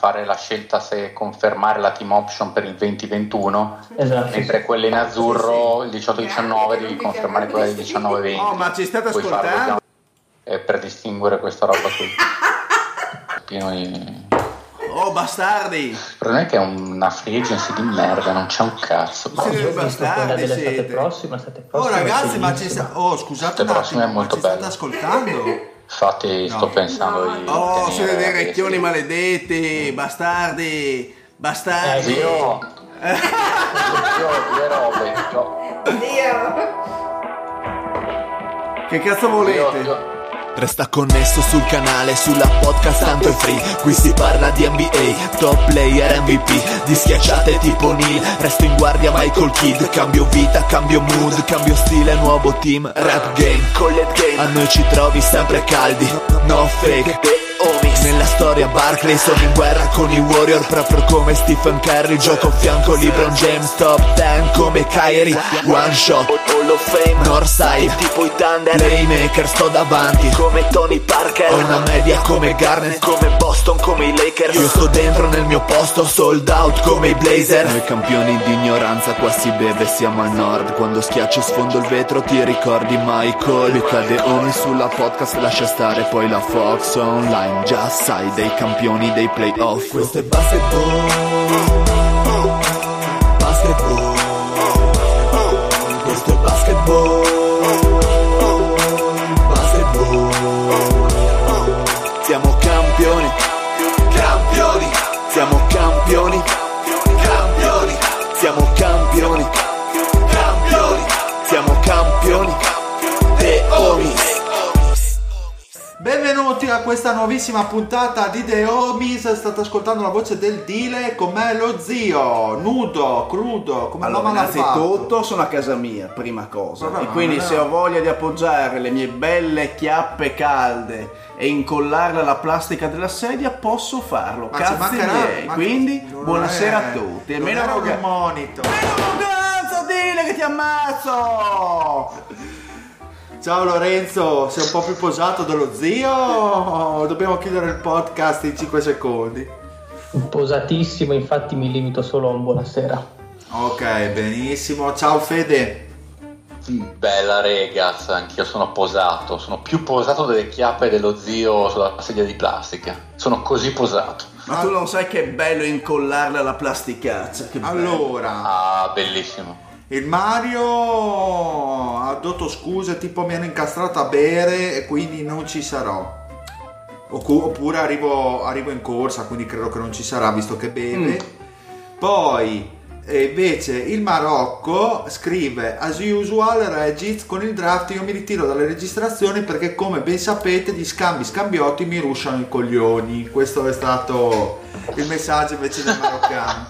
fare la scelta se confermare la team option per il 2021, Esatto, mentre quella in azzurro, il 18-19, devi confermare quella del 19-20. Oh, ma ci state Puoi farlo ascoltando? già, per distinguere questa roba qui. Pieno di... Oh, bastardi! Per me che è una free agency di merda, non c'è un cazzo. Siete Io ho visto quella bastardi, dell'estate siete. prossima, Oh ragazzi, ma ci bellissima. sta... Oh, scusate un L'estate prossima attimo, è molto ma ci state bella. ascoltando? Infatti sto pensando di Oh, tenere siete dei la recchioni bestia. maledetti, bastardi, bastardi. Zio, due robe. Che cazzo volete? Zio. Resta connesso sul canale, sulla podcast tanto è free. Qui si parla di NBA, top player MVP, di schiacciate tipo Neil. Resto in guardia Michael Kidd. Cambio vita, cambio mood, cambio stile, nuovo team. Rap game, collet game, a noi ci trovi sempre caldi. No fake, homies. Nella storia Barkley sono in guerra con i Warrior, proprio come Stephen Curry. Gioco a fianco LeBron James, top 10 come Kyrie. One shot, Hall of Fame, Northside, tipo i Thunder. Playmaker, sto davanti come Tony Parker. Ho una media come Garnett, come Boston, come i Lakers. Io sto dentro nel mio posto, sold out come i Blazer. Noi campioni di ignoranza, qua si beve, siamo al nord. Quando schiaccio e sfondo il vetro ti ricordi Michael. Mi cade ogni sulla podcast, lascia stare poi la Fox online. Già sai, dei campioni dei playoff. Questo è basketball, basketball. Questo è basketball, basketball. Siamo campioni, campioni. Siamo campioni, campioni. Siamo campioni, campioni. Siamo campioni, The Homies. Benvenuti a questa nuovissima puntata di The Homies. State ascoltando la voce del Dile, con me lo zio, nudo, crudo, come Allora, l'ha fatto. innanzitutto sono a casa mia, prima cosa. Vabbè, e ma quindi non è- se ho voglia di appoggiare le mie belle chiappe calde e incollarle alla plastica della sedia, posso farlo. Ma ci Cazzi mancherà, miei. ma quindi non buonasera è- a tutti. E non meno era un arroga- monito. Meno arroganza, Dile, che ti ammazzo! Ciao Lorenzo, sei un po' più posato dello zio? Dobbiamo chiudere il podcast in 5 secondi. Posatissimo, infatti mi limito solo a un buonasera. Ok, benissimo. Ciao Fede. Bella regas, anch'io sono posato, sono più posato delle chiappe dello zio sulla sedia di plastica. Sono così posato. Ma tu non sai che è bello incollarle alla plasticaccia. Che bello. Allora, Ah, bellissimo. il Mario ha dato scuse tipo mi hanno incastrato a bere e quindi non ci sarò. Oppure arrivo in corsa, quindi credo che non ci sarà visto che beve. Poi invece il Marocco scrive: as usual Regis, con il draft io mi ritiro dalle registrazioni perché come ben sapete gli scambiotti mi rusciano i coglioni. Questo è stato il messaggio invece del maroccano.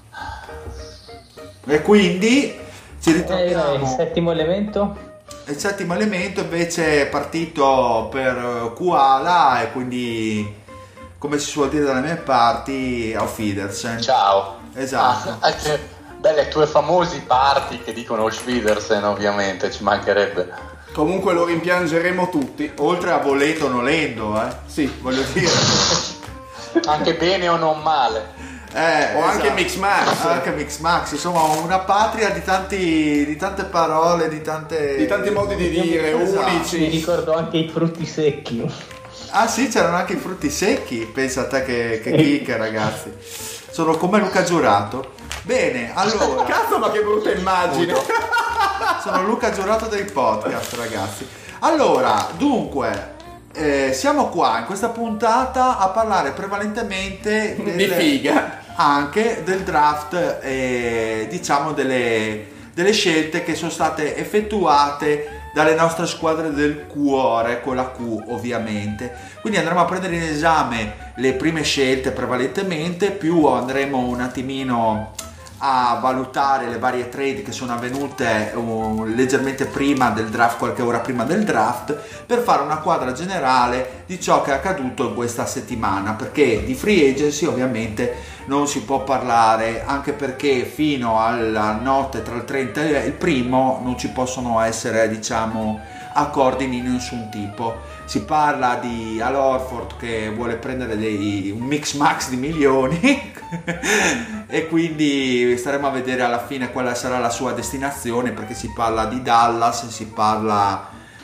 E quindi ci Il ritroviamo. settimo elemento? Il settimo elemento invece è partito per Koala e quindi, come si suol dire dalle mie parti, auf Wiedersehen. Ciao. Esatto. Belle tue famosi party che dicono Auf Wiedersehen, ovviamente, ci mancherebbe. Comunque lo rimpiangeremo tutti. Oltre a voleto nolendo, Sì. voglio dire. Anche bene o non male. O anche esatto. Mix Max. Anche Mix Max, insomma una patria di tante parole, di Di tanti modi di dire, Esatto. Mi unici. ricordo anche i frutti secchi. Ah sì, c'erano anche i frutti secchi, pensa a te che chicche ragazzi. Sono come Luca Giurato. Bene, allora, Cazzo, ma che brutta immagine. sono Luca Giurato dei podcast ragazzi. Allora, dunque, siamo qua in questa puntata a parlare prevalentemente Di figa. anche del draft e diciamo delle scelte che sono state effettuate dalle nostre squadre del cuore, con la Q ovviamente. Quindi andremo a prendere in esame le prime scelte prevalentemente, più andremo un attimino a valutare le varie trade che sono avvenute leggermente prima del draft, qualche ora prima del draft, per fare una quadra generale di ciò che è accaduto in questa settimana, perché di free agency ovviamente non si può parlare, anche perché fino alla notte tra il 30 e il primo non ci possono essere, diciamo, accordi di nessun tipo. Si parla di Al Horford che vuole prendere un mix max di milioni e quindi staremo a vedere alla fine quale sarà la sua destinazione, perché si parla di Dallas, si parla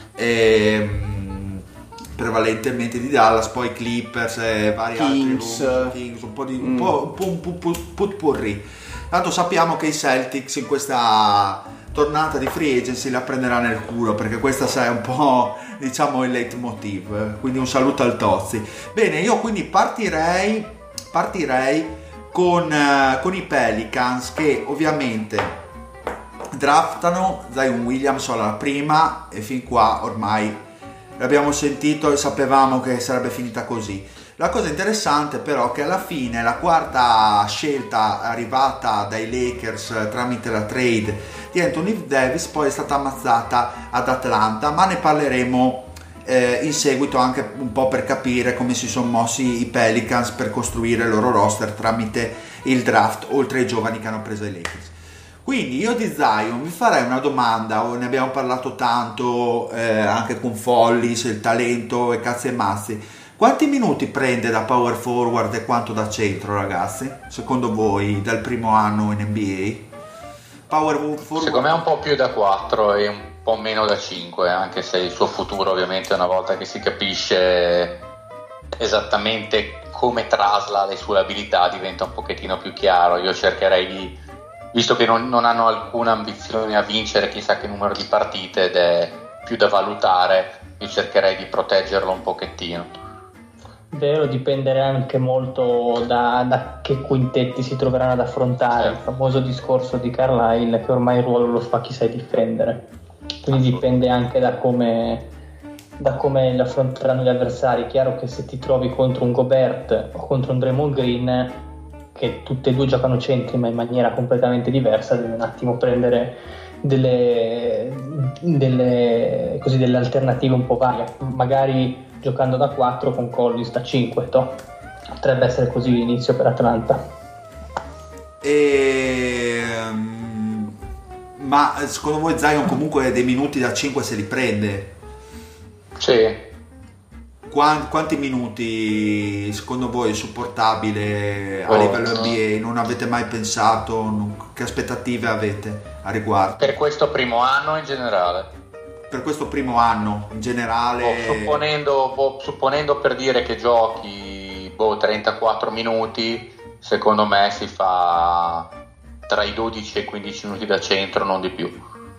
prevalentemente di Dallas, poi Clippers e vari Kings. altri Kings, un po' putpurri. Tanto sappiamo che i Celtics in questa tornata di free agency la prenderà nel culo, perché questa è un po', diciamo, il leitmotiv. Quindi un saluto al Tozzi. Bene, io quindi partirei con i Pelicans, che ovviamente draftano Zion Williamson alla prima, e fin qua ormai l'abbiamo sentito e sapevamo che sarebbe finita così. La cosa interessante però è che alla fine la quarta scelta arrivata dai Lakers tramite la trade di Anthony Davis poi è stata ammazzata ad Atlanta, ma ne parleremo in seguito, anche un po' per capire come si sono mossi i Pelicans per costruire il loro roster tramite il draft, oltre ai giovani che hanno preso i Lakers. Quindi io di Zion vi farei una domanda, ne abbiamo parlato tanto anche con Follis, il talento e cazzi e mazzi. Quanti minuti prende da power forward e quanto da centro, ragazzi? Secondo voi, dal primo anno in NBA? Power forward? Secondo me un po' più da 4 e un po' meno da 5, anche se il suo futuro ovviamente una volta che si capisce esattamente come trasla le sue abilità diventa un pochettino più chiaro. Io cercherei di, visto che non hanno alcuna ambizione a vincere chissà che numero di partite ed è più da valutare, io cercherei di proteggerlo un pochettino. Vero, dipende anche molto da che quintetti si troveranno ad affrontare. Il famoso discorso di Carlisle che ormai il ruolo lo fa chi sai difendere, quindi dipende anche da come lo affronteranno gli avversari. Chiaro che se ti trovi contro un Gobert o contro un Draymond Green, che tutte e due giocano centri ma in maniera completamente diversa, devi un attimo prendere delle alternative un po' varie, magari giocando da 4 con Collins da 5. Potrebbe essere così l'inizio per Atlanta. Ma secondo voi Zion comunque dei minuti da 5 se li prende? Sì. Quanti minuti secondo voi è supportabile a livello NBA? Non avete mai pensato? Che aspettative avete a riguardo? Per questo primo anno in generale? Per questo primo anno in generale, supponendo per dire che giochi 34 minuti, secondo me si fa tra i 12 e i 15 minuti da centro, non di più.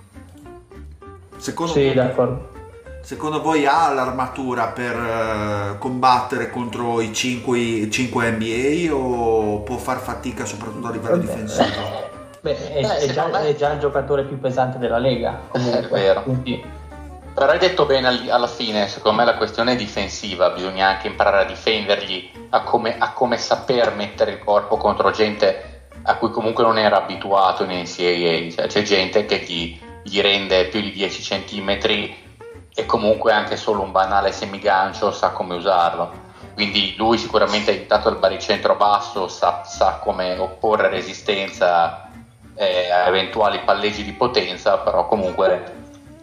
Sì, d'accordo. Secondo voi ha l'armatura per combattere contro i 5 NBA o può far fatica soprattutto a livello difensivo? È già il giocatore più pesante della Lega, comunque. È vero. Quindi... Però hai detto bene alla fine, secondo me la questione è difensiva, bisogna anche imparare a difendergli, a come saper mettere il corpo contro gente a cui comunque non era abituato in NCAA, cioè, c'è gente che gli rende più di 10 centimetri e comunque anche solo un banale semigancio sa come usarlo, quindi lui sicuramente aiutato dal baricentro basso sa come opporre resistenza a eventuali palleggi di potenza, però comunque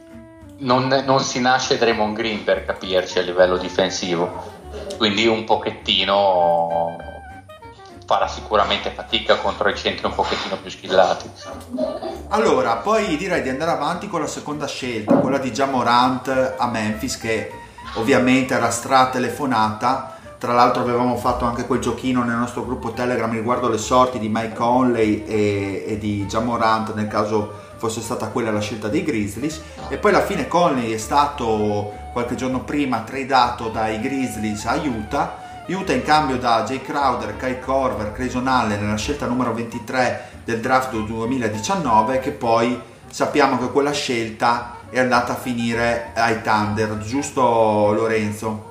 non si nasce Draymond Green, per capirci, a livello difensivo, quindi un pochettino farà sicuramente fatica contro i centri un pochettino più skillati. Allora, poi direi di andare avanti con la seconda scelta, quella di Ja Morant a Memphis, che ovviamente era stratelefonata. Tra l'altro avevamo fatto anche quel giochino nel nostro gruppo Telegram riguardo le sorti di Mike Conley e di Ja Morant nel caso fosse stata quella la scelta dei Grizzlies, e poi alla fine Conley è stato qualche giorno prima tradato dai Grizzlies a Utah in cambio da Jay Crowder, Kyle Korver, Grayson Allen nella scelta numero 23 del draft 2019, che poi sappiamo che quella scelta è andata a finire ai Thunder, giusto Lorenzo?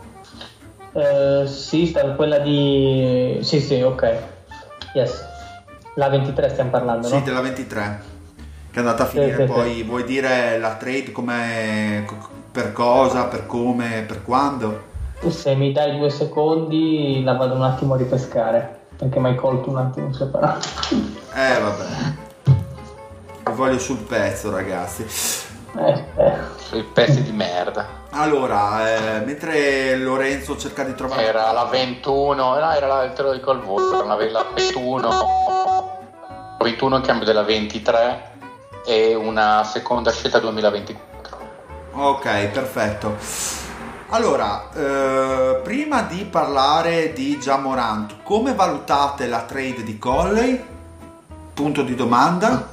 Sì, quella di... Sì, ok. Yes. La 23 stiamo parlando, sì, no? Sì, della 23. Che è andata a finire poi, sì. Vuoi dire la trade come, per cosa, per come, per quando? Se mi dai 2 secondi la vado un attimo a ripescare, perché mi hai colto un attimo separato. Vabbè. Vi voglio sul pezzo, ragazzi. Sui pezzi di merda. Allora, mentre Lorenzo cerca di trovare... Era la 21, no, te lo dico al volo, era la 21 in cambio della 23 e una seconda scelta 2024. Ok, perfetto. Allora, prima di parlare di Ja Morant, come valutate la trade di Conley? Punto di domanda.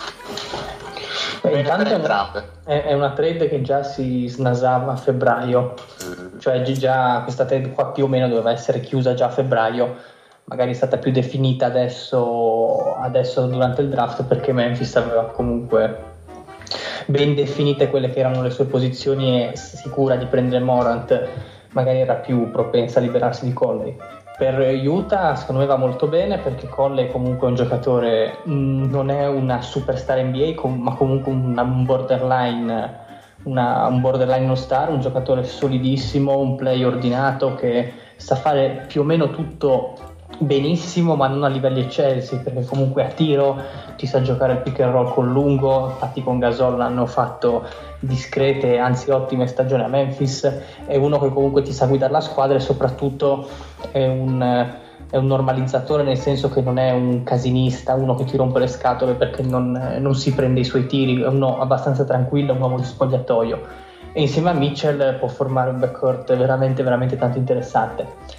Intanto è una trade che già si snasava a febbraio, cioè già questa trade qua più o meno doveva essere chiusa già a febbraio, magari è stata più definita adesso durante il draft, perché Memphis aveva comunque ben definite quelle che erano le sue posizioni e sicura di prendere Morant, magari era più propensa a liberarsi di Conley. Per Utah secondo me va molto bene, perché Conley comunque è un giocatore, non è una superstar NBA, ma comunque un borderline no star, un giocatore solidissimo, un play ordinato che sa fare più o meno tutto benissimo, ma non a livelli eccelsi, perché comunque a tiro ti sa giocare il pick and roll con lungo. Infatti con Gasol hanno fatto discrete, anzi ottime stagioni a Memphis. È uno che comunque ti sa guidare la squadra e soprattutto è un normalizzatore, nel senso che non è un casinista, uno che ti rompe le scatole perché non si prende i suoi tiri, è uno abbastanza tranquillo, un uomo di spogliatoio, e insieme a Mitchell può formare un backcourt veramente veramente tanto interessante.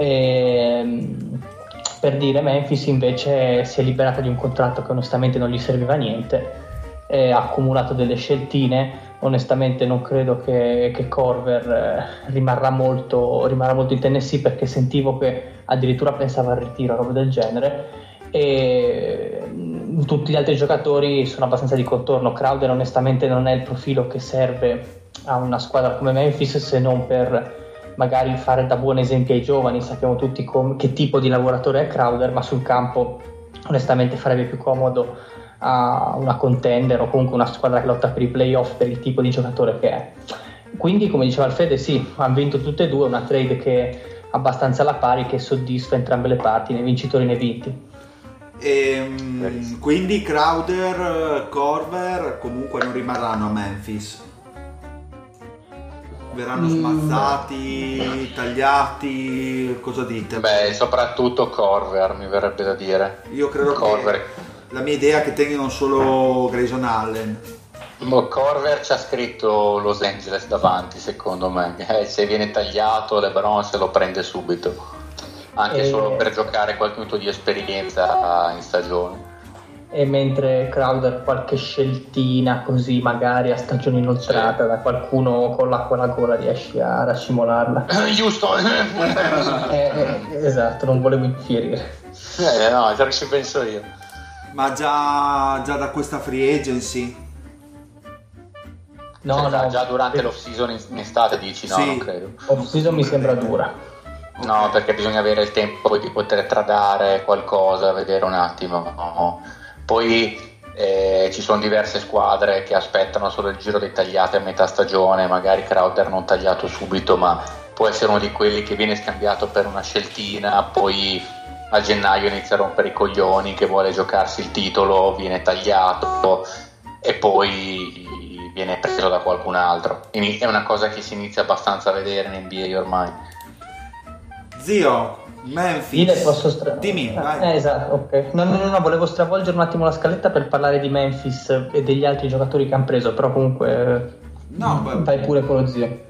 Per dire, Memphis invece si è liberata di un contratto che onestamente non gli serviva a niente, ha accumulato delle sceltine. Onestamente non credo che Korver rimarrà molto in Tennessee, perché sentivo che addirittura pensava al ritiro, roba del genere, e tutti gli altri giocatori sono abbastanza di contorno. Crowder onestamente non è il profilo che serve a una squadra come Memphis, se non per magari fare da buon esempio ai giovani. Sappiamo tutti che tipo di lavoratore è Crowder, ma sul campo onestamente farebbe più comodo a una contender o comunque una squadra che lotta per i playoff, per il tipo di giocatore che è. Quindi, come diceva Alfede, sì, hanno vinto tutte e due, una trade che è abbastanza alla pari, che soddisfa entrambe le parti, né vincitori né vinti. Quindi Crowder, Korver comunque non rimarranno a Memphis, verranno smazzati, tagliati, cosa dite? Beh, soprattutto Korver, mi verrebbe da dire. Io credo che la mia idea è che tengano solo Grayson Allen. Korver ci ha scritto Los Angeles davanti, secondo me. Se viene tagliato, LeBron se lo prende subito, anche solo per giocare qualche minuto di esperienza in stagione. E mentre Crowder qualche sceltina così magari a stagione inoltrata, sì, da qualcuno con l'acqua alla gola riesci a raccimolarla. Giusto. Esatto, non volevo infierire. No, ci penso io. Ma già da questa free agency? No, già durante l'off season in estate dici? No, sì, non credo. Off season mi sembra dura. No, okay, perché bisogna avere il tempo di poter tradare qualcosa, vedere un attimo. No. Poi ci sono diverse squadre che aspettano solo il giro dei tagliati a metà stagione, magari Crowder non tagliato subito, ma può essere uno di quelli che viene scambiato per una sceltina, poi a gennaio inizia a rompere i coglioni, che vuole giocarsi il titolo, viene tagliato e poi viene preso da qualcun altro. È una cosa che si inizia abbastanza a vedere in NBA ormai. Zio, Memphis, dimmi, vai. Esatto, ok. No, volevo stravolgere un attimo la scaletta per parlare di Memphis e degli altri giocatori che hanno preso, però comunque vai pure con lo zio.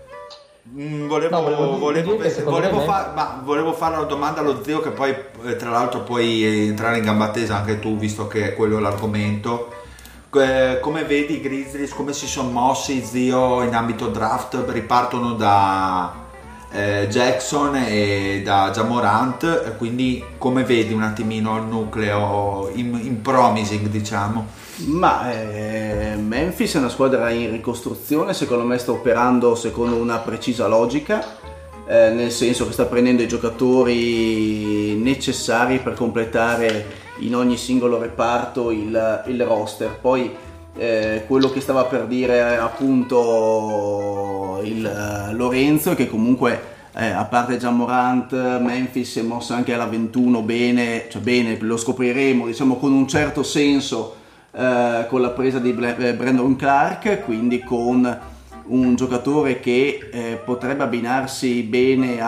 Volevo fare una domanda allo zio, che poi tra l'altro puoi entrare in gamba tesa anche tu, visto che è quello l'argomento. Come vedi i Grizzlies, come si sono mossi, zio, in ambito draft? Ripartono da Jackson e da Ja Morant, quindi come vedi un attimino il nucleo in promising, diciamo? Ma Memphis è una squadra in ricostruzione, secondo me sta operando secondo una precisa logica, nel senso che sta prendendo i giocatori necessari per completare in ogni singolo reparto il roster. Poi quello che stava per dire appunto il Lorenzo è che comunque a parte Ja Morant, Memphis si è mossa anche alla 21 bene, cioè bene, lo scopriremo, diciamo con un certo senso con la presa di Brandon Clarke, quindi con un giocatore che potrebbe abbinarsi bene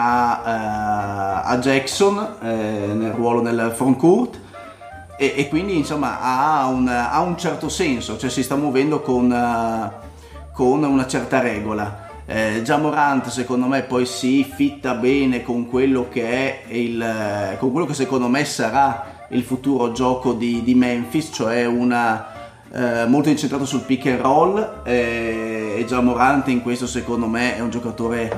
a Jackson nel ruolo nel frontcourt, e quindi insomma ha un certo senso, cioè si sta muovendo con una certa regola. Ja Morant secondo me poi si fitta bene con quello che è con quello che secondo me sarà il futuro gioco di Memphis, cioè molto incentrato sul pick and roll, e Ja Morant in questo secondo me è un giocatore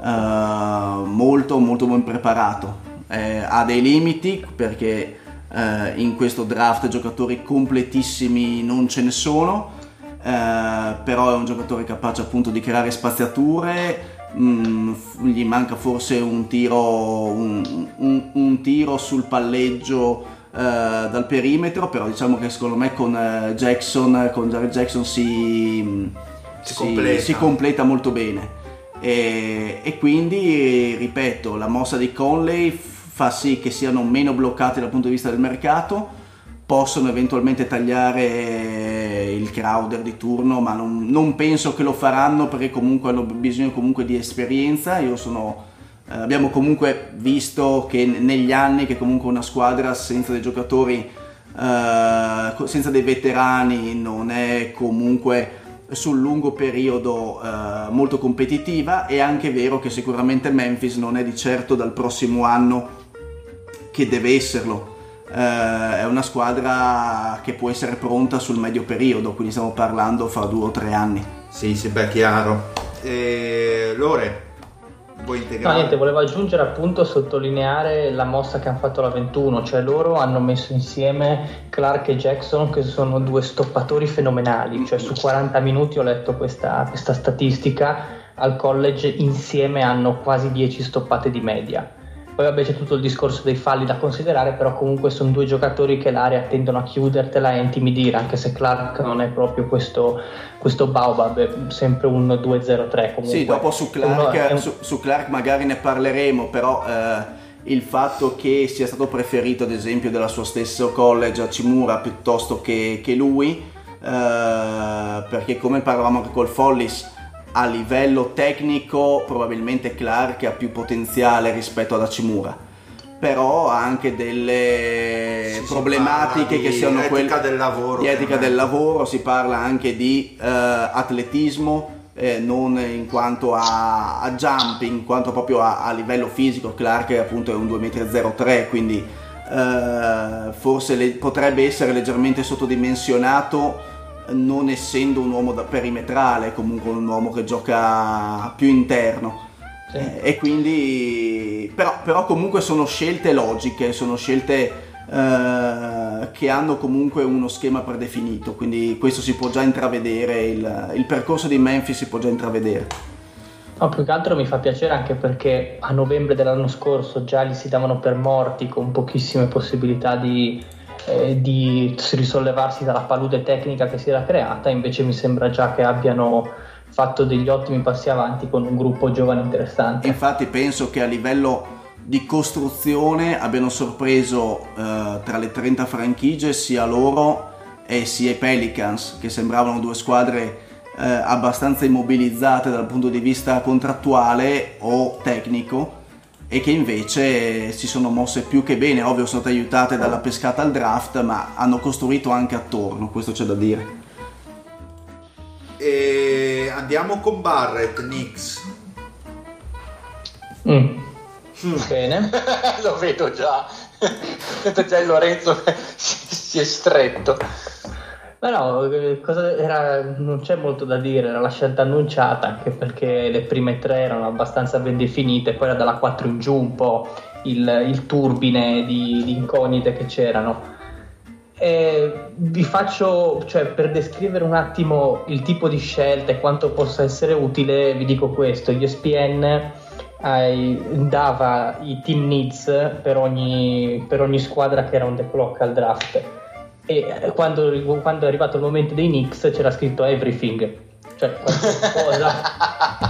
molto molto ben preparato. Ha dei limiti perché in questo draft giocatori completissimi non ce ne sono, però è un giocatore capace appunto di creare spaziature. Gli manca forse un tiro sul palleggio dal perimetro, però diciamo che secondo me con Jared Jackson si completa molto bene, e quindi ripeto, la mossa di Conley fa sì che siano meno bloccati dal punto di vista del mercato, possono eventualmente tagliare il Crowder di turno, ma non penso che lo faranno, perché comunque hanno bisogno comunque di esperienza. Abbiamo comunque visto che negli anni che comunque una squadra senza dei giocatori, senza dei veterani, non è comunque sul lungo periodo molto competitiva. È anche vero che sicuramente Memphis non è di certo dal prossimo anno che deve esserlo. È una squadra che può essere pronta sul medio periodo, quindi stiamo parlando fra 2 o 3 anni. Sì, beh, chiaro. Lore, vuoi integrare? No, niente, volevo aggiungere appunto, sottolineare la mossa che hanno fatto la 21, cioè loro hanno messo insieme Clark e Jackson, che sono 2 stoppatori fenomenali, cioè su 40 minuti ho letto questa statistica, al college insieme hanno quasi 10 stoppate di media. Poi vabbè c'è tutto il discorso dei falli da considerare, però comunque sono 2 giocatori che l'area tendono a chiudertela e a intimidire, anche se Clark non è proprio questo Baobab, è sempre un 2-0-3 comunque. Sì, dopo su Clark magari ne parleremo, però il fatto che sia stato preferito ad esempio della sua stesso college a Hachimura piuttosto che lui, perché come parlavamo anche col Follis, a livello tecnico probabilmente Clark ha più potenziale rispetto ad Hachimura, però ha anche delle problematiche che siano quelle di etica del lavoro. Si parla anche di atletismo, non in quanto a jumping, in quanto proprio a livello fisico. Clark appunto è un 2,03 m, quindi forse potrebbe essere leggermente sottodimensionato, non essendo un uomo da perimetrale, comunque un uomo che gioca più interno. Sì. E quindi però comunque sono scelte logiche, sono scelte che hanno comunque uno schema predefinito, quindi questo si può già intravedere, il percorso di Memphis si può già intravedere. No, più che altro mi fa piacere anche perché a novembre dell'anno scorso già li si davano per morti, con pochissime possibilità di risollevarsi dalla palude tecnica che si era creata. Invece mi sembra già che abbiano fatto degli ottimi passi avanti con un gruppo giovane interessante. Infatti penso che a livello di costruzione abbiano sorpreso tra le 30 franchigie sia loro e sia i Pelicans, che sembravano 2 squadre abbastanza immobilizzate dal punto di vista contrattuale o tecnico, e che invece si sono mosse più che bene. Ovvio sono state aiutate dalla pescata al draft, ma hanno costruito anche attorno, questo c'è da dire. E andiamo con Barrett, Knicks. Bene. Lo vedo già. Vedo già il Lorenzo che si è stretto. Ma no, non c'è molto da dire, era la scelta annunciata, anche perché le prime 3 erano abbastanza ben definite, poi era dalla 4 in giù un po' il turbine di incognite che c'erano. Vi faccio, cioè, per descrivere un attimo il tipo di scelta e quanto possa essere utile, vi dico questo: ESPN dava i team needs per ogni squadra che era on the clock al draft, e quando è arrivato il momento dei Knicks c'era scritto everything, cioè qualsiasi cosa.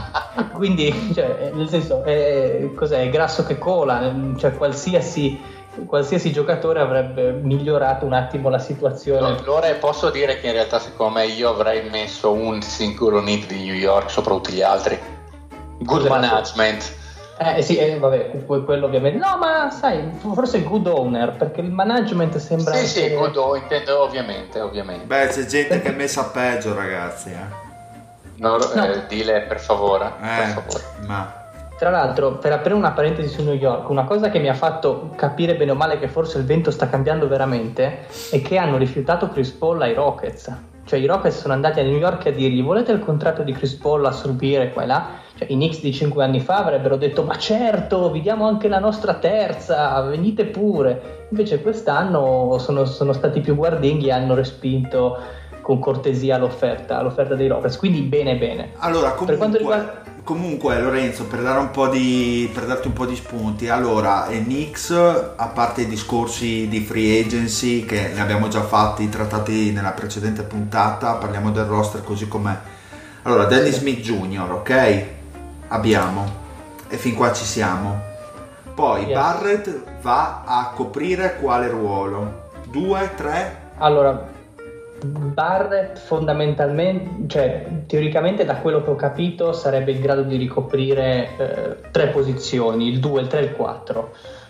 Quindi, cioè, nel senso, cos'è? È grasso che cola, cioè qualsiasi qualsiasi giocatore avrebbe migliorato un attimo la situazione. Allora posso dire che in realtà secondo me io avrei messo un singolo need di New York sopra tutti gli altri. Good management. Sì, vabbè, quello ovviamente. No, ma sai, forse il good owner, perché il management sembra. Sì, good owner, intendo ovviamente. Beh, c'è gente che è messa peggio, ragazzi. No. Dile per favore. Ma tra l'altro, per aprire una parentesi su New York, una cosa che mi ha fatto capire bene o male che forse il vento sta cambiando veramente è che hanno rifiutato Chris Paul ai Rockets. Cioè i Rockets sono andati a New York a dirgli: volete il contratto di Chris Paul, assorbire qua e là? Cioè, i Knicks di 5 anni fa avrebbero detto: ma certo, vi diamo anche la nostra terza, venite pure. Invece quest'anno sono stati più guardinghi e hanno respinto con cortesia l'offerta dei Rockets, quindi bene. Allora, per quanto riguarda... comunque Lorenzo, per darti un po' di spunti, allora i Knicks, a parte i discorsi di free agency che ne abbiamo già trattati nella precedente puntata, parliamo del roster così com'è. Allora, Dennis Smith Jr., ok? Abbiamo, e fin qua ci siamo. Poi yes. Barrett va a coprire quale ruolo? 2, 3? Allora, Barrett fondamentalmente, cioè teoricamente da quello che ho capito sarebbe in grado di ricoprire 3 posizioni, il 2, il 3 e il 4.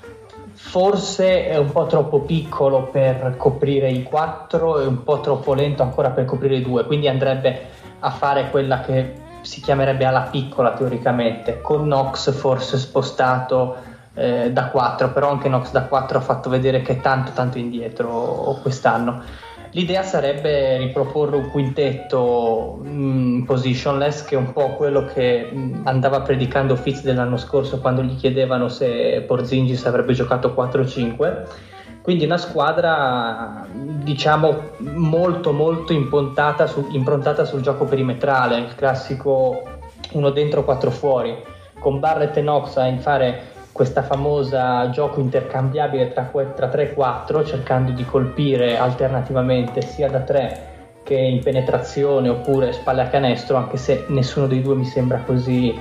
Forse è un po' troppo piccolo per coprire i 4 e un po' troppo lento ancora per coprire i 2, quindi andrebbe a fare quella che si chiamerebbe ala piccola teoricamente, con Knox forse spostato da 4, però anche Knox da 4 ha fatto vedere che è tanto indietro quest'anno. L'idea sarebbe riproporre un quintetto positionless, che è un po' quello che andava predicando Fitz dell'anno scorso quando gli chiedevano se Porzingis avrebbe giocato 4-5. Quindi una squadra, diciamo, molto improntata sul gioco perimetrale, il classico 1 dentro 4 fuori, con Barrett e Knox a fare questa famosa gioco intercambiabile tra 3 e 4, cercando di colpire alternativamente sia da 3 che in penetrazione oppure spalle a canestro, anche se nessuno dei due mi sembra così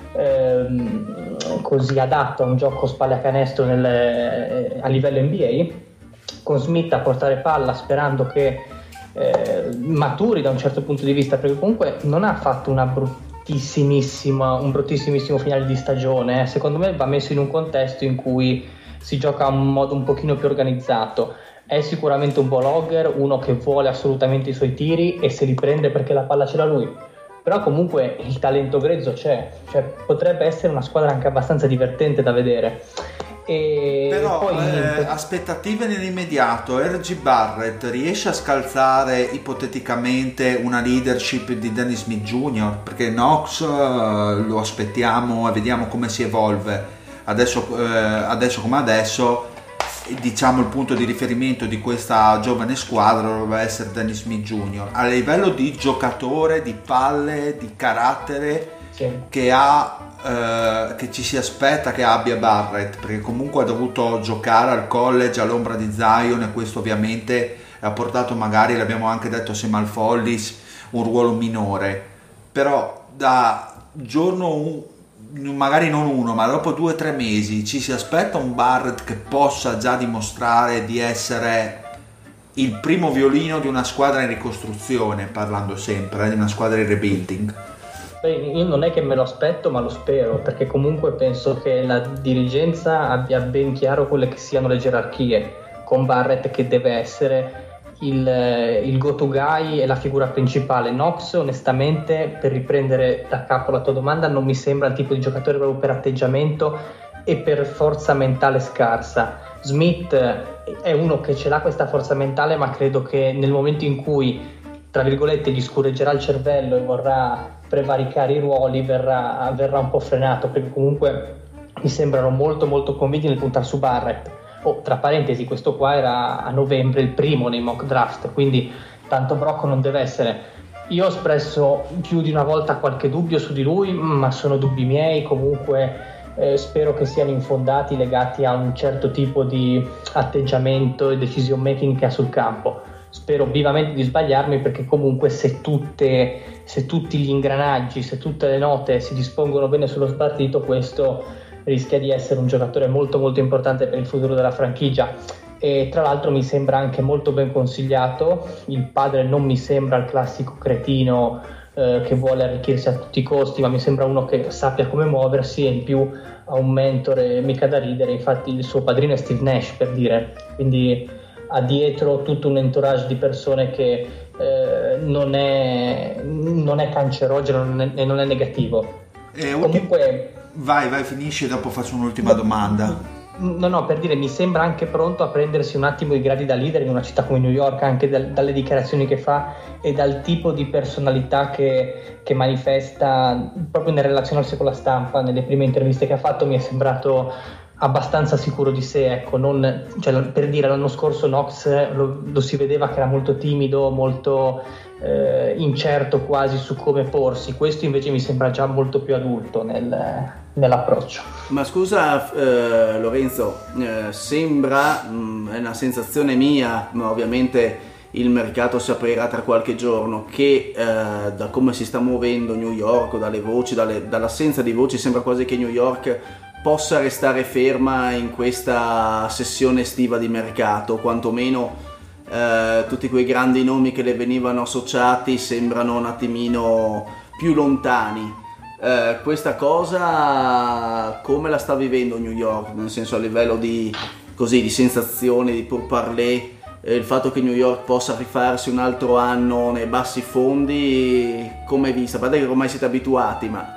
adatto a un gioco spalle a canestro a livello NBA, con Smith a portare palla sperando che maturi da un certo punto di vista, perché comunque non ha fatto un bruttissimissimo finale di stagione. Secondo me va messo in un contesto in cui si gioca a un modo un pochino più organizzato. È sicuramente un ball hogger, uno che vuole assolutamente i suoi tiri e se li prende perché la palla ce l'ha lui, però comunque il talento grezzo c'è, cioè potrebbe essere una squadra anche abbastanza divertente da vedere. Però poi aspettative nell'immediato. RG Barrett riesce a scalzare ipoteticamente una leadership di Dennis Smith Jr., perché Knox lo aspettiamo e vediamo come si evolve adesso come adesso, diciamo il punto di riferimento di questa giovane squadra dovrebbe essere Dennis Smith Jr. a livello di giocatore, di palle, di carattere, sì, che ci si aspetta che abbia Barrett, perché comunque ha dovuto giocare al college all'ombra di Zion e questo ovviamente ha portato, magari l'abbiamo anche detto assieme al Follis, un ruolo minore. Però da giorno magari non uno, ma dopo 2 o 3 mesi ci si aspetta un Barrett che possa già dimostrare di essere il primo violino di una squadra in ricostruzione, parlando sempre di una squadra in rebuilding. Io non è che me lo aspetto, ma lo spero, perché comunque penso che la dirigenza abbia ben chiaro quelle che siano le gerarchie, con Barrett che deve essere il go-to guy e la figura principale. Knox, onestamente, per riprendere da capo la tua domanda, non mi sembra il tipo di giocatore proprio per atteggiamento e per forza mentale scarsa. Smith è uno che ce l'ha questa forza mentale, ma credo che nel momento in cui, tra virgolette, gli scorreggerà il cervello e vorrà prevaricare i ruoli, verrà un po' frenato, perché comunque mi sembrano molto convinti nel puntare su Barrett. Tra parentesi, questo qua era a novembre il primo nei mock draft, quindi tanto brocco non deve essere. Io ho espresso più di una volta qualche dubbio su di lui, ma sono dubbi miei. Comunque spero che siano infondati, legati a un certo tipo di atteggiamento e decision making che ha sul campo. Spero vivamente di sbagliarmi, perché comunque se tutti gli ingranaggi, se tutte le note si dispongono bene sullo spartito, questo rischia di essere un giocatore molto molto importante per il futuro della franchigia. E tra l'altro mi sembra anche molto ben consigliato. Il padre non mi sembra il classico cretino che vuole arricchirsi a tutti i costi, ma mi sembra uno che sappia come muoversi, e in più ha un mentore mica da ridere. Infatti il suo padrino è Steve Nash, per dire, quindi ha dietro tutto un entourage di persone che non è cancerogeno e non è negativo. Comunque vai, finisci, dopo faccio un'ultima domanda. No, per dire, mi sembra anche pronto a prendersi un attimo i gradi da leader in una città come New York, anche dalle dichiarazioni che fa e dal tipo di personalità che manifesta proprio nel relazionarsi con la stampa. Nelle prime interviste che ha fatto mi è sembrato abbastanza sicuro di sé, ecco. Per dire, l'anno scorso Knox lo si vedeva che era molto timido, molto incerto quasi su come porsi. Questo invece mi sembra già molto più adulto nell'approccio. Ma scusa Lorenzo, sembra, è una sensazione mia, ma ovviamente il mercato si aprirà tra qualche giorno, che da come si sta muovendo New York, o dalle voci, dall'assenza di voci, sembra quasi che New York possa restare ferma in questa sessione estiva di mercato, quantomeno tutti quei grandi nomi che le venivano associati sembrano un attimino più lontani. Questa cosa come la sta vivendo New York, nel senso a livello di sensazioni, di pourparlers, il fatto che New York possa rifarsi un altro anno nei bassi fondi, come è vista? A parte che ormai siete abituati, ma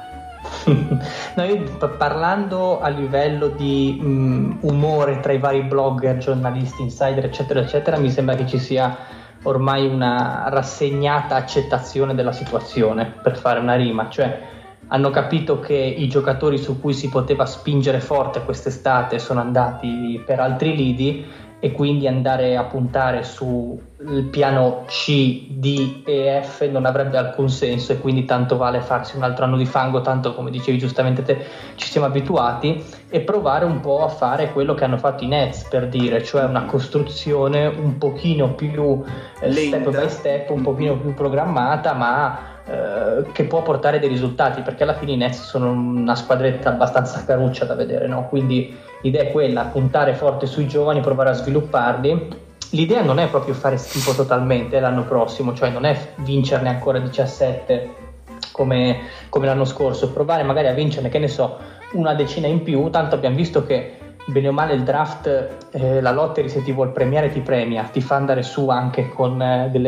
no, io parlando a livello di umore tra i vari blogger, giornalisti, insider, eccetera eccetera, mi sembra che ci sia ormai una rassegnata accettazione della situazione, per fare una rima. Cioè, hanno capito che i giocatori su cui si poteva spingere forte quest'estate sono andati per altri lidi, e quindi andare a puntare sul piano C, D e F non avrebbe alcun senso, e quindi tanto vale farsi un altro anno di fango, tanto, come dicevi giustamente te, ci siamo abituati, e provare un po' a fare quello che hanno fatto i Nets, per dire, cioè una costruzione un pochino più step by step, un pochino più programmata, ma che può portare dei risultati, perché alla fine i Nets sono una squadretta abbastanza caruccia da vedere, no? Quindi l'idea è quella, puntare forte sui giovani, provare a svilupparli. L'idea non è proprio fare schifo totalmente l'anno prossimo, cioè non è vincerne ancora 17 come l'anno scorso, provare magari a vincerne, che ne so, una decina in più. Tanto abbiamo visto che bene o male il draft, la lottery, se ti vuol premiare ti premia, ti fa andare su anche con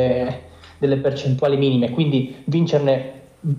delle percentuali minime, quindi vincerne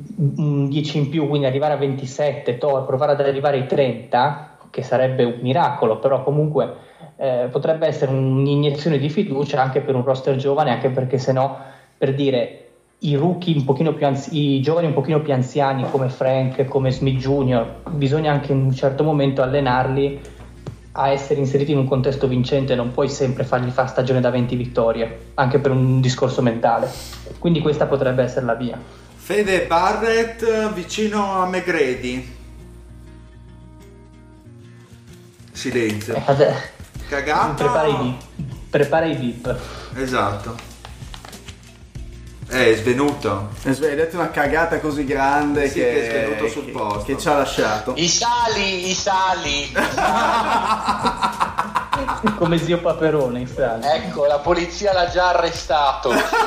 10 in più, quindi arrivare a 27, provare ad arrivare ai 30, che sarebbe un miracolo, però comunque potrebbe essere un'iniezione di fiducia anche per un roster giovane, anche perché sennò, per dire, i rookie un pochino più i giovani un pochino più anziani come Frank, come Smith Jr., bisogna anche in un certo momento allenarli a essere inseriti in un contesto vincente, non puoi sempre fargli fare stagione da 20 vittorie, anche per un discorso mentale. Quindi questa potrebbe essere la via. Fede, Barrett vicino a McGrady. Silenzio. Cagata. Prepara i VIP. Esatto. È svenuto. Hai detto una cagata così grande, sì, che è svenuto sul posto, che ci ha lasciato. I sali. Come zio Paperone, i sali. Ecco, la polizia l'ha già arrestato.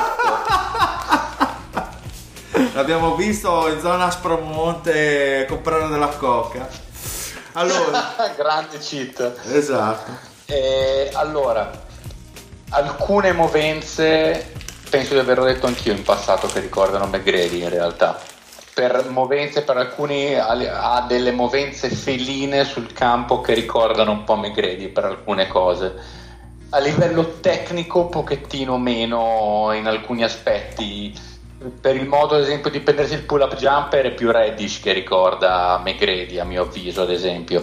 L'abbiamo visto in zona Aspromonte comprare della coca. Allora, grande cheat. Esatto. Allora, alcune movenze penso di averlo detto anch'io in passato, che ricordano McGrady in realtà. Per alcuni ha delle movenze feline sul campo che ricordano un po' McGrady per alcune cose. A livello tecnico pochettino meno in alcuni aspetti. Per il modo ad esempio di prendersi il pull up jumper è più Reddish che ricorda McGrady, a mio avviso, ad esempio.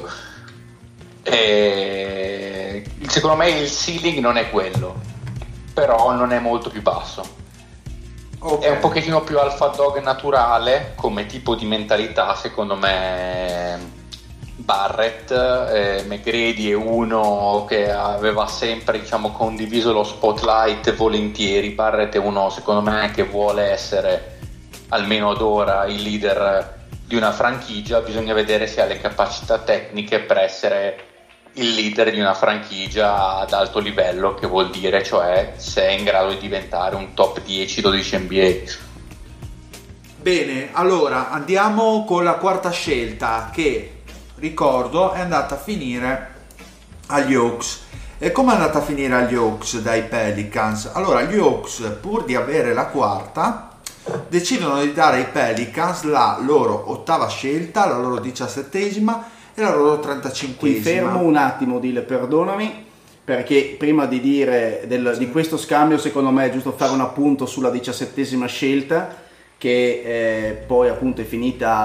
Secondo me il ceiling non è quello, però non è molto più basso. Okay. È un pochettino più alpha dog naturale come tipo di mentalità, secondo me. Barrett, McGrady è uno che aveva sempre, diciamo, condiviso lo spotlight volentieri. Barrett è uno, secondo me, che vuole essere, almeno ad ora, il leader di una franchigia, bisogna vedere se ha le capacità tecniche per essere il leader di una franchigia ad alto livello, che vuol dire cioè se è in grado di diventare un top 10-12 NBA. Bene, allora andiamo con la quarta scelta, che ricordo è andata a finire agli Hawks. E come è andata a finire agli Hawks dai Pelicans? Allora gli Hawks, pur di avere la quarta, decidono di dare ai Pelicans la loro ottava scelta, la loro 17esima e la loro 35esima. Ti fermo un attimo, Dile, perdonami, perché prima di dire di questo scambio, secondo me è giusto fare un appunto sulla 17esima scelta, che poi appunto è finita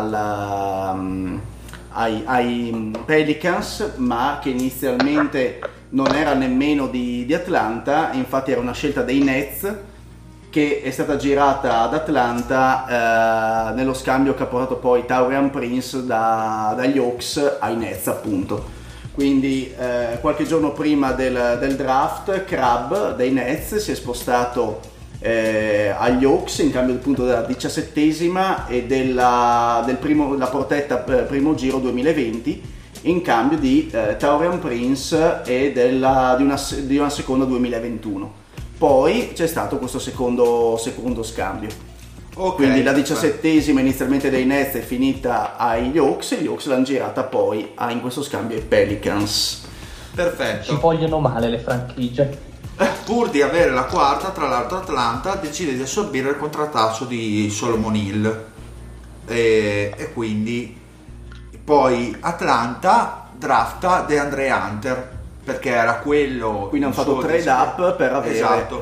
ai Pelicans, ma che inizialmente non era nemmeno di Atlanta. Infatti era una scelta dei Nets, che è stata girata ad Atlanta nello scambio che ha portato poi Taurean Prince dagli Hawks ai Nets, appunto. Quindi qualche giorno prima del draft, Crabbe dei Nets si è spostato agli Hawks in cambio appunto della 17esima e della protetta primo giro 2020, in cambio di Taurean Prince e di una seconda 2021. Poi c'è stato questo secondo scambio. Okay, quindi la 17esima inizialmente dei Nets è finita agli Hawks e gli Hawks l'hanno girata poi in questo scambio ai Pelicans. Perfetto. Ci vogliono male le franchigie. Pur di avere la quarta, tra l'altro Atlanta decide di assorbire il contrattasso di Solomon Hill e quindi poi Atlanta drafta DeAndre Hunter, perché era quello, quindi hanno fatto trade up per avere, esatto,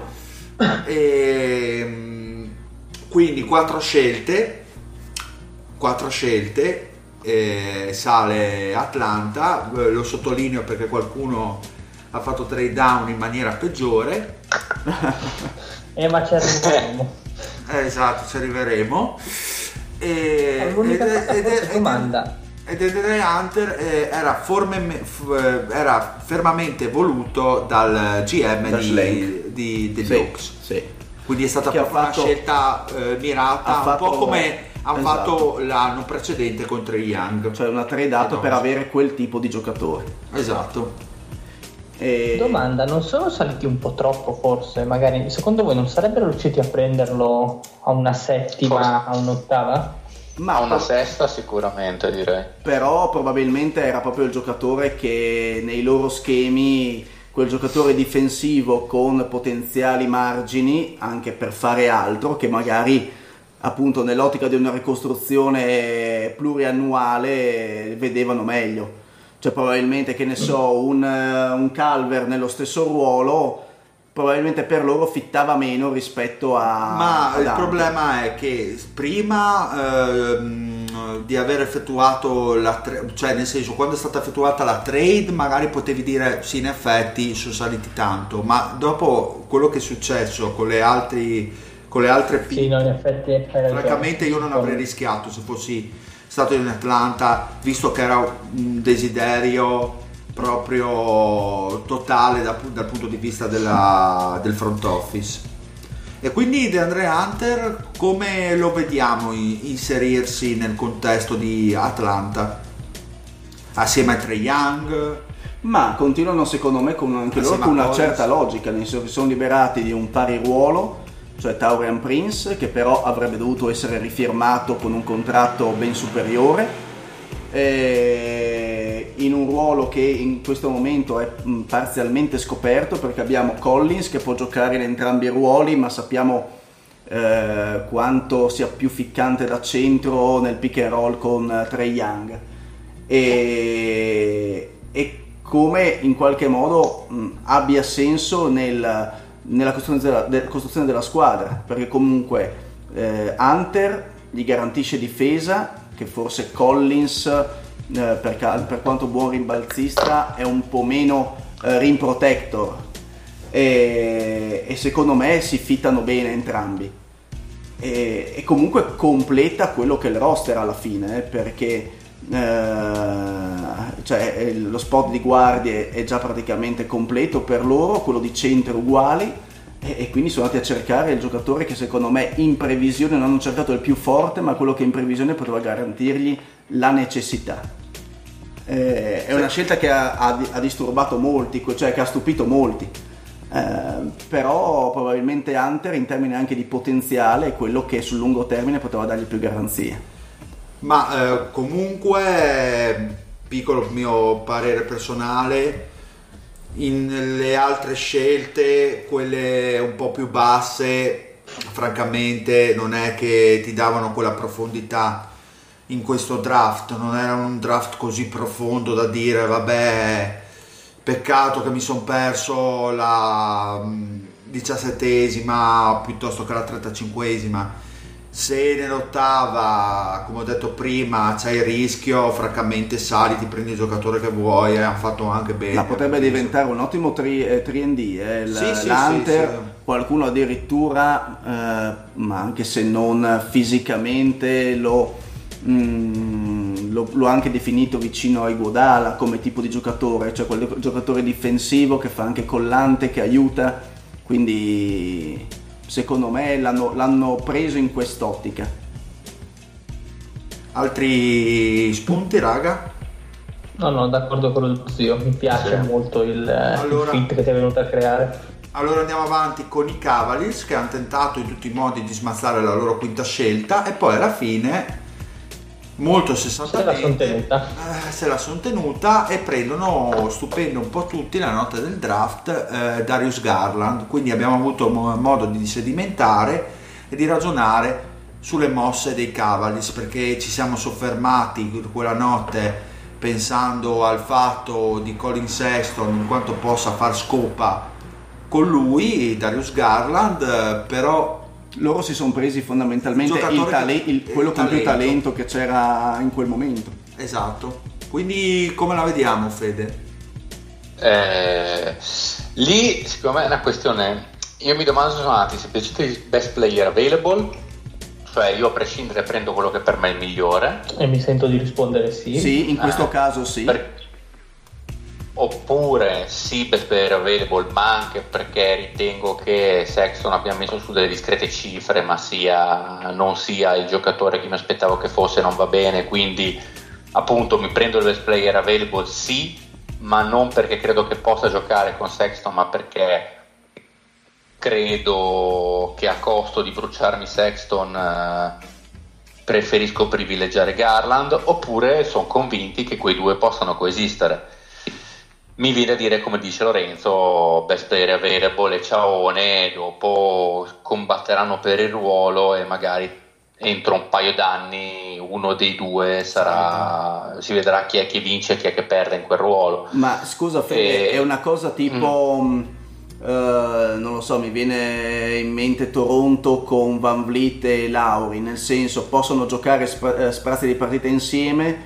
e quindi quattro scelte, sale Atlanta. Lo sottolineo perché qualcuno ha fatto trade down in maniera peggiore. Ma ci arriveremo. Esatto, ci arriveremo. Domanda. Ed DeAndre Hunter era fermamente voluto dal GM degli Hawks. Sì. Quindi è stata proprio una scelta mirata, un po' come hanno fatto l'anno precedente con Trae Young. Cioè una trade up per avere quel tipo di giocatore. Esatto. Domanda, non sono saliti un po' troppo forse? Magari secondo voi non sarebbero riusciti a prenderlo a una settima, forse a un'ottava? Ma una sesta sicuramente, direi. Però probabilmente era proprio il giocatore che nei loro schemi, quel giocatore difensivo con potenziali margini anche per fare altro, che magari appunto nell'ottica di una ricostruzione pluriannuale vedevano meglio. Cioè probabilmente, che ne so, un Calver nello stesso ruolo probabilmente per loro fittava meno rispetto ma il problema è che prima di aver effettuato cioè nel senso, quando è stata effettuata la trade magari potevi dire sì, in effetti sono saliti tanto, ma dopo quello che è successo con le altre sì, no, in effetti francamente io non avrei rischiato se fossi stato in Atlanta, visto che era un desiderio proprio totale dal punto di vista del front office. E quindi DeAndre Hunter come lo vediamo inserirsi nel contesto di Atlanta assieme a Trae Young? Ma continuano secondo me anche loro con una certa logica, nel senso che sono liberati di un pari ruolo, cioè Taurean Prince, che però avrebbe dovuto essere rifirmato con un contratto ben superiore, in un ruolo che in questo momento è parzialmente scoperto, perché abbiamo Collins che può giocare in entrambi i ruoli, ma sappiamo quanto sia più ficcante da centro nel pick and roll con Trae Young, e come in qualche modo abbia senso nella costruzione della squadra, perché comunque Hunter gli garantisce difesa, che forse Collins per quanto buon rimbalzista è un po' meno rim protector, e secondo me si fittano bene entrambi, e comunque completa quello che è il roster alla fine, perché cioè lo spot di guardie è già praticamente completo per loro, quello di centro uguali, e quindi sono andati a cercare il giocatore che secondo me in previsione non hanno cercato il più forte, ma quello che in previsione poteva garantirgli la necessità. È una scelta che ha disturbato molti, cioè che ha stupito molti, però probabilmente Hunter in termini anche di potenziale è quello che sul lungo termine poteva dargli più garanzie. Ma comunque, piccolo mio parere personale, in le altre scelte, quelle un po' più basse, francamente non è che ti davano quella profondità. In questo draft non era un draft così profondo da dire vabbè, peccato che mi sono perso la 17esima piuttosto che la 35esima. Se nell'8ª, come ho detto prima, c'è il rischio, francamente sali, ti prendi il giocatore che vuoi, e hanno fatto anche bene. Ma potrebbe diventare un ottimo 3&D, l'Hunter, sì. Qualcuno addirittura, ma anche se non fisicamente, lo ha anche definito vicino a Iguodala come tipo di giocatore, cioè quel giocatore difensivo che fa anche collante, che aiuta, quindi secondo me l'hanno preso in quest'ottica. Altri spunti, raga? No, d'accordo con lo zio, mi piace molto il fit che ti è venuto a creare. Allora andiamo avanti con i Cavaliers, che hanno tentato in tutti i modi di smazzare la loro quinta scelta e poi alla fine molto sessantamente se la son tenuta e prendono, stupendo un po' tutti, la notte del draft, Darius Garland. Quindi abbiamo avuto modo di sedimentare e di ragionare sulle mosse dei Cavaliers, perché ci siamo soffermati quella notte pensando al fatto di Colin Sexton, in quanto possa far scopa con lui Darius Garland, però loro si sono presi fondamentalmente quello con più talento che c'era in quel momento. Esatto. Quindi come la vediamo, Fede? Lì secondo me è una questione, io mi domando se sono andati semplicemente best player available, cioè io a prescindere prendo quello che per me è il migliore, e mi sento di rispondere sì. Sì, in questo caso sì. Oppure sì, best player available, ma anche perché ritengo che Sexton abbia messo su delle discrete cifre, ma non sia il giocatore che mi aspettavo che fosse, non va bene, quindi appunto mi prendo il best player available sì, ma non perché credo che possa giocare con Sexton, ma perché credo che a costo di bruciarmi Sexton preferisco privilegiare Garland, oppure sono convinti che quei due possano coesistere. Mi viene a dire, come dice Lorenzo, best player available e ciaone, dopo combatteranno per il ruolo e magari entro un paio d'anni uno dei due si vedrà chi è che vince e chi è che perde in quel ruolo. Ma scusa Fede, è una cosa tipo non lo so, mi viene in mente Toronto con Van Vliet e Lowry, nel senso possono giocare sprazzi di partita insieme,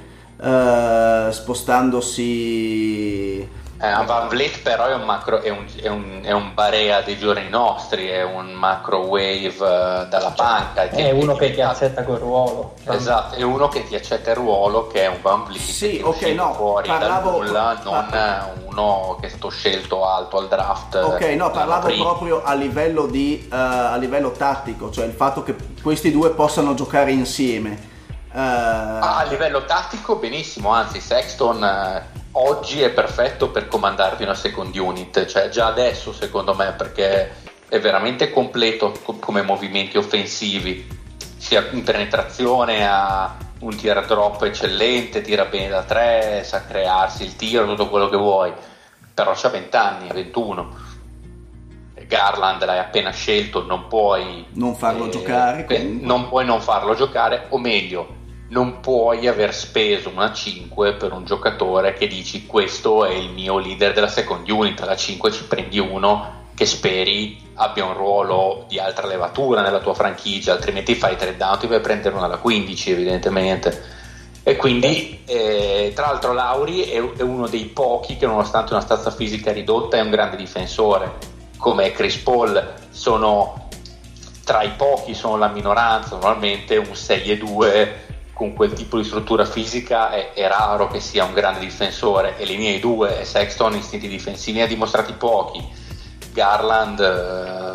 spostandosi. Van Vliet però è un macro, è un Barea dei giorni nostri, è un macro wave dalla panca, è uno che ti accetta quel ruolo. Esatto, è uno che ti accetta il ruolo, che è un Van Vliet, sì, che ok, no, fuori dal nulla, non uno che è stato scelto alto al draft. Ok, no, parlavo proprio a livello tattico, cioè il fatto che questi due possano giocare insieme. A livello tattico benissimo, anzi Sexton oggi è perfetto per comandarti una second unit, cioè già adesso secondo me, perché è veramente completo come movimenti offensivi, sia in penetrazione, ha un tear drop eccellente, tira bene da 3, sa crearsi il tiro, tutto quello che vuoi, però c'ha 20 anni, 21. Garland l'hai appena scelto, non puoi non farlo giocare, non puoi non farlo giocare, o meglio non puoi aver speso una 5 per un giocatore che dici questo è il mio leader della second unit. Alla 5 ci prendi uno che speri abbia un ruolo di altra levatura nella tua franchigia, altrimenti fai trade down, ti vai a prendere uno alla 15 evidentemente. E quindi tra l'altro Lowry è uno dei pochi che nonostante una stazza fisica ridotta è un grande difensore, come Chris Paul. Sono tra i pochi, sono la minoranza, normalmente un 6'2" con quel tipo di struttura fisica è raro che sia un grande difensore, e le miei due, Sexton, istinti difensivi ne ha dimostrati pochi. Garland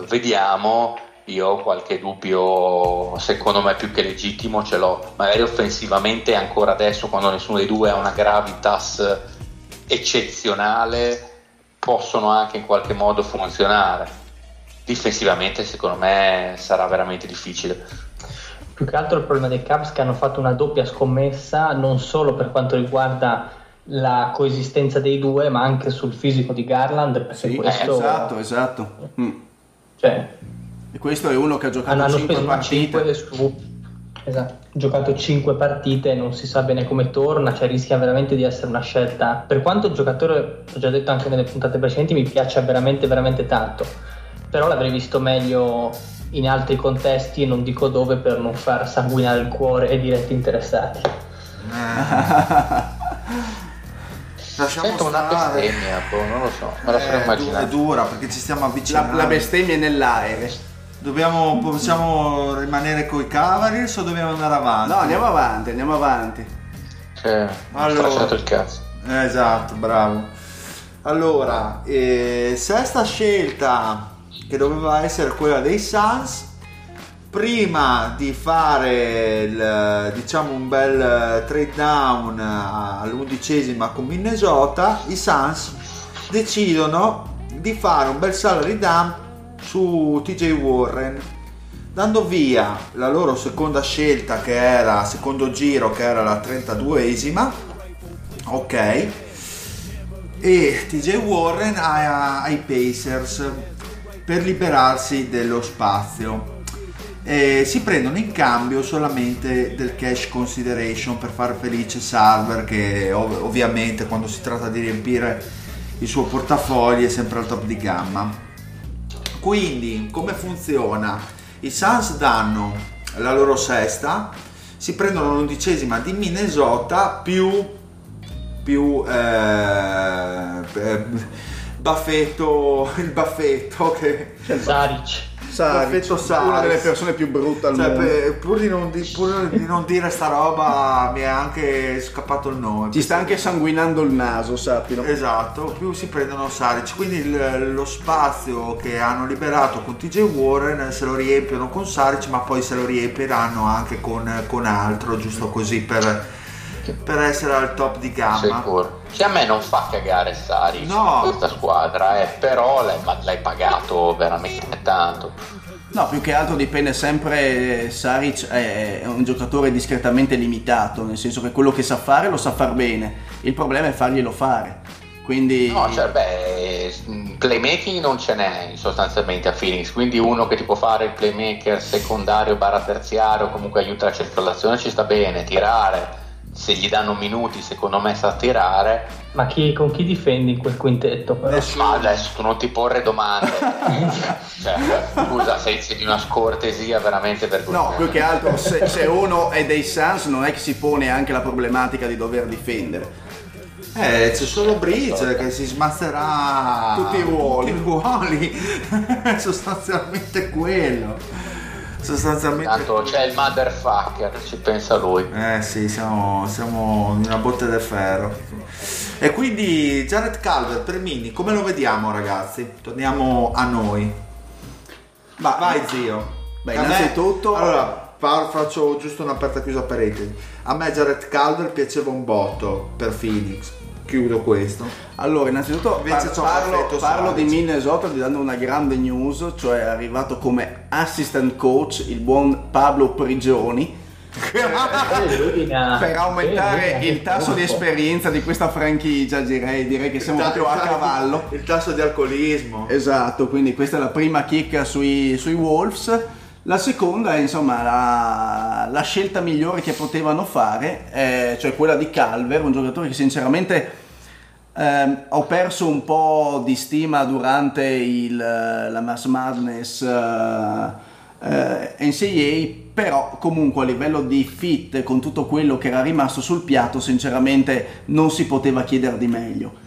vediamo. Io ho qualche dubbio, secondo me più che legittimo ce l'ho, magari offensivamente ancora adesso, quando nessuno dei due ha una gravitas eccezionale, possono anche in qualche modo funzionare. Difensivamente secondo me sarà veramente difficile. Più che altro il problema dei Cavs che hanno fatto una doppia scommessa, non solo per quanto riguarda la coesistenza dei due, ma anche sul fisico di Garland, perché Sì, questo esatto. cioè E questo è uno che ha giocato hanno 5 speso partite. 5 esatto, giocato 5 partite, non si sa bene come torna, cioè rischia veramente di essere una scelta. Per quanto il giocatore, ho già detto anche nelle puntate precedenti, mi piace veramente veramente tanto, però l'avrei visto meglio in altri contesti, e non dico dove, per non far sanguinare il cuore ai diretti interessati. Lasciamo Sento una stare. bestemmia, non lo so, me la sono È immaginata. dura perché ci stiamo avvicinando. La bestemmia è nell'aereo. Possiamo rimanere coi Cavaliers o dobbiamo andare avanti? No, andiamo avanti. Cioè, Allora. ho stracciato il cazzo. Esatto, bravo. Allora, sesta scelta, che doveva essere quella dei Suns. Prima di fare diciamo un bel trade down all'11ª con Minnesota, i Suns decidono di fare un bel salary dump su TJ Warren, dando via la loro seconda scelta, che era secondo giro, che era la 32esima, ok, e TJ Warren ai Pacers per liberarsi dello spazio. Si prendono in cambio solamente del cash consideration per far felice Sarver, che ovviamente quando si tratta di riempire il suo portafoglio è sempre al top di gamma. Quindi come funziona? I Suns danno la loro sesta, si prendono l'11ª di Minnesota più il baffetto che Saric. Perfetto, una delle persone più brutte al mondo. Pur di non dire sta roba, mi è anche scappato il nome. Ti sta anche sanguinando il naso, sappilo. Esatto, più si prendono Saric, quindi lo spazio che hanno liberato con TJ Warren se lo riempiono con Saric, ma poi se lo riempiranno anche con altro, giusto così per essere al top di gamma. Sicuro. Che a me non fa cagare Saric, No. questa squadra, però l'hai pagato veramente tanto. No, più che altro dipende sempre. Saric è un giocatore discretamente limitato, nel senso che quello che sa fare lo sa far bene, il problema è farglielo fare. Quindi No, cioè, playmaking non ce n'è sostanzialmente a Phoenix, quindi uno che ti può fare il playmaker secondario / terziario, comunque aiuta la circolazione, ci sta bene, tirare, se gli danno minuti secondo me sa tirare. Ma con chi difendi in quel quintetto? Però? Ma adesso tu non ti porre domande. Cioè, scusa, sei di una scortesia veramente vergognosa. no, più che altro se uno è dei Suns non è che si pone anche la problematica di dover difendere. C'è solo Bridge che si smazzerà Tutti i ruoli. sostanzialmente quello. Tanto c'è il motherfucker, ci pensa lui. Sì, siamo in una botte del ferro. E quindi Jarrett Culver per Mini, come lo vediamo, ragazzi? Torniamo a noi. Vai zio. Beh, A me- innanzitutto allora faccio giusto un'aperta chiusa parentesi. A me Jarrett Culver piaceva un botto per Phoenix. Chiudo questo. Allora, innanzitutto Invece c'ho perfetto parlo di Saric. Minnesota, ti dando una grande news, cioè è arrivato come assistant coach il buon Pablo Prigioni per aumentare il tasso di esperienza di questa franchigia. Direi che siamo proprio a cavallo. Il tasso di alcolismo. Esatto, quindi questa è la prima chicca sui Wolves. La seconda è insomma la scelta migliore che potevano fare, cioè quella di Culver, un giocatore che sinceramente ho perso un po' di stima durante la March Madness NCAA, però comunque a livello di fit con tutto quello che era rimasto sul piatto sinceramente non si poteva chiedere di meglio.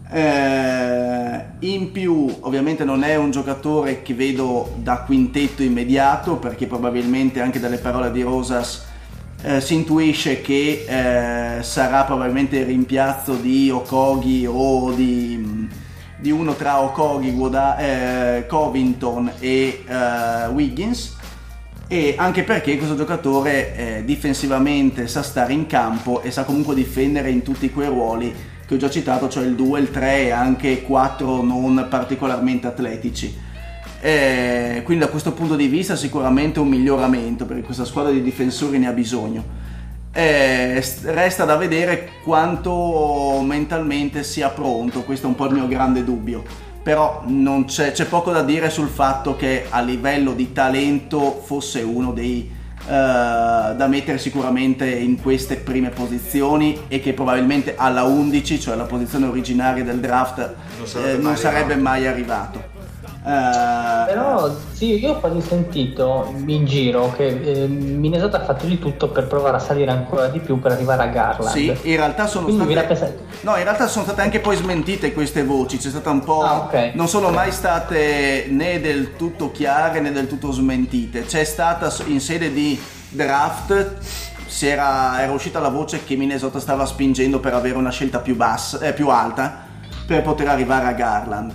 In più ovviamente non è un giocatore che vedo da quintetto immediato, perché probabilmente anche dalle parole di Rosas si intuisce che sarà probabilmente il rimpiazzo di Okogie o di di uno tra Okogie, Covington e Wiggins, e anche perché questo giocatore difensivamente sa stare in campo e sa comunque difendere in tutti quei ruoli che ho già citato, cioè il 2, il 3 e anche 4 non particolarmente atletici. Quindi da questo punto di vista sicuramente un miglioramento, perché questa squadra di difensori ne ha bisogno. Resta da vedere quanto mentalmente sia pronto, questo è un po' il mio grande dubbio, però non c'è poco da dire sul fatto che a livello di talento fosse uno dei da mettere sicuramente in queste prime posizioni, e che probabilmente alla 11, cioè la posizione originaria del draft, non sarebbe mai arrivato. Però sì, io ho quasi sentito in giro che Minnesota ha fatto di tutto per provare a salire ancora di più per arrivare a Garland. Sì, in realtà sono state anche poi smentite queste voci, c'è stata un po', non sono mai state né del tutto chiare né del tutto smentite. C'è stata in sede di draft, era uscita la voce che Minnesota stava spingendo per avere una scelta più alta per poter arrivare a Garland.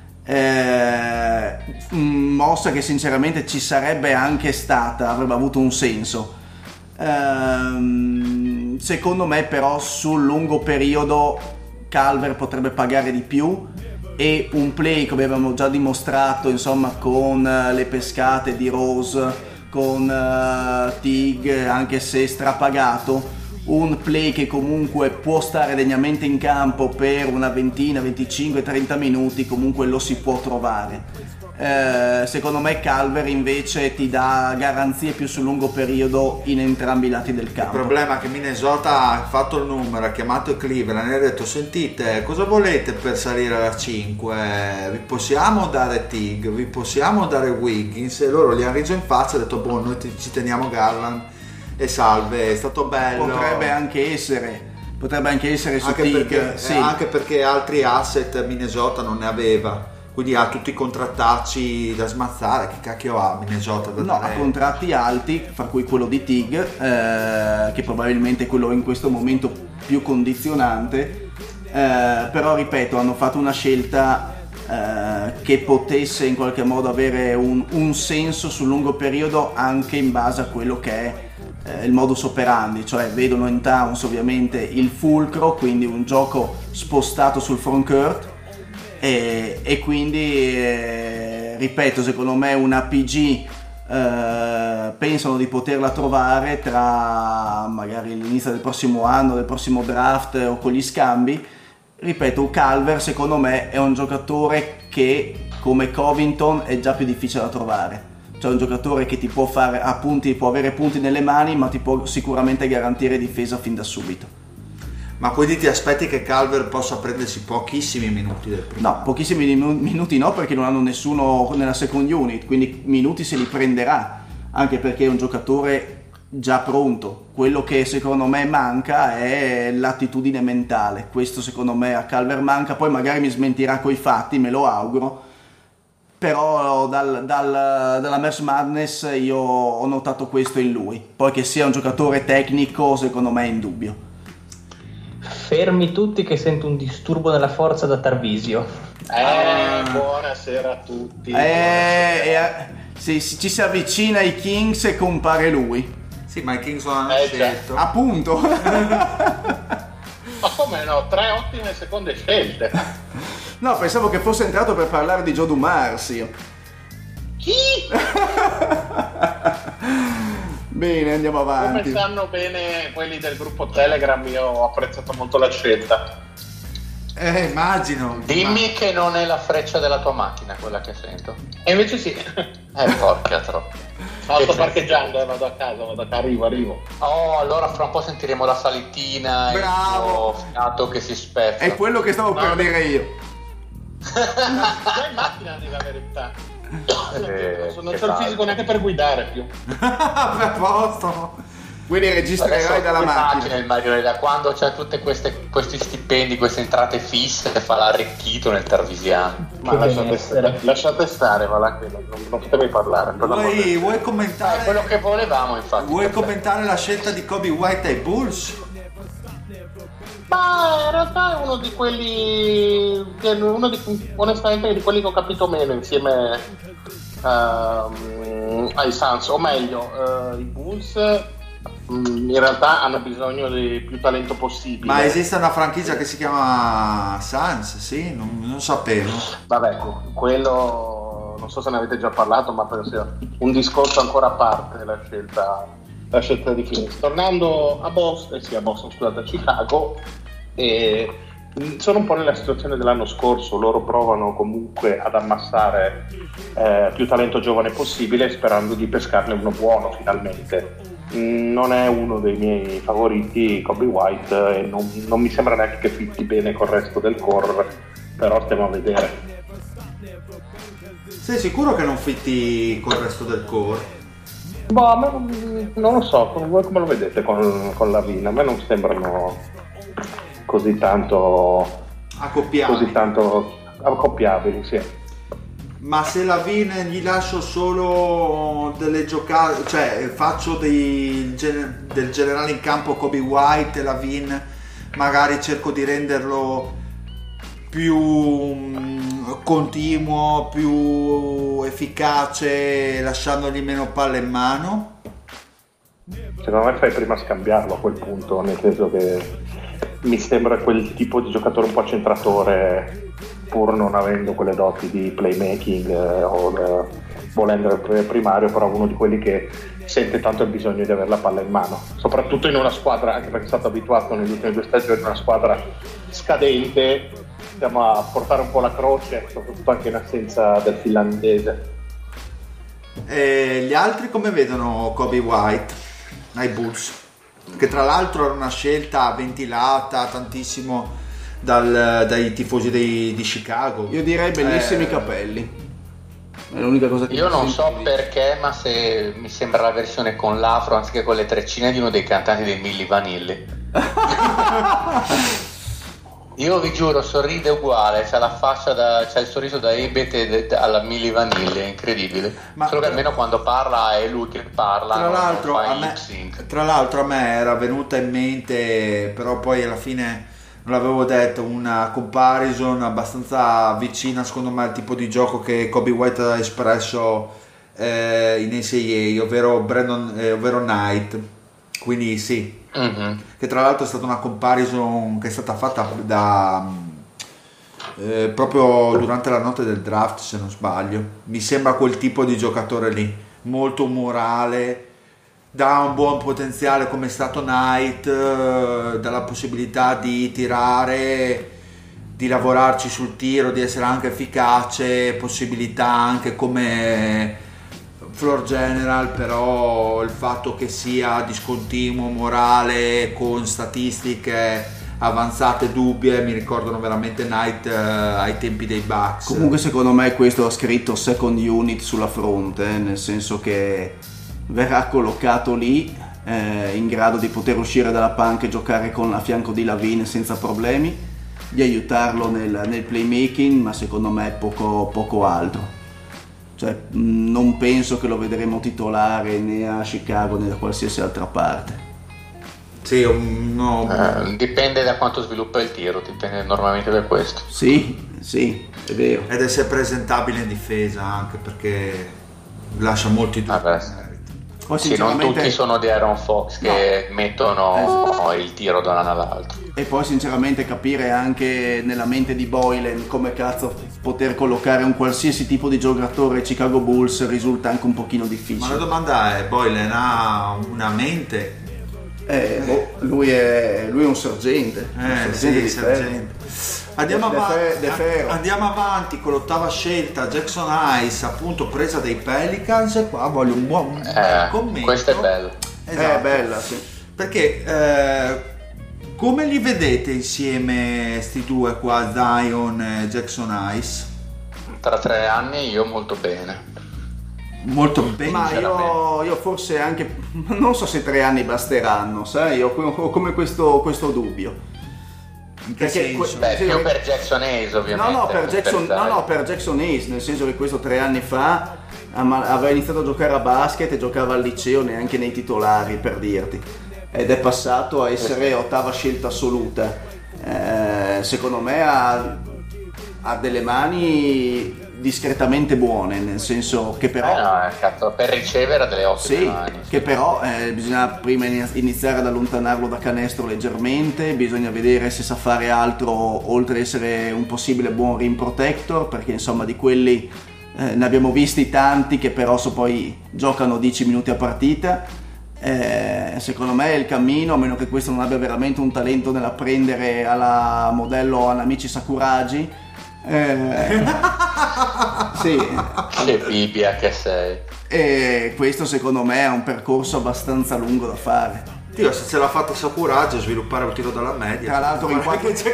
Mossa che sinceramente ci sarebbe anche stata, avrebbe avuto un senso. Secondo me però sul lungo periodo Calvert potrebbe pagare di più, e un play come avevamo già dimostrato, insomma, con le pescate di Rose, con Tig, anche se strapagato, un play che comunque può stare degnamente in campo per una ventina, 25, 30 minuti, comunque lo si può trovare. Secondo me Calvert invece ti dà garanzie più sul lungo periodo in entrambi i lati del campo. Il problema è che Minnesota ha fatto il numero, ha chiamato Cleveland e ha detto: sentite, cosa volete per salire alla 5? Vi possiamo dare Tig, vi possiamo dare Wiggins? E loro gli hanno riso in faccia e ha detto: boh, noi ci teniamo Garland e salve, è stato bello. Potrebbe anche essere su anche Tig, perché, sì. Anche perché altri asset Minnesota non ne aveva, quindi ha tutti i contrattacci da smazzare. Che cacchio ha Minnesota da dare? Ha contratti alti, fra cui quello di Tig, che probabilmente è quello in questo momento più condizionante, però ripeto, hanno fatto una scelta che potesse in qualche modo avere un senso sul lungo periodo, anche in base a quello che è il modus operandi, cioè vedono in Towns ovviamente il fulcro, quindi un gioco spostato sul frontcourt, e quindi ripeto, secondo me una PG pensano di poterla trovare tra magari l'inizio del prossimo anno, del prossimo draft o con gli scambi. Ripeto, Calvert secondo me è un giocatore che, come Covington, è già più difficile da trovare. Cioè un giocatore che ti può fare a punti, può avere punti nelle mani, ma ti può sicuramente garantire difesa fin da subito. Ma quindi ti aspetti che Calvert possa prendersi pochissimi minuti del primo? No, pochissimi minuti no, perché non hanno nessuno nella second unit, quindi minuti se li prenderà, anche perché è un giocatore già pronto. Quello che secondo me manca è l'attitudine mentale, questo secondo me a Calvert manca, poi magari mi smentirà coi fatti, me lo auguro, però dalla March Madness io ho notato questo in lui. Poi che sia un giocatore tecnico secondo me è indubbio. Fermi tutti che sento un disturbo nella forza da Tarvisio. Buonasera a tutti. Ci si avvicina ai Kings e compare lui. Sì, ma i Kings hanno scelto. Appunto. Ma come no? 3 ottime seconde scelte. No, pensavo che fosse entrato per parlare di Joe Dumars io. Chi? Bene, andiamo avanti. Come sanno bene quelli del gruppo Telegram, io ho apprezzato molto la scelta. Immagino. Dimmi che non è la freccia della tua macchina quella che sento. E invece sì. Porca troppo. No, sto parcheggiando, vado a casa, arrivo. Oh, allora fra un po' sentiremo la salitina. Bravo. E il fiato che si spezza. È quello che stavo per dire io. Già in macchina di la verità. Non c'ho il fisico neanche per guidare più. A posto. Quindi registrerai dalla macchina. Il Mario, da quando c'è tutti questi stipendi, queste entrate fisse, fa l'arricchito nel tarvisiano. Ma lasciate stare, va là, non potevi parlare. Vuoi commentare? È quello che volevamo, infatti. Vuoi commentare la scelta di Kobe White ai Bulls? Ma in realtà è uno di quelli onestamente di quelli che ho capito meno insieme ai Suns, o meglio i Bulls in realtà hanno bisogno di più talento possibile. Ma esiste una franchigia che si chiama Suns? Sì, non sapevo. Vabbè, quello non so se ne avete già parlato, ma penso sia un discorso ancora a parte la scelta di Phoenix. Tornando a Chicago, sono un po' nella situazione dell'anno scorso. Loro provano comunque ad ammassare più talento giovane possibile, sperando di pescarne uno buono finalmente. Non è uno dei miei favoriti Coby White, e non mi sembra neanche che fitti bene col resto del core, però stiamo a vedere. Sei sicuro che non fitti col resto del core? Boh, non lo so, voi come lo vedete con Lavin? A me non sembrano così tanto accoppiabili, sì. Ma se Lavin gli lascio solo delle giocate, cioè faccio del generale in campo Coby White e Lavin, magari cerco di renderlo più continuo, più efficace, lasciandogli meno palle in mano? Secondo me fai prima a scambiarlo a quel punto, nel senso che mi sembra quel tipo di giocatore un po' centratore, pur non avendo quelle doti di playmaking o volendo il primario, però uno di quelli che sente tanto il bisogno di avere la palla in mano, soprattutto in una squadra, anche perché è stato abituato negli ultimi 2 stagioni, una squadra scadente, stiamo a portare un po' la croce, soprattutto anche in assenza del finlandese. E gli altri come vedono Coby White ai Bulls? Che tra l'altro era una scelta ventilata tantissimo dai tifosi di Chicago. Io direi bellissimi capelli. È l'unica cosa che io non so perché, ma se mi sembra la versione con l'afro anziché con le treccine di uno dei cantanti dei Milli Vanilli. Io vi giuro, sorride uguale, c'ha la faccia c'ha il sorriso da Ebete alla Milli Vanilli, è incredibile. Solo che almeno quando parla è lui che parla. Tra l'altro a me era venuta in mente, però poi alla fine non l'avevo detto, una comparison abbastanza vicina secondo me al tipo di gioco che Coby White ha espresso in NCAA, ovvero Knight, quindi sì. Mm-hmm. Che tra l'altro è stata una comparison che è stata fatta proprio durante la notte del draft, se non sbaglio. Mi sembra quel tipo di giocatore lì, molto morale, dà un buon potenziale come è stato Knight, dalla possibilità di tirare, di lavorarci sul tiro, di essere anche efficace, possibilità anche come floor general, però il fatto che sia discontinuo, morale, con statistiche avanzate dubbie, mi ricordano veramente Knight ai tempi dei Bucks. Comunque secondo me questo ha scritto second unit sulla fronte, nel senso che verrà collocato lì in grado di poter uscire dalla panca e giocare a fianco di Lavin senza problemi, di aiutarlo nel playmaking, ma secondo me poco altro. Cioè, non penso che lo vedremo titolare né a Chicago né da qualsiasi altra parte. Sì, no. Dipende da quanto sviluppa il tiro, dipende normalmente da questo. Sì, è vero. Ed essere presentabile in difesa, anche perché lascia molti dubbi. Poi, sì, non tutti sono di Aaron Fox che mettono il tiro da un anno all'altro. E poi sinceramente capire anche nella mente di Boylen come cazzo poter collocare un qualsiasi tipo di giocatore Chicago Bulls risulta anche un pochino difficile. Ma la domanda è, Boylen ha una mente? Lui è un sergente. Sergente. Andiamo avanti con l'ottava scelta, Jackson Ice, appunto presa dai Pelicans, e qua voglio un buon commento. Questa è bella. Esatto. È bella, sì. Perché come li vedete insieme sti due qua, Zion e Jackson Ice? Tra 3 anni io molto bene. Molto bene. Ma io forse anche, non so se 3 anni basteranno, sai, io ho come questo dubbio. In che senso? Più per Jackson Hayes ovviamente. No, per Jackson Hayes, nel senso che questo 3 anni fa aveva iniziato a giocare a basket e giocava al liceo neanche nei titolari, per dirti, ed è passato a essere ottava scelta assoluta. secondo me ha delle mani discretamente buone, nel senso che però cazzo, per ricevere delle ottime mani. Che però bisogna prima iniziare ad allontanarlo da canestro leggermente, bisogna vedere se sa fare altro oltre ad essere un possibile buon rim protector, perché insomma di quelli ne abbiamo visti tanti che però poi giocano 10 minuti a partita. Secondo me è il cammino, a meno che questo non abbia veramente un talento nell'apprendere alla modello Hanamichi Sakuragi. Sì. Che Bibbia che sei. E questo secondo me è un percorso abbastanza lungo da fare. Dio, se ce l'ha fatta Sakuragi a sviluppare un tiro dalla media. Tra l'altro in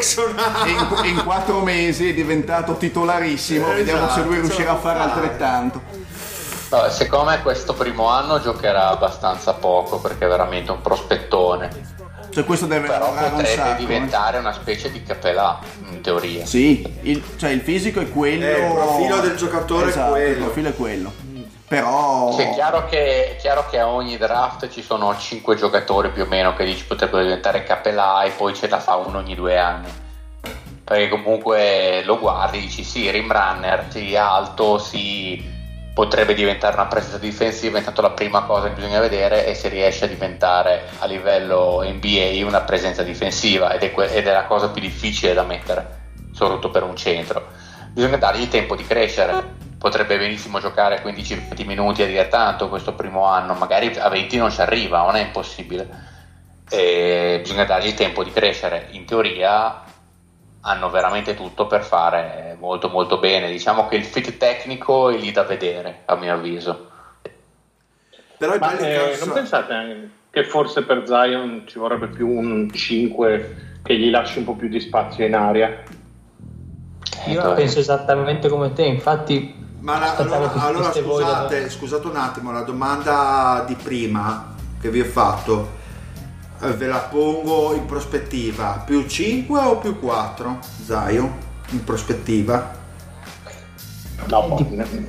4 mesi è diventato titolarissimo. Vediamo se lui riuscirà a fare altrettanto. No, secondo me questo primo anno giocherà abbastanza poco perché è veramente un prospettone. Cioè questo deve però potrebbe un sacco, diventare una specie di Capelà in teoria. Sì, il fisico è quello, il profilo del giocatore, esatto, è quello. Il profilo è quello. Però sì, è chiaro che a ogni draft ci sono 5 giocatori più o meno che dici potrebbero diventare Capelà e poi ce la fa uno ogni 2 anni, perché comunque lo guardi e dici sì, rim runner, sì, alto, sì, potrebbe diventare una presenza difensiva. Intanto la prima cosa che bisogna vedere è se riesce a diventare a livello NBA una presenza difensiva, ed è la cosa più difficile da mettere, soprattutto per un centro. Bisogna dargli il tempo di crescere. Potrebbe benissimo giocare 15-20 minuti a dire tanto questo primo anno, magari a 20 non ci arriva, non è impossibile, e bisogna dargli il tempo di crescere. In teoria hanno veramente tutto per fare molto molto bene. Diciamo che il fit tecnico è lì da vedere, a mio avviso. Però non pensate che forse per Zion ci vorrebbe più un 5 che gli lasci un po' più di spazio in aria? Io penso esattamente come te, infatti. Ma allora scusate un attimo, la domanda di prima che vi ho fatto ve la pongo in prospettiva: più 5 o più 4 Zion in prospettiva? No,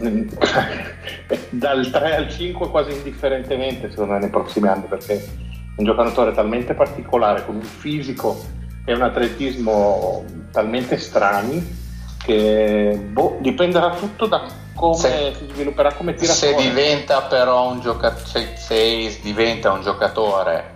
dal 3 al 5 quasi indifferentemente secondo me nei prossimi anni, perché è un giocatore talmente particolare, con un fisico e un atletismo talmente strani che dipenderà tutto da come si svilupperà come tiratore. Se diventa però un giocatore, se diventa un giocatore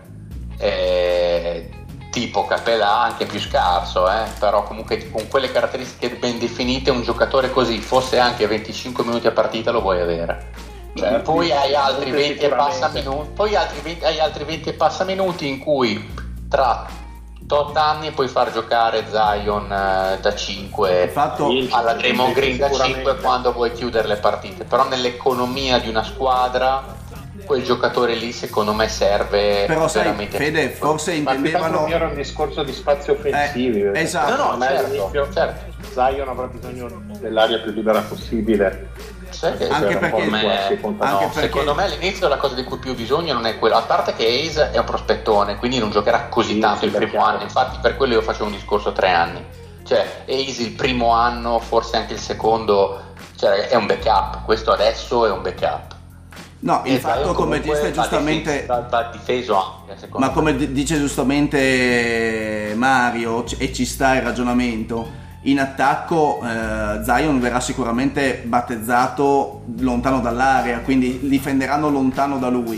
tipo Capelà, anche più scarso, però comunque con quelle caratteristiche ben definite, un giocatore così, fosse anche 25 minuti a partita, lo vuoi avere. Poi hai altri 20 e passa minuti, hai altri 20 e passa minuti in cui tra 8 anni puoi far giocare Zion da 5 alla Draymond Green da 5 quando vuoi chiudere le partite. Però nell'economia di una squadra quel giocatore lì secondo me serve. Però veramente. Sai, Fede, forse intendevano. Ma era un discorso di spazi offensivi. Esatto. No, certo. Zion avrà bisogno dell'aria più libera possibile. Anche perché secondo me all'inizio la cosa di cui più bisogno non è quello, a parte che Ace è un prospettone, quindi non giocherà così tanto il primo anno. Infatti per quello io facevo un discorso 3 anni, cioè Ace il primo anno, forse anche il secondo, cioè è un backup. Questo adesso è un backup. No, il fatto, come dice giustamente, va difeso anche, ma come dice giustamente Mario, e ci sta il ragionamento, in attacco Zion verrà sicuramente battezzato lontano dall'area, quindi difenderanno lontano da lui,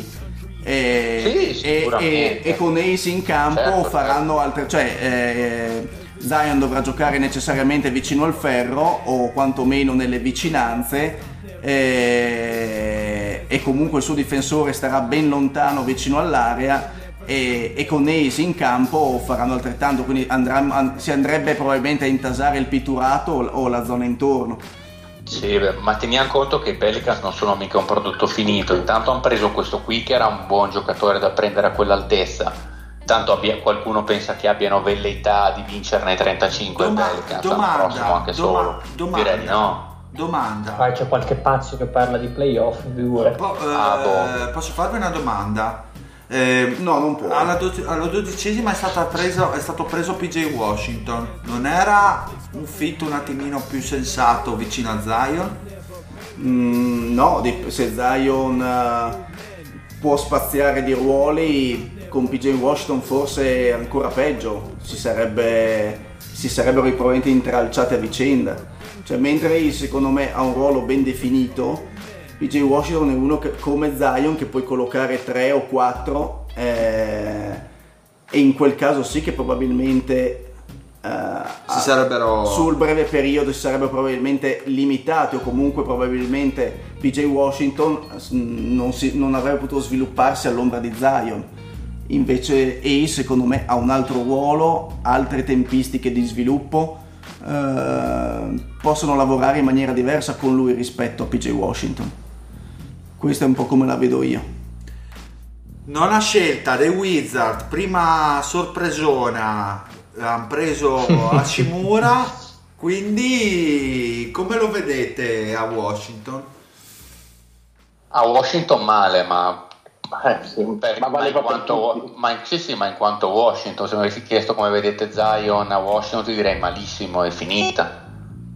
e con Ace in campo faranno altre, cioè Zion dovrà giocare necessariamente vicino al ferro o quantomeno nelle vicinanze, e comunque il suo difensore starà ben lontano vicino all'area, e con Ace in campo faranno altrettanto, quindi si andrebbe probabilmente a intasare il pitturato o la zona intorno. Sì, ma teniamo conto che i Pelicans non sono mica un prodotto finito. Intanto hanno preso questo qui che era un buon giocatore da prendere a quell'altezza. Tanto qualcuno pensa che abbiano velleità di vincerne 35 Pelicans l'anno prossimo anche solo. Direi di no. Domanda. C'è qualche pazzo che parla di playoff, figure. Posso farvi una domanda? No, non può. Alla 12ª è stato preso PJ Washington. Non era un fit un attimino più sensato vicino a Zion? No, se Zion può spaziare di ruoli, con PJ Washington forse ancora peggio, si sarebbero probabilmente intralciati a vicenda. Cioè, mentre Ace secondo me ha un ruolo ben definito, PJ Washington è uno che, come Zion, che puoi collocare 3 o 4 e in quel caso sì che probabilmente si sarebbero sul breve periodo si sarebbero probabilmente limitati, o comunque probabilmente PJ Washington non avrebbe potuto svilupparsi all'ombra di Zion. Invece Ace secondo me ha un altro ruolo, altre tempistiche di sviluppo, possono lavorare in maniera diversa con lui rispetto a PJ Washington. Questa è un po' come la vedo io. Nona scelta dei Wizard, prima sorpresona, hanno preso Hachimura, quindi come lo vedete a Washington? A Washington male, ma Sì, ma in quanto Washington, se mi avessi chiesto come vedete Zion a Washington, ti direi malissimo, è finita.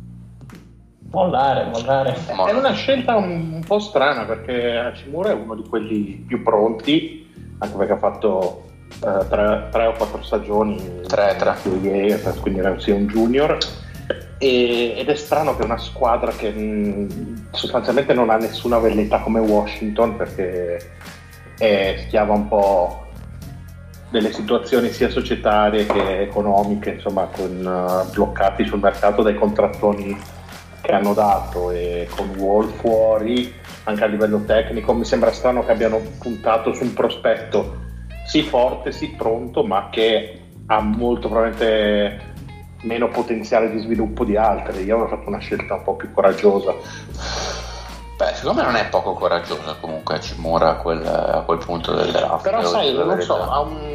Mollare. È una scelta un po' strana, perché Hachimura è uno di quelli più pronti, anche perché ha fatto 3 o 4 stagioni, 3, quindi era un junior, ed è strano che una squadra che sostanzialmente non ha nessuna velleità come Washington, perché è schiava un po' delle situazioni sia societarie che economiche, insomma, con bloccati sul mercato dai contrattoni che hanno dato, e con Wall fuori anche a livello tecnico. Mi sembra strano che abbiano puntato su un prospetto sì forte, sì pronto, ma che ha molto probabilmente meno potenziale di sviluppo di altri. Io avrei fatto una scelta un po' più coraggiosa. Beh, secondo me non è poco coraggiosa comunque Hachimura a quel punto del draft. Però sai, non so,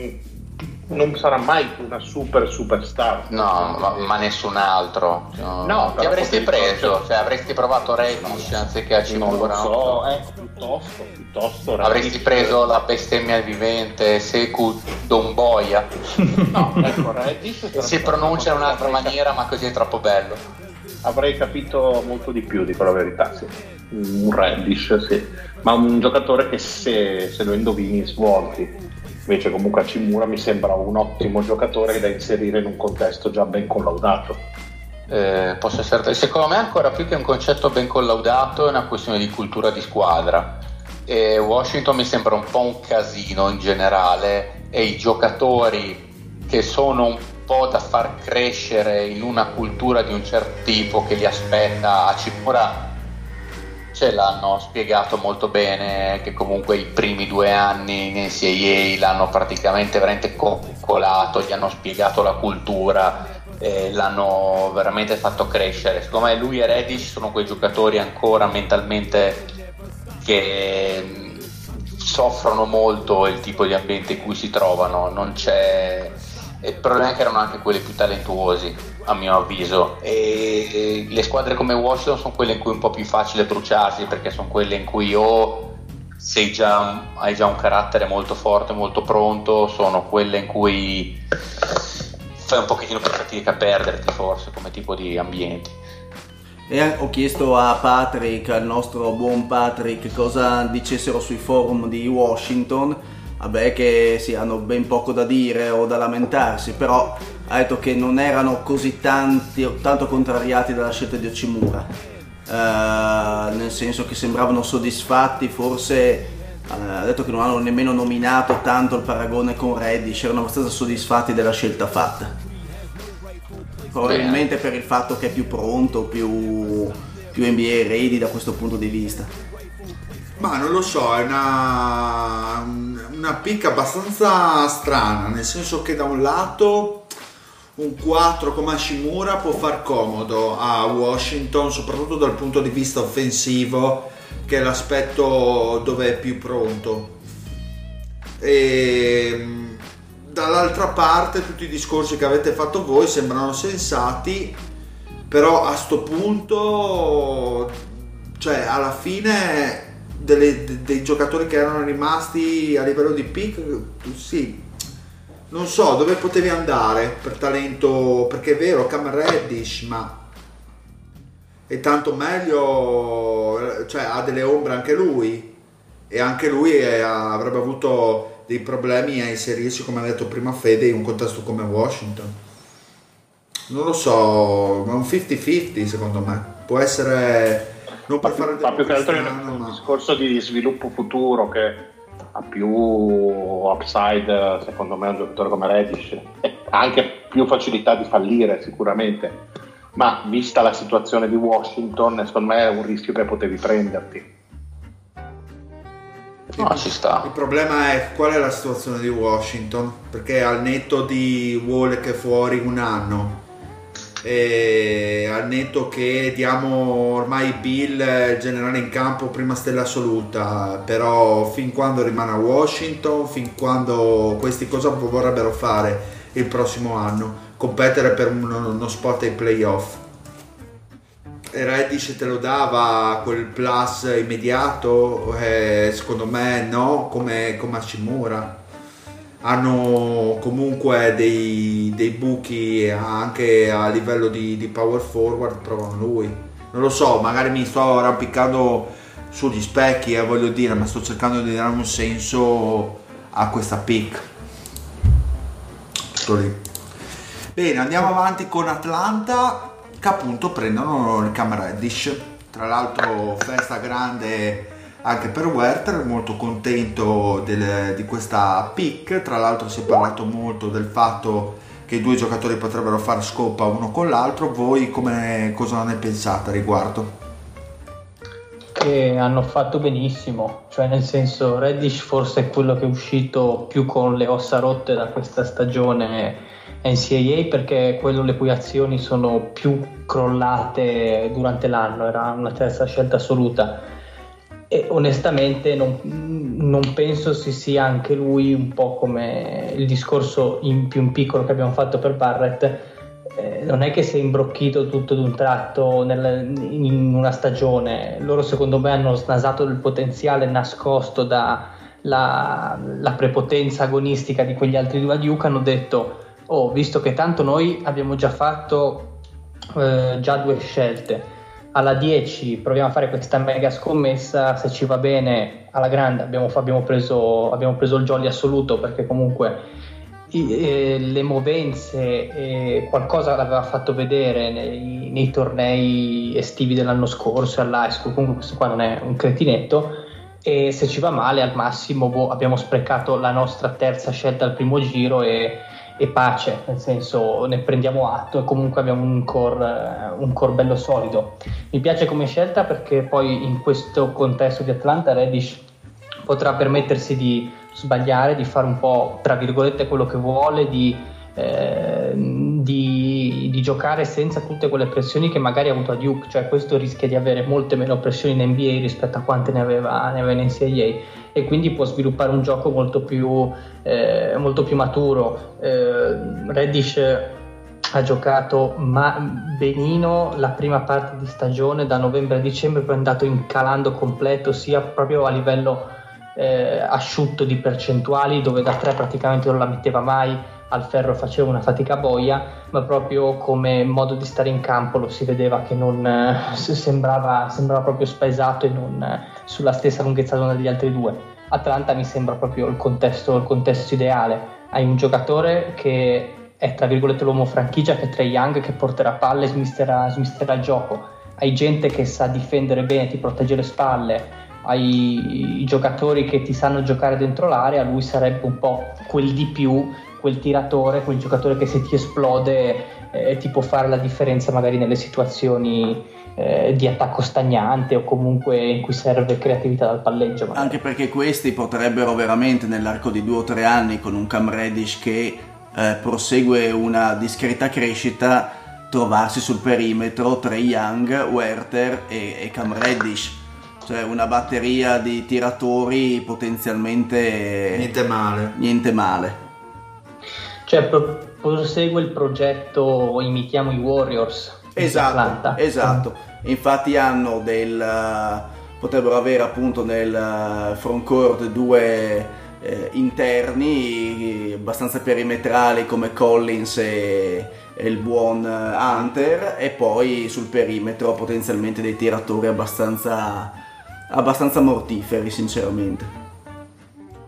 non sarà mai una superstar. No, ma nessun altro. No, ti avresti preso, cioè, cioè avresti provato Reddish anziché Hachimura. Non lo so, piuttosto avresti preso la bestemmia vivente Sekou Doumbouya. No, ecco, Reddish si pronuncia in un'altra maniera, ma così è troppo bello. Avrei capito molto di più, dico la verità, sì. Un Reddish, sì, ma un giocatore che se lo indovini svolti. Invece comunque Hachimura mi sembra un ottimo giocatore da inserire in un contesto già ben collaudato. Posso essere, secondo me ancora più che un concetto ben collaudato è una questione di cultura di squadra. Washington mi sembra un po' un casino in generale, e i giocatori che sono un po' da far crescere in una cultura di un certo tipo che li aspetta. Hachimura ce l'hanno spiegato molto bene, che comunque i primi 2 anni in NCAA l'hanno praticamente veramente coccolato, gli hanno spiegato la cultura, l'hanno veramente fatto crescere. Secondo me lui e Reddish sono quei giocatori ancora mentalmente che soffrono molto il tipo di ambiente in cui si trovano. Non c'è, il problema è che erano anche quelli più talentuosi, a mio avviso, e le squadre come Washington sono quelle in cui è un po' più facile bruciarsi, perché sono quelle in cui hai già un carattere molto forte, molto pronto, sono quelle in cui fai un pochettino più fatica a perderti, forse, come tipo di ambienti. E ho chiesto a Patrick, al nostro buon Patrick, cosa dicessero sui forum di Washington. Vabbè, che sì, hanno ben poco da dire o da lamentarsi, però ha detto che non erano così tanto contrariati dalla scelta di Hachimura, nel senso che sembravano soddisfatti. Forse ha detto che non hanno nemmeno nominato tanto il paragone con Reddish, erano abbastanza soddisfatti della scelta fatta, probabilmente per il fatto che è più pronto, più NBA ready da questo punto di vista. Ma non lo so, è una pick abbastanza strana, nel senso che da un lato un 4 come Hachimura può far comodo a Washington, soprattutto dal punto di vista offensivo, che è l'aspetto dove è più pronto, e dall'altra parte tutti i discorsi che avete fatto voi sembrano sensati, però a sto punto, cioè alla fine dei giocatori che erano rimasti a livello di pick, sì, non so dove potevi andare per talento, perché è vero, Cam Reddish, ma è tanto meglio, cioè ha delle ombre anche lui, e anche lui avrebbe avuto dei problemi a inserirsi, come ha detto prima Fede, in un contesto come Washington. Non lo so, ma un 50-50 secondo me. Può essere, non per fare ma più che altro è un discorso di sviluppo futuro che ha più upside, secondo me, un giocatore come Reddish, ha anche più facilità di fallire sicuramente, ma vista la situazione di Washington, secondo me è un rischio che potevi prenderti. No, ci sta. Il problema è qual è la situazione di Washington, perché al netto di Wall che è fuori un anno, e al netto che diamo ormai Bill generale in campo prima stella assoluta, però fin quando rimane a Washington, fin quando questi cosa vorrebbero fare il prossimo anno? Competere per uno spot ai playoff. E Reddish te lo dava quel plus immediato? Secondo me no, come Hachimura. Hanno comunque dei buchi anche a livello di power forward, provano lui. Non lo so, magari mi sto arrampicando sugli specchi, voglio dire, ma sto cercando di dare un senso a questa pick. Tutto lì. Bene, andiamo avanti con Atlanta, che appunto prendono il Cam Reddish. Tra l'altro festa grande anche per Werther, molto contento di questa pick. Tra l'altro si è parlato molto del fatto che i due giocatori potrebbero fare scopa uno con l'altro. Voi cosa ne pensate a riguardo? Che hanno fatto benissimo, cioè nel senso Reddish forse è quello che è uscito più con le ossa rotte da questa stagione NCAA, perché quello le cui azioni sono più crollate durante l'anno, era una terza scelta assoluta. E onestamente non penso si sia anche lui un po' come il discorso più in piccolo che abbiamo fatto per Barrett. Non è che si è imbrocchito tutto d'un tratto in una stagione. Loro secondo me hanno snasato del potenziale nascosto dalla prepotenza agonistica di quegli altri due a Duke. Hanno detto: oh, visto che tanto noi abbiamo già fatto già 2 scelte, alla 10 proviamo a fare questa mega scommessa, se ci va bene alla grande abbiamo preso il jolly assoluto, perché comunque le movenze qualcosa l'aveva fatto vedere nei tornei estivi dell'anno scorso all'high school. Comunque questo qua non è un cretinetto, e se ci va male al massimo abbiamo sprecato la nostra terza scelta al primo giro e pace, nel senso ne prendiamo atto, e comunque abbiamo un core bello solido. Mi piace come scelta perché poi in questo contesto di Atlanta Reddish potrà permettersi di sbagliare, di fare un po' tra virgolette quello che vuole, di giocare senza tutte quelle pressioni che magari ha avuto a Duke, cioè questo rischia di avere molte meno pressioni in NBA rispetto a quante ne aveva in NCAA, e quindi può sviluppare un gioco molto più maturo. Reddish ha giocato benino la prima parte di stagione, da novembre a dicembre, poi è andato incalando completo, sia proprio a livello asciutto di percentuali, dove da 3 praticamente non la metteva mai, al ferro faceva una fatica boia, ma proprio come modo di stare in campo lo si vedeva che non sembrava proprio spaesato e non sulla stessa lunghezza d'onda degli altri due. Atlanta mi sembra proprio il contesto ideale. Hai un giocatore che è tra virgolette l'uomo franchigia, che è Trae Young, che porterà palle e smisterà il gioco. Hai gente che sa difendere bene, ti protegge le spalle, hai i giocatori che ti sanno giocare dentro l'area. Lui sarebbe un po' quel di più, quel tiratore, quel giocatore che se ti esplode ti può fare la differenza magari nelle situazioni di attacco stagnante, o comunque in cui serve creatività dal palleggio magari. Anche perché questi potrebbero veramente nell'arco di 2 o 3 anni, con un Cam Reddish che prosegue una discreta crescita, trovarsi sul perimetro Trae Young, Werther e Cam Reddish, cioè una batteria di tiratori potenzialmente niente male. Cioè prosegue il progetto imitiamo i Warriors. Esatto. Infatti hanno potrebbero avere appunto nel frontcourt 2 interni abbastanza perimetrali come Collins e il buon Hunter, e poi sul perimetro potenzialmente dei tiratori abbastanza mortiferi, sinceramente.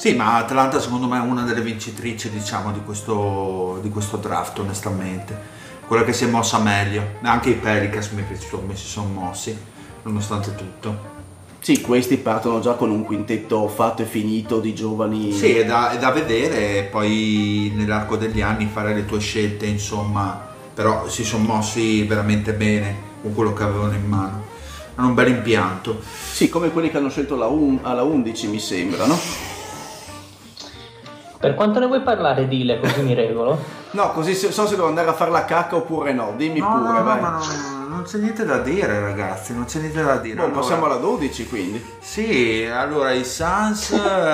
Sì, ma Atlanta secondo me è una delle vincitrici, diciamo, di questo draft, onestamente. Quella che si è mossa meglio. Anche i Pelicans mi è piaciuto come si sono mossi, nonostante tutto. Sì, questi partono già con un quintetto fatto e finito di giovani. Sì, è da vedere, e poi nell'arco degli anni fare le tue scelte, insomma. Però si sono mossi veramente bene con quello che avevano in mano. Hanno un bel impianto. Sì, come quelli che hanno scelto alla 11, mi sembra, no? Per quanto ne vuoi parlare, Dile, così mi regolo? No, così so se devo andare a fare la cacca oppure no. Dimmi pure, vai. No, non c'è niente da dire, ragazzi, non c'è niente da dire. Allora, passiamo alla 12, quindi. Sì, allora i Suns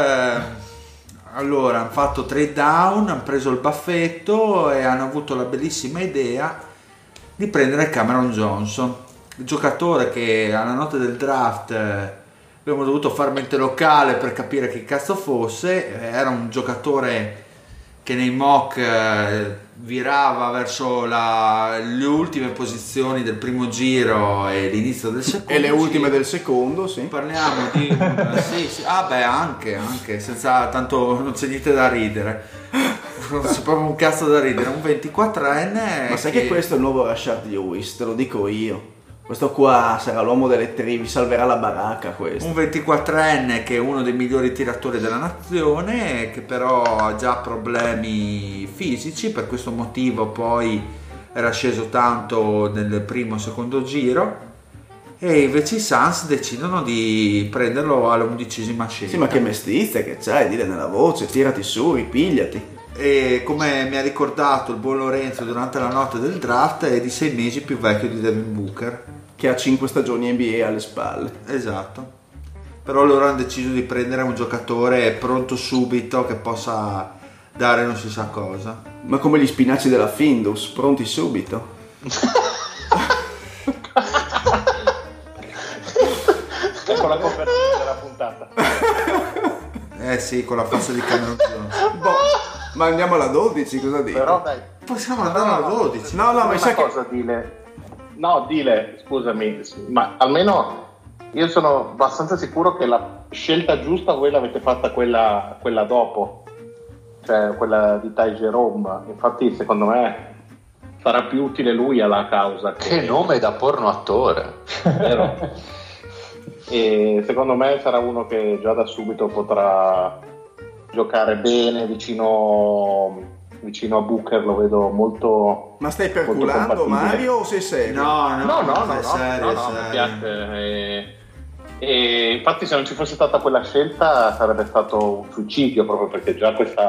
hanno fatto trade down, hanno preso il baffetto e hanno avuto la bellissima idea di prendere Cameron Johnson, il giocatore che alla notte del draft abbiamo dovuto far mente locale per capire chi cazzo fosse. Era un giocatore che nei mock virava verso le ultime posizioni del primo giro e l'inizio del secondo. E le ultime del secondo, sì. Parliamo di sì. Ah beh, anche senza tanto, non c'è niente da ridere. Non c'è proprio un cazzo da ridere. Un 24enne. Ma sai che questo è il nuovo Rashard Lewis, te lo dico io. Questo qua sarà l'uomo delle tre, vi salverà la baracca questo. Un 24enne che è uno dei migliori tiratori della nazione, che però ha già problemi fisici, per questo motivo poi era sceso tanto nel primo e secondo giro, e invece i Suns decidono di prenderlo all'11ª scelta. Sì, ma che mestizia che c'hai, dire nella voce, tirati su, ripigliati. E come mi ha ricordato il buon Lorenzo durante la notte del draft, è di 6 mesi più vecchio di Devin Booker, che ha 5 stagioni NBA alle spalle. Esatto. Però loro hanno deciso di prendere un giocatore pronto subito, che possa dare non si sa cosa. Ma come gli spinaci della Findus, pronti subito. Ecco la copertina della puntata. Sì, con la faccia di Cameron Johnson. Ma andiamo alla 12, cosa dici? Però dai, Possiamo andare alla 12. No, ma una sai cosa, Dile. No, Dile, scusami, ma almeno io sono abbastanza sicuro che la scelta giusta voi l'avete fatta quella dopo, cioè quella di Ty Jerome. Infatti secondo me sarà più utile lui alla causa. Che nome da porno attore. Vero? E secondo me sarà uno che già da subito potrà giocare bene vicino a Booker, lo vedo molto. Ma stai molto perculando, compatibile. Mario, o sei serio? No, serio. mi piace. E infatti se non ci fosse stata quella scelta sarebbe stato un suicidio, proprio perché già questo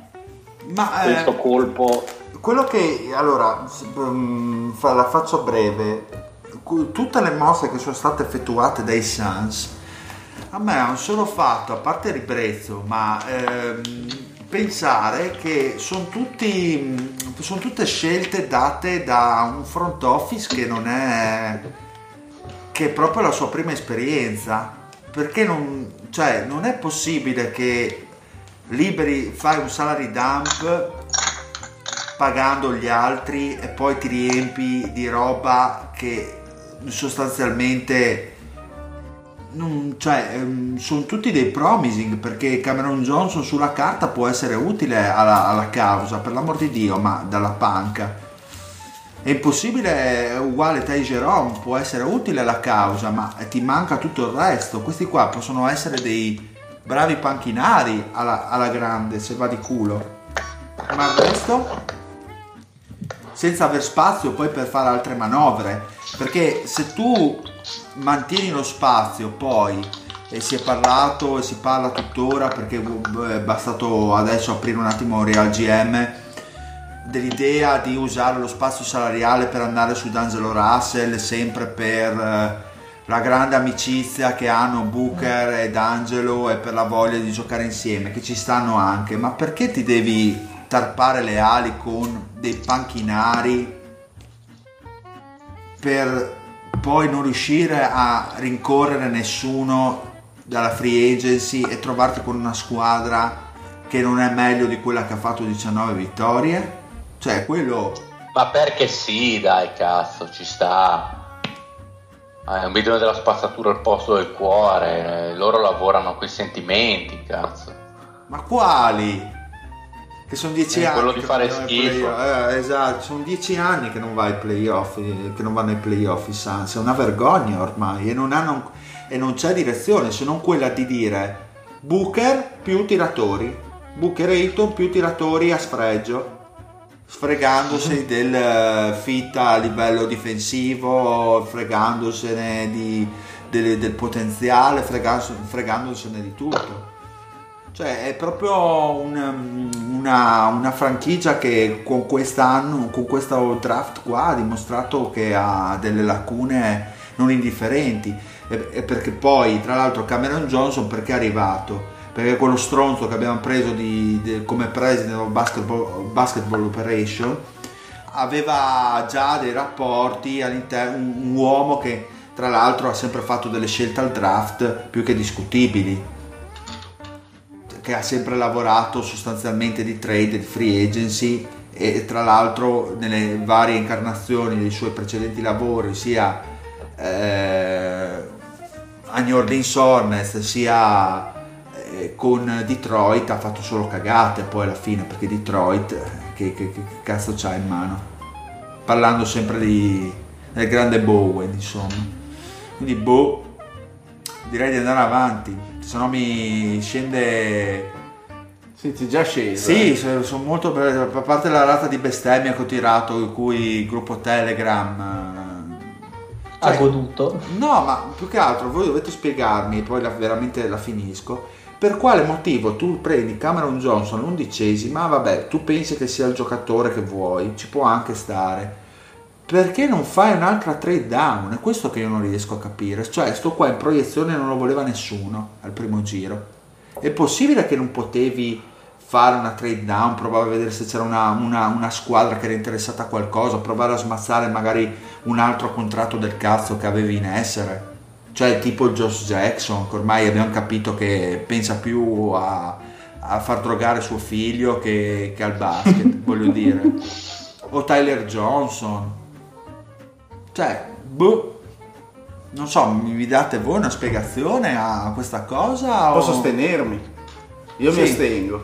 colpo. Quello che allora la faccio breve. Tutte le mosse che sono state effettuate dai Suns a me hanno solo fatto, a parte il ribrezzo, ma pensare che sono tutte scelte date da un front office che è proprio la sua prima esperienza, perché non è possibile che fai un salary dump pagando gli altri e poi ti riempi di roba che sostanzialmente sono tutti dei promising, perché Cameron Johnson sulla carta può essere utile alla causa, per l'amor di Dio, ma dalla panca è impossibile. Uguale Ty Jerome può essere utile alla causa, ma ti manca tutto il resto. Questi qua possono essere dei bravi panchinari alla grande, se va di culo, ma il resto senza aver spazio poi per fare altre manovre, perché se tu mantieni lo spazio poi, e si è parlato e si parla tuttora, perché è bastato adesso aprire un attimo Real GM, dell'idea di usare lo spazio salariale per andare su D'Angelo Russell, sempre per la grande amicizia che hanno Booker e D'Angelo e per la voglia di giocare insieme, che ci stanno anche, ma perché ti devi tarpare le ali con dei panchinari per poi non riuscire a rincorrere nessuno dalla free agency e trovarti con una squadra che non è meglio di quella che ha fatto 19 vittorie? Cioè, quello... Ma perché sì, dai, cazzo, ci sta. Non vedono della spazzatura al posto del cuore, loro lavorano coi sentimenti, cazzo. Ma quali? Che sono 10 anni quello di che fare non vanno ai schifo. playoff. Esatto, sono 10 anni che non vai ai playoff, che non vanno ai playoff i Suns. È una vergogna ormai e non c'è direzione se non quella di dire Booker più tiratori, Booker Ayton più tiratori a sfregio, sfregandosi del fit a livello difensivo, fregandosene del potenziale, fregandosene di tutto. Cioè è proprio una franchigia che con quest'anno, con questo draft qua, ha dimostrato che ha delle lacune non indifferenti, e perché poi tra l'altro Cameron Johnson perché è arrivato? Perché quello stronzo che abbiamo preso come president of basketball operation aveva già dei rapporti all'interno, un uomo che tra l'altro ha sempre fatto delle scelte al draft più che discutibili, che ha sempre lavorato sostanzialmente di trade, di free agency, e tra l'altro nelle varie incarnazioni dei suoi precedenti lavori sia a New Orleans Hornets sia con Detroit ha fatto solo cagate poi alla fine, perché Detroit che cazzo c'ha in mano, parlando sempre del grande Bowen, insomma. Quindi direi di andare avanti, se no mi scende. Senti, già sceso. Sì, sono molto, a parte la rata di bestemmia che ho tirato, in cui il gruppo Telegram ha goduto. No, ma più che altro voi dovete spiegarmi, e poi veramente la finisco, per quale motivo tu prendi Cameron Johnson l'11ª, vabbè, tu pensi che sia il giocatore che vuoi, ci può anche stare, perché non fai un'altra trade down? È questo che io non riesco a capire. Cioè, sto qua in proiezione non lo voleva nessuno al primo giro. È possibile che non potevi fare una trade down, provare a vedere se c'era una squadra che era interessata a qualcosa, provare a smazzare magari un altro contratto del cazzo che avevi in essere? Cioè tipo il Josh Jackson, che ormai abbiamo capito che pensa più a far drogare suo figlio che al basket, voglio dire. O Tyler Johnson. Cioè, non so, mi date voi una spiegazione a questa cosa? Posso astenermi? Io mi astengo.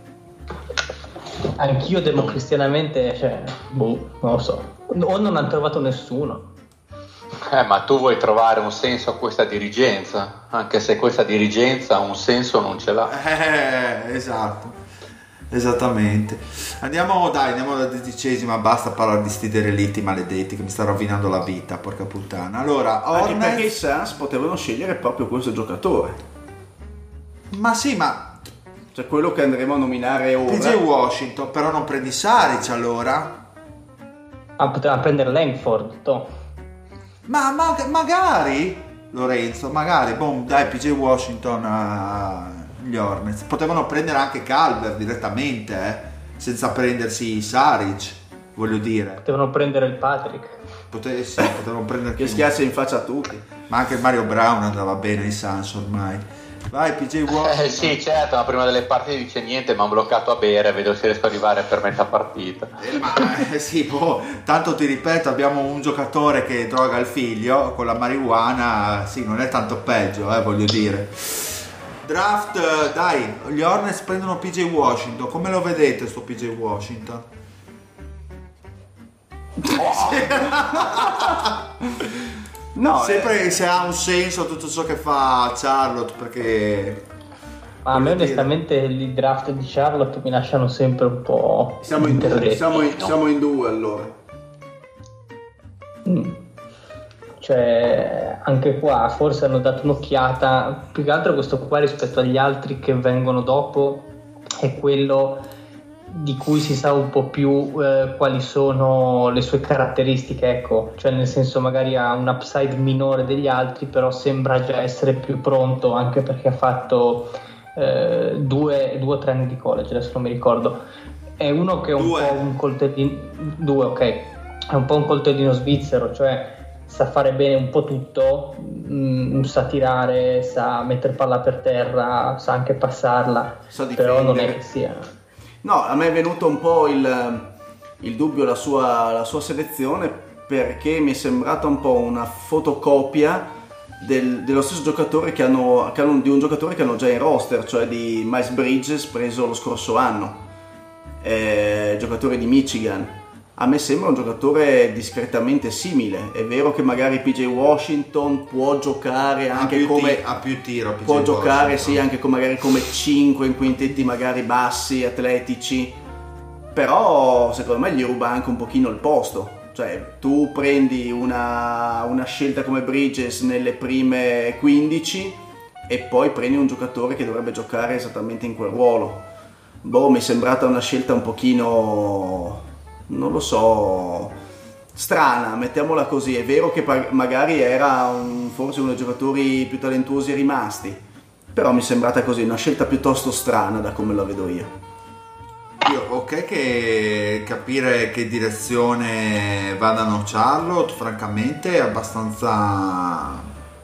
Anch'io democristianamente, cioè, non lo so. O non hanno trovato nessuno. Ma tu vuoi trovare un senso a questa dirigenza, anche se questa dirigenza un senso non ce l'ha. Esatto. Esattamente. Andiamo alla 12ª, basta parlare di sti derelitti maledetti che mi sta rovinando la vita, porca puttana. Allora, anche perché i Suns potevano scegliere proprio questo giocatore. Ma sì, ma cioè quello che andremo a nominare ora. PJ Washington, però non prendi Saric allora? Poteva prendere Langford, Ma magari Lorenzo, magari, dai PJ Washington gli Hornets. Potevano prendere anche Calvert direttamente, senza prendersi Saric, voglio dire. Potevano prendere il Patrick. Potevano prendere che schiaccia in faccia a tutti. Ma anche Mario Brown andava bene ai Suns ormai. Vai PJ Washington. Sì, certo, ma prima delle partite dice niente, mi hanno bloccato a bere, vedo se riesco ad arrivare per metà partita. Sì, tanto ti ripeto, abbiamo un giocatore che droga il figlio con la marijuana, sì, non è tanto peggio, voglio dire. Draft, dai, gli Hornets prendono PJ Washington, come lo vedete sto PJ Washington? No, sempre se ha un senso tutto ciò che fa Charlotte, perché a me onestamente i draft di Charlotte mi lasciano sempre un po'. Siamo in due allora. Cioè, anche qua forse hanno dato un'occhiata. Più che altro questo qua rispetto agli altri che vengono dopo è quello di cui si sa un po' più quali sono le sue caratteristiche, ecco, cioè nel senso magari ha un upside minore degli altri, però sembra già essere più pronto, anche perché ha fatto 2 o 3 anni di college, adesso non mi ricordo. È uno che è un po' un coltellino, 2, ok, è un po' un coltellino svizzero, cioè sa fare bene un po' tutto, sa tirare, sa mettere palla per terra, sa anche passarla, però non è che sia. No, a me è venuto un po' il dubbio la sua selezione, perché mi è sembrata un po' una fotocopia dello stesso giocatore di un giocatore che hanno già in roster, cioè di Miles Bridges preso lo scorso anno, giocatore di Michigan. A me sembra un giocatore discretamente simile. È vero che magari PJ Washington può giocare anche a più tiro, può giocare sì, anche magari come 5 in quintetti magari bassi, atletici, però secondo me gli ruba anche un pochino il posto. Cioè tu prendi una scelta come Bridges nelle prime 15 e poi prendi un giocatore che dovrebbe giocare esattamente in quel ruolo. Mi è sembrata una scelta un pochino, non lo so, strana, mettiamola così. È vero che magari era forse uno dei giocatori più talentuosi rimasti, però mi è sembrata così, una scelta piuttosto strana da come la vedo io. Ok, che capire che direzione vadano Charlotte francamente è abbastanza,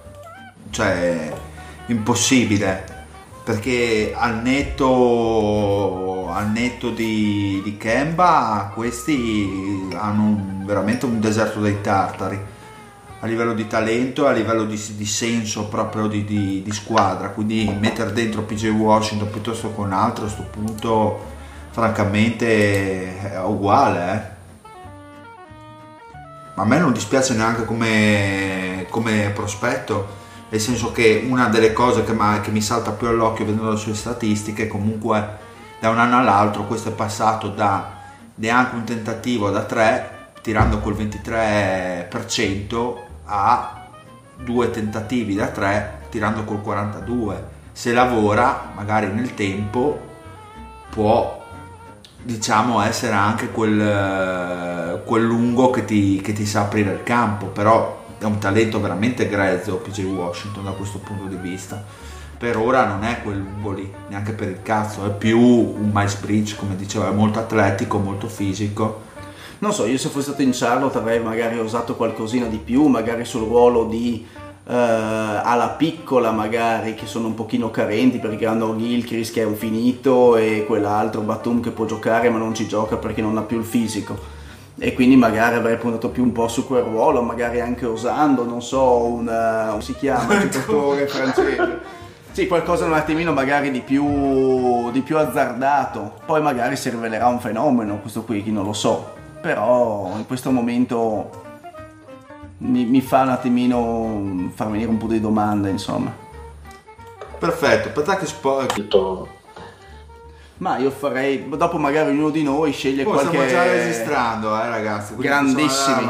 cioè, impossibile, perché al netto di Kemba questi hanno veramente un deserto dei tartari a livello di talento e a livello di senso proprio di squadra, quindi mettere dentro PJ Washington piuttosto che un altro a questo punto francamente è uguale, ma a me non dispiace neanche come prospetto, nel senso che una delle cose che mi salta più all'occhio vedendo le sue statistiche, comunque da un anno all'altro questo è passato da neanche un tentativo da 3 tirando col 23% a 2 tentativi da 3 tirando col 42%. Se lavora magari nel tempo può, diciamo, essere anche quel lungo che ti sa aprire il campo, però è un talento veramente grezzo PJ Washington da questo punto di vista. Per ora non è quel lungo lì, neanche per il cazzo, è più un Miles Bridges, come diceva, è molto atletico, molto fisico. Non so, io se fossi stato in Charlotte avrei magari osato qualcosina di più, magari sul ruolo di alla piccola, magari, che sono un pochino carenti perché hanno Gilchrist che è un finito e quell'altro Batum che può giocare ma non ci gioca perché non ha più il fisico, e quindi magari avrei puntato più un po' su quel ruolo, magari anche osando, non so, come si chiama il giocatore francese, sì, qualcosa un attimino magari di più azzardato. Poi magari si rivelerà un fenomeno questo qui, chi non lo so, però in questo momento mi fa un attimino far venire un po' di domande, insomma. Perfetto, aspetta che ma io farei, dopo magari ognuno di noi sceglie qualche... Stiamo già registrando, ragazzi, grandissimi.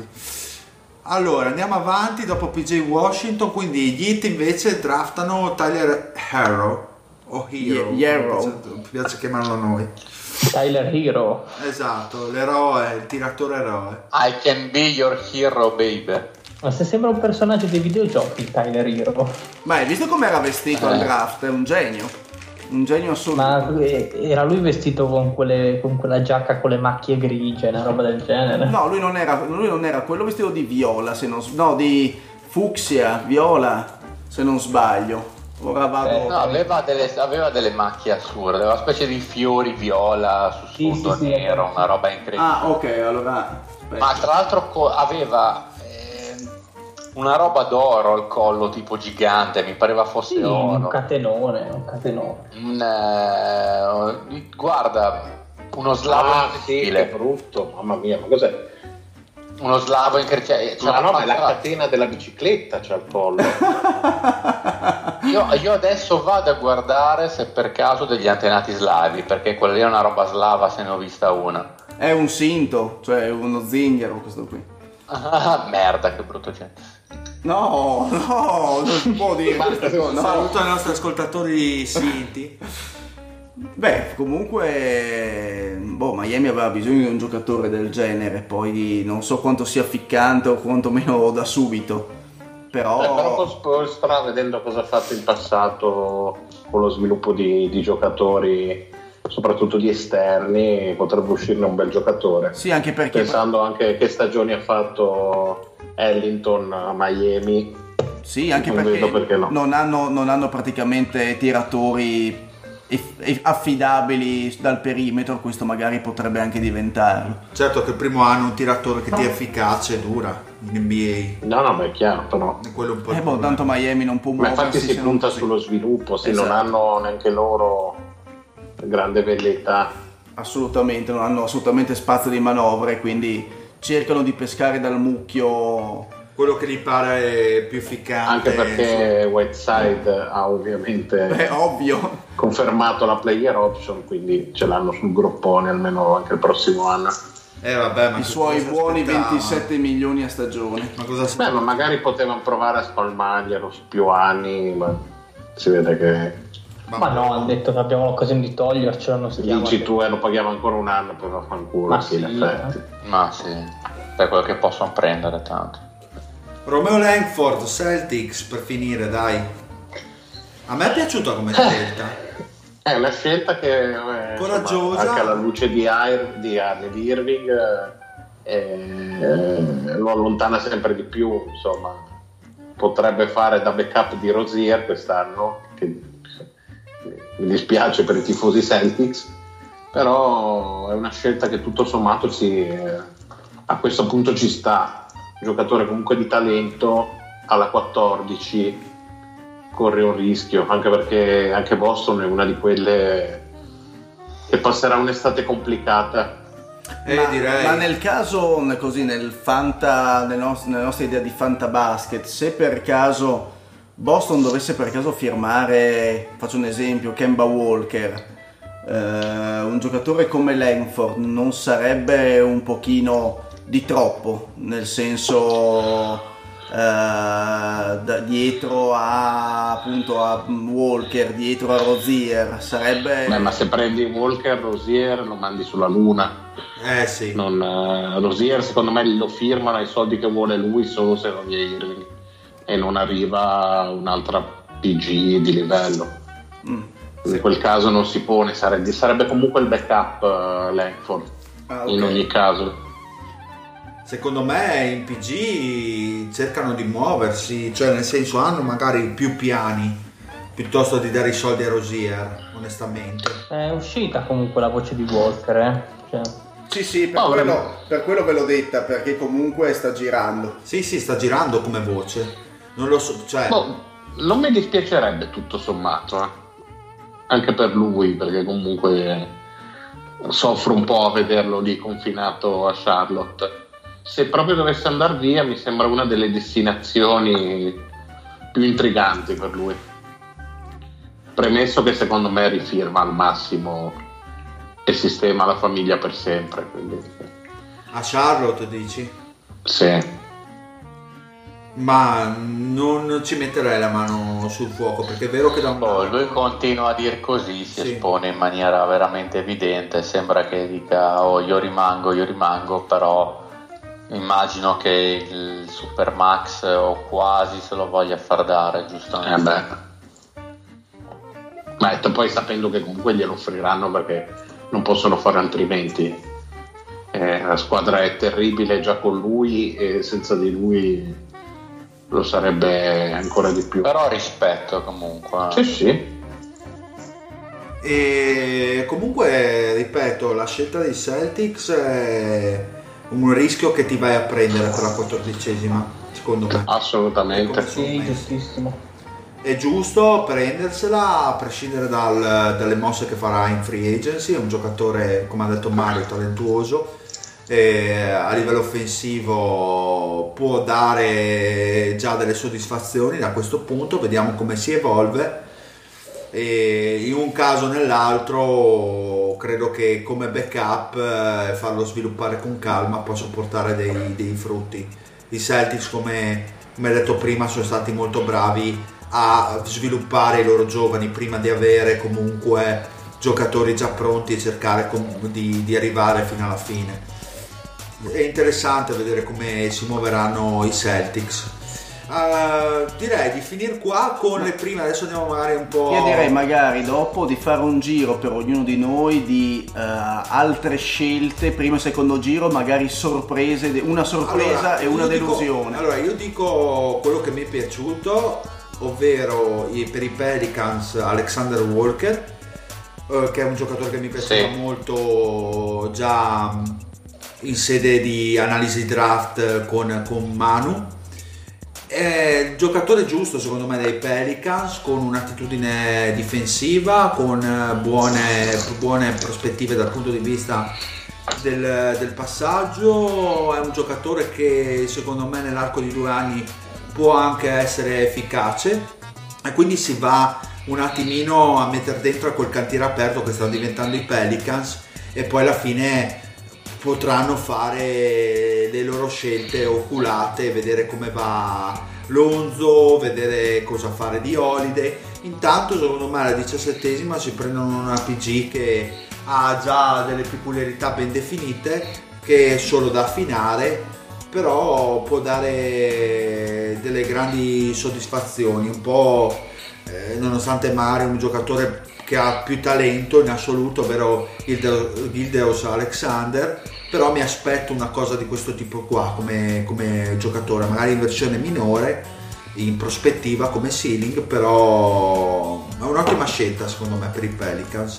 Allora andiamo avanti dopo PJ Washington, quindi gli Heat invece draftano Tyler Hero o Hero, mi piace chiamarlo noi. Tyler Hero. Esatto, l'eroe, il tiratore eroe. I can be your hero, baby. Ma se sembra un personaggio dei videogiochi, Tyler Hero. Ma hai visto come era vestito al draft? È un genio assoluto. Ma era lui vestito con quella giacca con le macchie grigie, una roba del genere? No, lui non era quello vestito di viola, di fucsia, viola, se non sbaglio. Ora vado. No, aveva delle macchie assurde, aveva una specie di fiori viola su sfondo nero, una roba incredibile. Ah, ok, allora. Aspetta. Ma tra l'altro aveva una roba d'oro al collo, tipo gigante, mi pareva fosse oro. Un catenone. Guarda, uno slavo incredibile. Che brutto, mamma mia, ma cos'è? Uno slavo incredibile. Ma no, è la catena della bicicletta c'è al collo. Io adesso vado a guardare se per caso degli antenati slavi, perché quella lì è una roba slava, se ne ho vista una. È un sinto, cioè uno zingaro questo qui. Ah, merda, che brutto gente. No, non si può dire. No. Saluto ai nostri ascoltatori sinti. Beh, comunque Miami aveva bisogno di un giocatore del genere, poi non so quanto sia ficcante o quanto meno da subito, però un po' strano vedendo cosa ha fatto in passato con lo sviluppo di giocatori, soprattutto di esterni, potrebbe uscirne un bel giocatore. Sì, anche perché pensando anche che stagioni ha fatto Ellington a Miami. Sì, anche perché no. non hanno praticamente tiratori affidabili dal perimetro, questo magari potrebbe anche diventarlo. Certo che il primo anno un tiratore che ti è efficace dura in NBA. No, beh, è chiaro, però. E quello è un po' il problema. Tanto Miami non può Ma muoversi. infatti si punta sullo sviluppo, se Esatto. non hanno neanche loro grande velleità. Assolutamente, non hanno assolutamente spazio di manovre, quindi cercano di pescare dal mucchio quello che gli pare più efficace. Anche perché Whiteside ha ovviamente ovvio confermato la player option, quindi ce l'hanno sul groppone almeno anche il prossimo anno. Vabbè, ma i suoi cosa buoni aspettava? 27 milioni a stagione. Ma cosa aspettava? Ma magari potevano provare a spalmarglielo su più anni, ma si vede che Ma no, hanno detto che abbiamo l'occasione di togliercelo, non stiamo. dici tu lo paghiamo ancora un anno, poi vaffanculo, Ma sì, in sì, effetti. Ma sì, per quello che possono prendere tanto. Romeo Langford, Celtics, per finire, dai. A me è piaciuta come scelta. È una scelta che Coraggiosa. insomma, anche alla luce di Irving lo allontana sempre di più, insomma potrebbe fare da backup di Rozier quest'anno, che mi dispiace per i tifosi Celtics, però è una scelta che tutto sommato a questo punto ci sta. Giocatore comunque di talento, alla 14 corre un rischio, anche perché anche Boston è una di quelle che passerà un'estate complicata. Direi. Ma nel caso, così, nella nostra idea di fantabasket, se per caso Boston dovesse per caso firmare, faccio un esempio, Kemba Walker, un giocatore come Langford non sarebbe un pochino di troppo, nel senso dietro a Walker, dietro a Rozier sarebbe. Ma se prendi Walker, Rozier lo mandi sulla luna. Sì. Rozier secondo me lo firmano ai soldi che vuole lui solo se non gli Irving e non arriva un'altra PG di livello. In quel caso non si pone, sarebbe comunque il backup Langford. Okay. In ogni caso secondo me in PG cercano di muoversi, cioè nel senso hanno magari più piani piuttosto di dare i soldi a Rozier, onestamente. È uscita comunque la voce di Walker, Cioè. Sì, per quello ve l'ho detta, perché comunque sta girando. Sì, sta girando come voce. Non lo so, cioè. Non mi dispiacerebbe tutto sommato, anche per lui, perché comunque soffro un po' a vederlo lì confinato a Charlotte. Se proprio dovesse andare via, mi sembra una delle destinazioni più intriganti per lui. Premesso che secondo me rifirma al massimo e sistema la famiglia per sempre. Quindi. A Charlotte dici? Sì. Ma non ci metterei la mano sul fuoco, perché è vero che da un lato lui continua a dire così, si Sì. espone in maniera veramente evidente, sembra che dica io rimango, però immagino che il Supermax o quasi se lo voglia far dare, giustamente. Ma poi sapendo che comunque glielo offriranno perché non possono fare altrimenti. La squadra è terribile già con lui e senza di lui lo sarebbe ancora di più. Però rispetto comunque. Sì. E comunque, ripeto, la scelta dei Celtics è un rischio che ti vai a prendere per la 14ª, secondo me. Assolutamente. Sì, giustissimo. È giusto prendersela a prescindere dalle mosse che farà in free agency. È un giocatore, come ha detto Mario, talentuoso, a livello offensivo può dare già delle soddisfazioni da questo punto. Vediamo come si evolve, e in un caso o nell'altro credo che come backup farlo sviluppare con calma possa portare dei frutti. I Celtics, come detto prima, sono stati molto bravi a sviluppare i loro giovani prima di avere comunque giocatori già pronti e cercare di arrivare fino alla fine. È interessante vedere come si muoveranno i Celtics. Direi di finire qua con le prime. Adesso andiamo magari un po'. Io direi magari dopo di fare un giro per ognuno di noi di altre scelte, primo e secondo giro, magari sorprese, una sorpresa e una delusione. Io dico quello che mi è piaciuto, ovvero per i Pelicans Alexander Walker, che è un giocatore che mi piaceva molto già in sede di analisi draft con Manu. È il giocatore giusto secondo me dei Pelicans, con un'attitudine difensiva, con buone prospettive dal punto di vista del passaggio. È un giocatore che secondo me nell'arco di 2 anni può anche essere efficace, e quindi si va un attimino a mettere dentro quel cantiere aperto che stanno diventando i Pelicans, e poi alla fine potranno fare le loro scelte oculate, vedere come va Lonzo, vedere cosa fare di Holiday. Intanto secondo me alla 17esima si prendono una PG che ha già delle peculiarità ben definite, che è solo da affinare, però può dare delle grandi soddisfazioni, un po' nonostante Mario è un giocatore che ha più talento in assoluto, ovvero Gilgeous Alexander, però mi aspetto una cosa di questo tipo qua come giocatore, magari in versione minore in prospettiva come ceiling, però è un'ottima scelta secondo me per i Pelicans.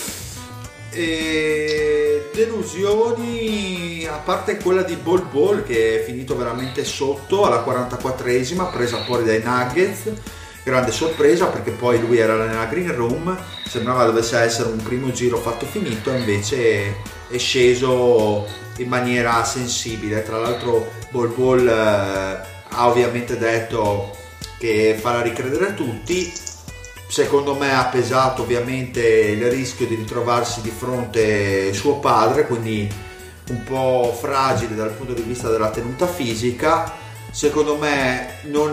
E delusioni, a parte quella di Bol che è finito veramente sotto alla 44esima, presa fuori dai Nuggets, grande sorpresa perché poi lui era nella green room, sembrava dovesse essere un primo giro fatto finito, invece è sceso in maniera sensibile. Tra l'altro Bol ha ovviamente detto che farà ricredere tutti. Secondo me ha pesato ovviamente il rischio di ritrovarsi di fronte suo padre, quindi un po' fragile dal punto di vista della tenuta fisica. Secondo me non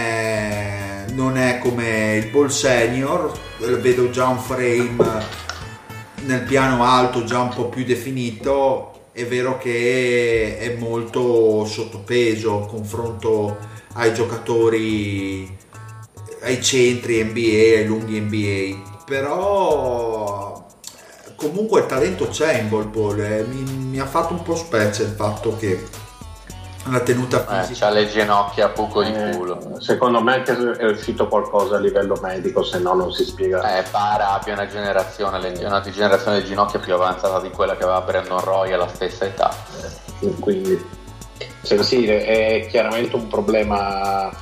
è come il Ball Senior, vedo già un frame nel piano alto già un po' più definito. È vero che è molto sottopeso confronto ai giocatori, ai centri NBA, ai lunghi NBA, però comunque il talento c'è in Bol. Mi ha fatto un po' specie il fatto che la tenuta fisica c'ha le ginocchia a buco di culo. Secondo me è uscito qualcosa a livello medico, se no non si spiega. Pare abbia una generazione di ginocchia più avanzata di quella che aveva Brandon Roy alla stessa età, quindi sì, è chiaramente un problema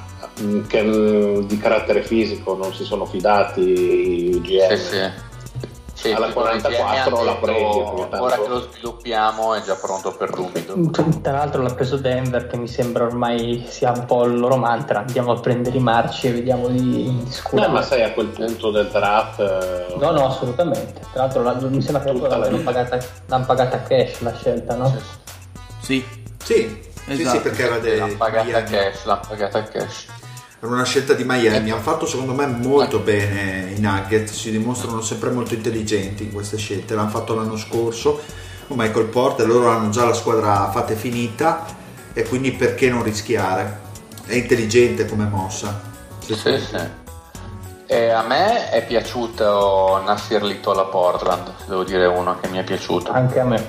di carattere fisico, non si sono fidati i GM. Sì, alla 44 la prendi, ora che lo sviluppiamo è già pronto per Rubido. Tra l'altro l'ha preso Denver, che mi sembra ormai sia un po' il loro mantra: andiamo a prendere i marci e vediamo di scurare. No, ma sei a quel punto del draft? No, assolutamente. Tra l'altro mi sembra che l'hanno pagata cash la scelta, no? Sì, esatto. Sì, perché era l'hanno pagata cash. Era una scelta di Miami. Hanno fatto secondo me molto bene i Nuggets, si dimostrano sempre molto intelligenti in queste scelte. L'hanno fatto l'anno scorso con Michael Porter, loro hanno già la squadra fatta e finita, e quindi perché non rischiare? È intelligente come mossa. Sì. E a me è piaciuto Nassir Little a Portland, devo dire, uno che mi è piaciuto. Anche a me.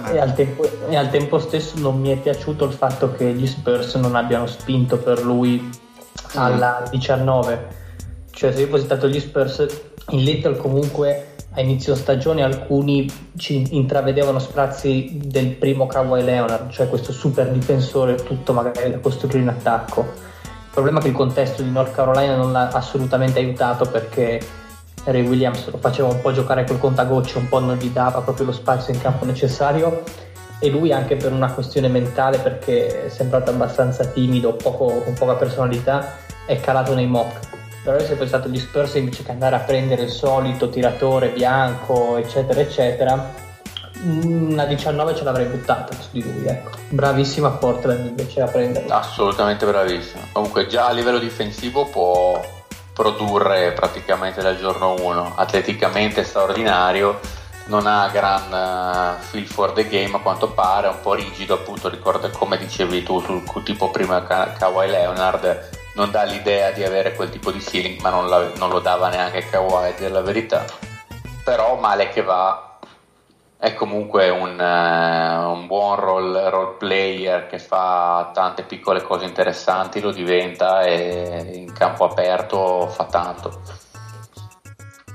E al tempo stesso non mi è piaciuto il fatto che gli Spurs non abbiano spinto per lui alla 19. Cioè, se io fossi stato gli Spurs, in Little comunque a inizio stagione alcuni ci intravedevano sprazzi del primo Kawhi Leonard, cioè questo super difensore tutto magari da costruire in attacco. Il problema è che il contesto di North Carolina non l'ha assolutamente aiutato, perché Ray Williams lo faceva un po' giocare col contagocce, un po' non gli dava proprio lo spazio in campo necessario, e lui anche per una questione mentale, perché è sembrato abbastanza timido, con poca personalità, è calato nei mock. Però se fosse stato gli Spurs, invece che andare a prendere il solito tiratore bianco eccetera eccetera, una 19 ce l'avrei buttata su di lui, ecco. Bravissima Portland invece a prenderlo. Assolutamente bravissima. Comunque già a livello difensivo può produrre praticamente dal giorno 1, atleticamente straordinario, non ha gran feel for the game a quanto pare, è un po' rigido, appunto, ricorda come dicevi tu sul tipo prima Kawhi Leonard, non dà l'idea di avere quel tipo di ceiling, ma non lo dava neanche Kawhi, a dire la verità. Però male che va è comunque un buon role player che fa tante piccole cose interessanti, lo diventa, e in campo aperto fa tanto.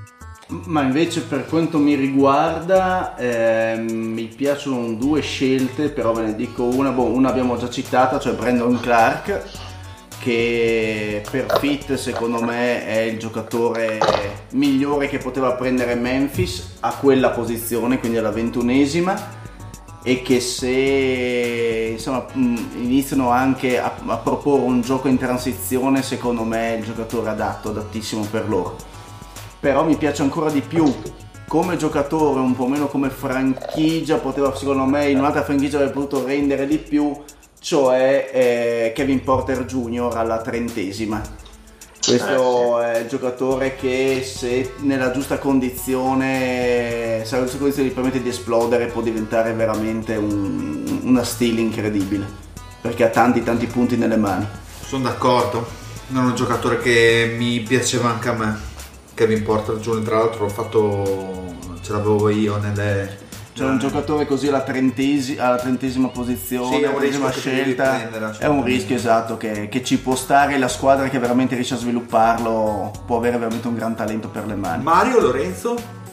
Ma invece per quanto mi riguarda mi piacciono due scelte, però ve ne dico una abbiamo già citata, cioè Brandon Clark, che per fit secondo me è il giocatore migliore che poteva prendere Memphis a quella posizione, quindi alla 21esima, e che se insomma iniziano anche a proporre un gioco in transizione, secondo me è il giocatore adattissimo per loro. Però mi piace ancora di più come giocatore, un po' meno come franchigia, poteva secondo me in un'altra franchigia aver potuto rendere di più, cioè Kevin Porter Jr. alla 30esima. Questo è il giocatore che se nella giusta condizione, se la giusta condizione gli permette di esplodere, può diventare veramente una steal incredibile, perché ha tanti punti nelle mani. Sono d'accordo, non è un giocatore che mi piaceva anche a me. Kevin Porter Jr. tra l'altro ce l'avevo io nelle... C'è un giocatore così alla 30esima posizione, sì, la 30esima scelta, è un rischio, esatto, che ci può stare. La squadra che veramente riesce a svilupparlo può avere veramente un gran talento per le mani. Mario, Lorenzo?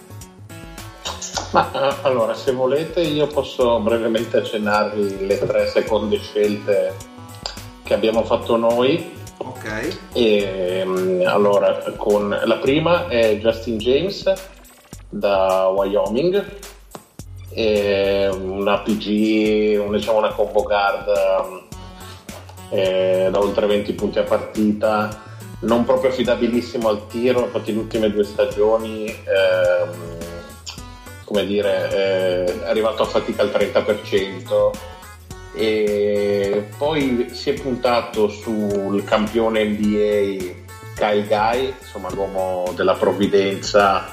Ma allora, se volete io posso brevemente accennarvi le 3 seconde scelte che abbiamo fatto noi. Ok. E allora, con la prima è Justin James da Wyoming, una PG, diciamo una combo guard da oltre 20 punti a partita, non proprio affidabilissimo al tiro, infatti le ultime 2 stagioni come dire è arrivato a fatica al 30%. E poi si è puntato sul campione NBA Kyle Guy, insomma l'uomo della provvidenza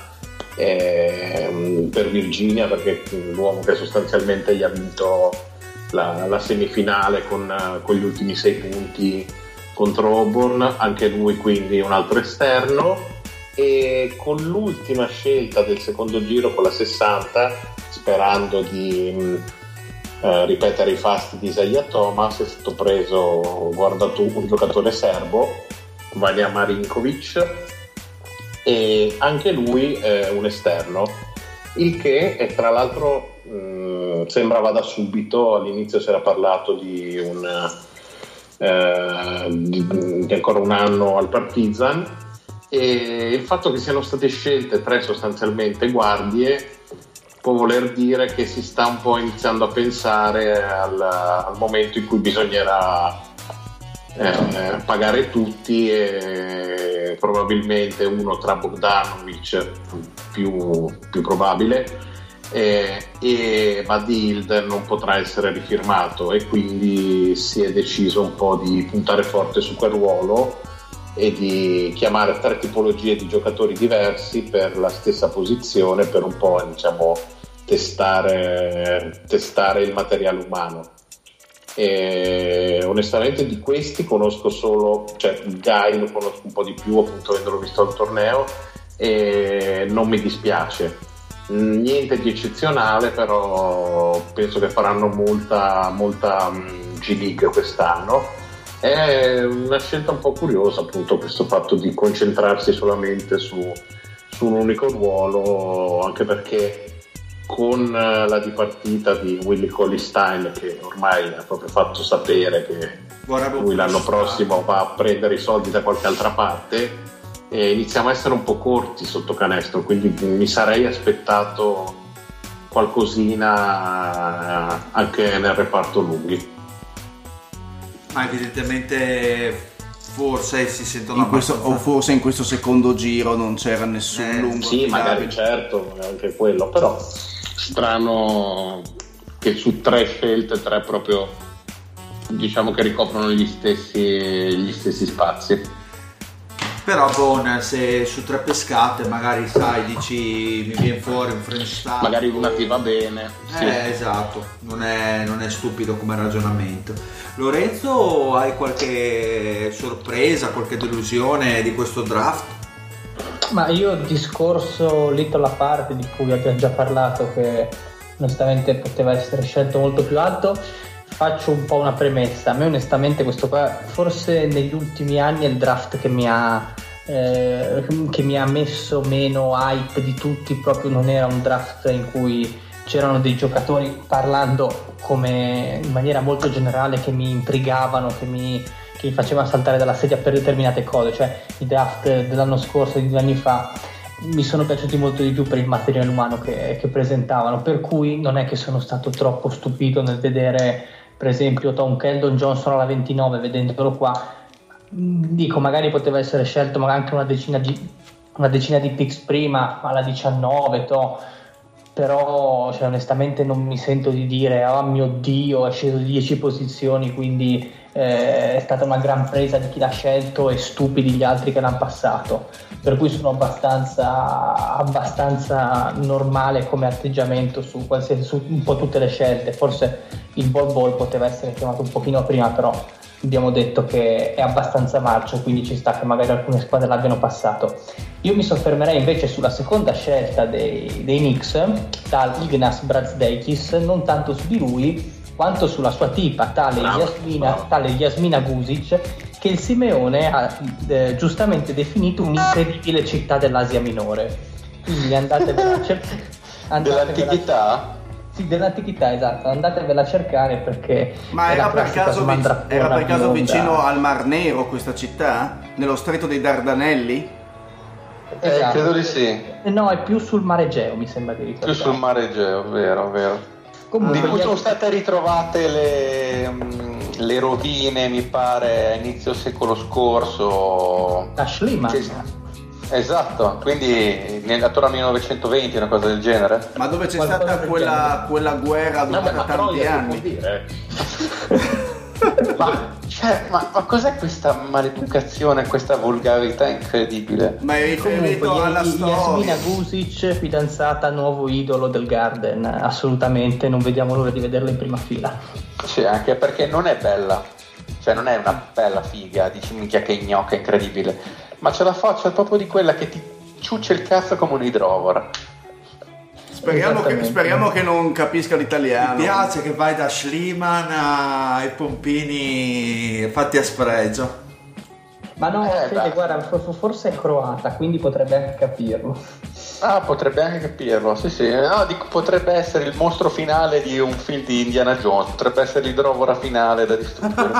per Virginia, perché l'uomo che sostanzialmente gli ha vinto la semifinale con gli ultimi 6 punti contro Auburn, anche lui quindi un altro esterno. E con l'ultima scelta del secondo giro, con la 60, sperando di ripetere i fasti di Isaiah Thomas, è stato preso un giocatore serbo, Vanja Marinkovic, e anche lui è un esterno, il che è tra l'altro sembrava da subito. All'inizio si era parlato di ancora un anno al Partizan, e il fatto che siano state scelte 3 sostanzialmente guardie può voler dire che si sta un po' iniziando a pensare al momento in cui bisognerà pagare tutti, e probabilmente uno tra Bogdanovic più probabile e Buddy Hield non potrà essere rifirmato, e quindi si è deciso un po' di puntare forte su quel ruolo e di chiamare 3 tipologie di giocatori diversi per la stessa posizione, per un po' diciamo testare il materiale umano. E onestamente di questi conosco solo, cioè Guy lo conosco un po' di più, appunto avendolo visto al torneo, e non mi dispiace, niente di eccezionale, però penso che faranno molta G League quest'anno. È una scelta un po' curiosa, appunto, questo fatto di concentrarsi solamente su un unico ruolo, anche perché con la dipartita di Willie Cauley-Stein, che ormai ha proprio fatto sapere che lui l'anno prossimo va a prendere i soldi da qualche altra parte, e iniziamo a essere un po' corti sotto canestro, quindi mi sarei aspettato qualcosina anche nel reparto lunghi. Ma evidentemente forse si sentono o forse in questo secondo giro non c'era nessun lungo. Sì, magari, certo, anche quello, però strano che su 3 scelte 3 proprio diciamo che ricoprono gli stessi spazi. Però se su 3 pescate magari dici mi viene fuori un French style, magari una ti va bene. Sì. Esatto, non è stupido come ragionamento. Lorenzo, hai qualche sorpresa, qualche delusione di questo draft? Ma io discorso Little a parte, di cui abbiamo già parlato, che onestamente poteva essere scelto molto più alto, faccio un po' una premessa. A me onestamente questo qua forse negli ultimi anni è il draft che mi ha che mi ha messo meno hype di tutti, proprio non era un draft in cui c'erano dei giocatori, parlando come in maniera molto generale, che mi intrigavano, che mi facevano saltare dalla sedia per determinate cose. Cioè i draft dell'anno scorso e di 2 anni fa mi sono piaciuti molto di più per il materiale umano che presentavano, per cui non è che sono stato troppo stupito nel vedere per esempio Tom Keldon Johnson alla 29, vedendolo qua. Dico, magari poteva essere scelto magari anche una decina di picks prima, alla 19, però cioè, onestamente non mi sento di dire oh mio Dio, è sceso di 10 posizioni, quindi è stata una gran presa di chi l'ha scelto e stupidi gli altri che l'hanno passato, per cui sono abbastanza normale come atteggiamento su un po' tutte le scelte. Forse il Bol poteva essere chiamato un pochino prima, però abbiamo detto che è abbastanza marcio, quindi ci sta che magari alcune squadre l'abbiano passato. Io mi soffermerei invece sulla seconda scelta dei Knicks, dal Ignas Brazdeikis, non tanto su di lui quanto sulla sua tipa, tale Yasmina Guzic, che il Simeone ha giustamente definito un'incredibile città dell'Asia minore. Quindi andatevela a cercare. Dell'antichità? Sì, dell'antichità, esatto, andatevela a cercare perché... Ma era per caso vicino al Mar Nero questa città? Nello stretto dei Dardanelli? Esatto. Credo di sì. No, è più sul Mare Egeo, mi sembra di ricordare. Più sul Mare Egeo, vero. Comunque, di cui sono state ritrovate le rovine, mi pare, a inizio secolo scorso. A Schliemann. Esatto, quindi attorno al 1920, una cosa del genere. Ma dove c'è stata quella guerra durata tanti anni? ma cos'è questa maleducazione, questa volgarità incredibile? Ma è riferito alla storia. Yasmina Guzic, fidanzata, nuovo idolo del Garden, assolutamente, non vediamo l'ora di vederla in prima fila. Sì, anche perché non è bella, cioè non è una bella figa, dici minchia che gnocca incredibile, ma c'è la faccia proprio di quella che ti ciuccia il cazzo come un idrovora. Speriamo che non capisca l'italiano. Mi piace che vai da Schliemann ai pompini fatti a spregio. Ma no, guarda, forse è croata, quindi potrebbe anche capirlo. Ah, potrebbe anche capirlo, sì. No, dico, potrebbe essere il mostro finale di un film di Indiana Jones, potrebbe essere l'idrovora finale da distruggere.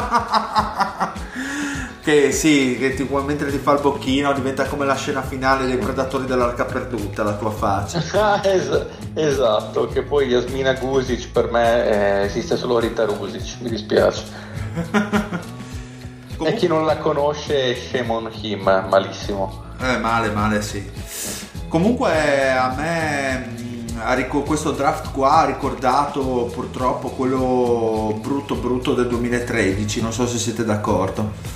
Che sì, che mentre ti fa il bocchino diventa come la scena finale dei Predatori dell'Arca Perduta, la tua faccia. Esatto, che poi Yasmina Guzic per me esiste solo Rita Rusic, mi dispiace. E chi non la conosce, shame on him, malissimo. Male, sì. Comunque a me questo draft qua ha ricordato purtroppo quello brutto del 2013, non so se siete d'accordo.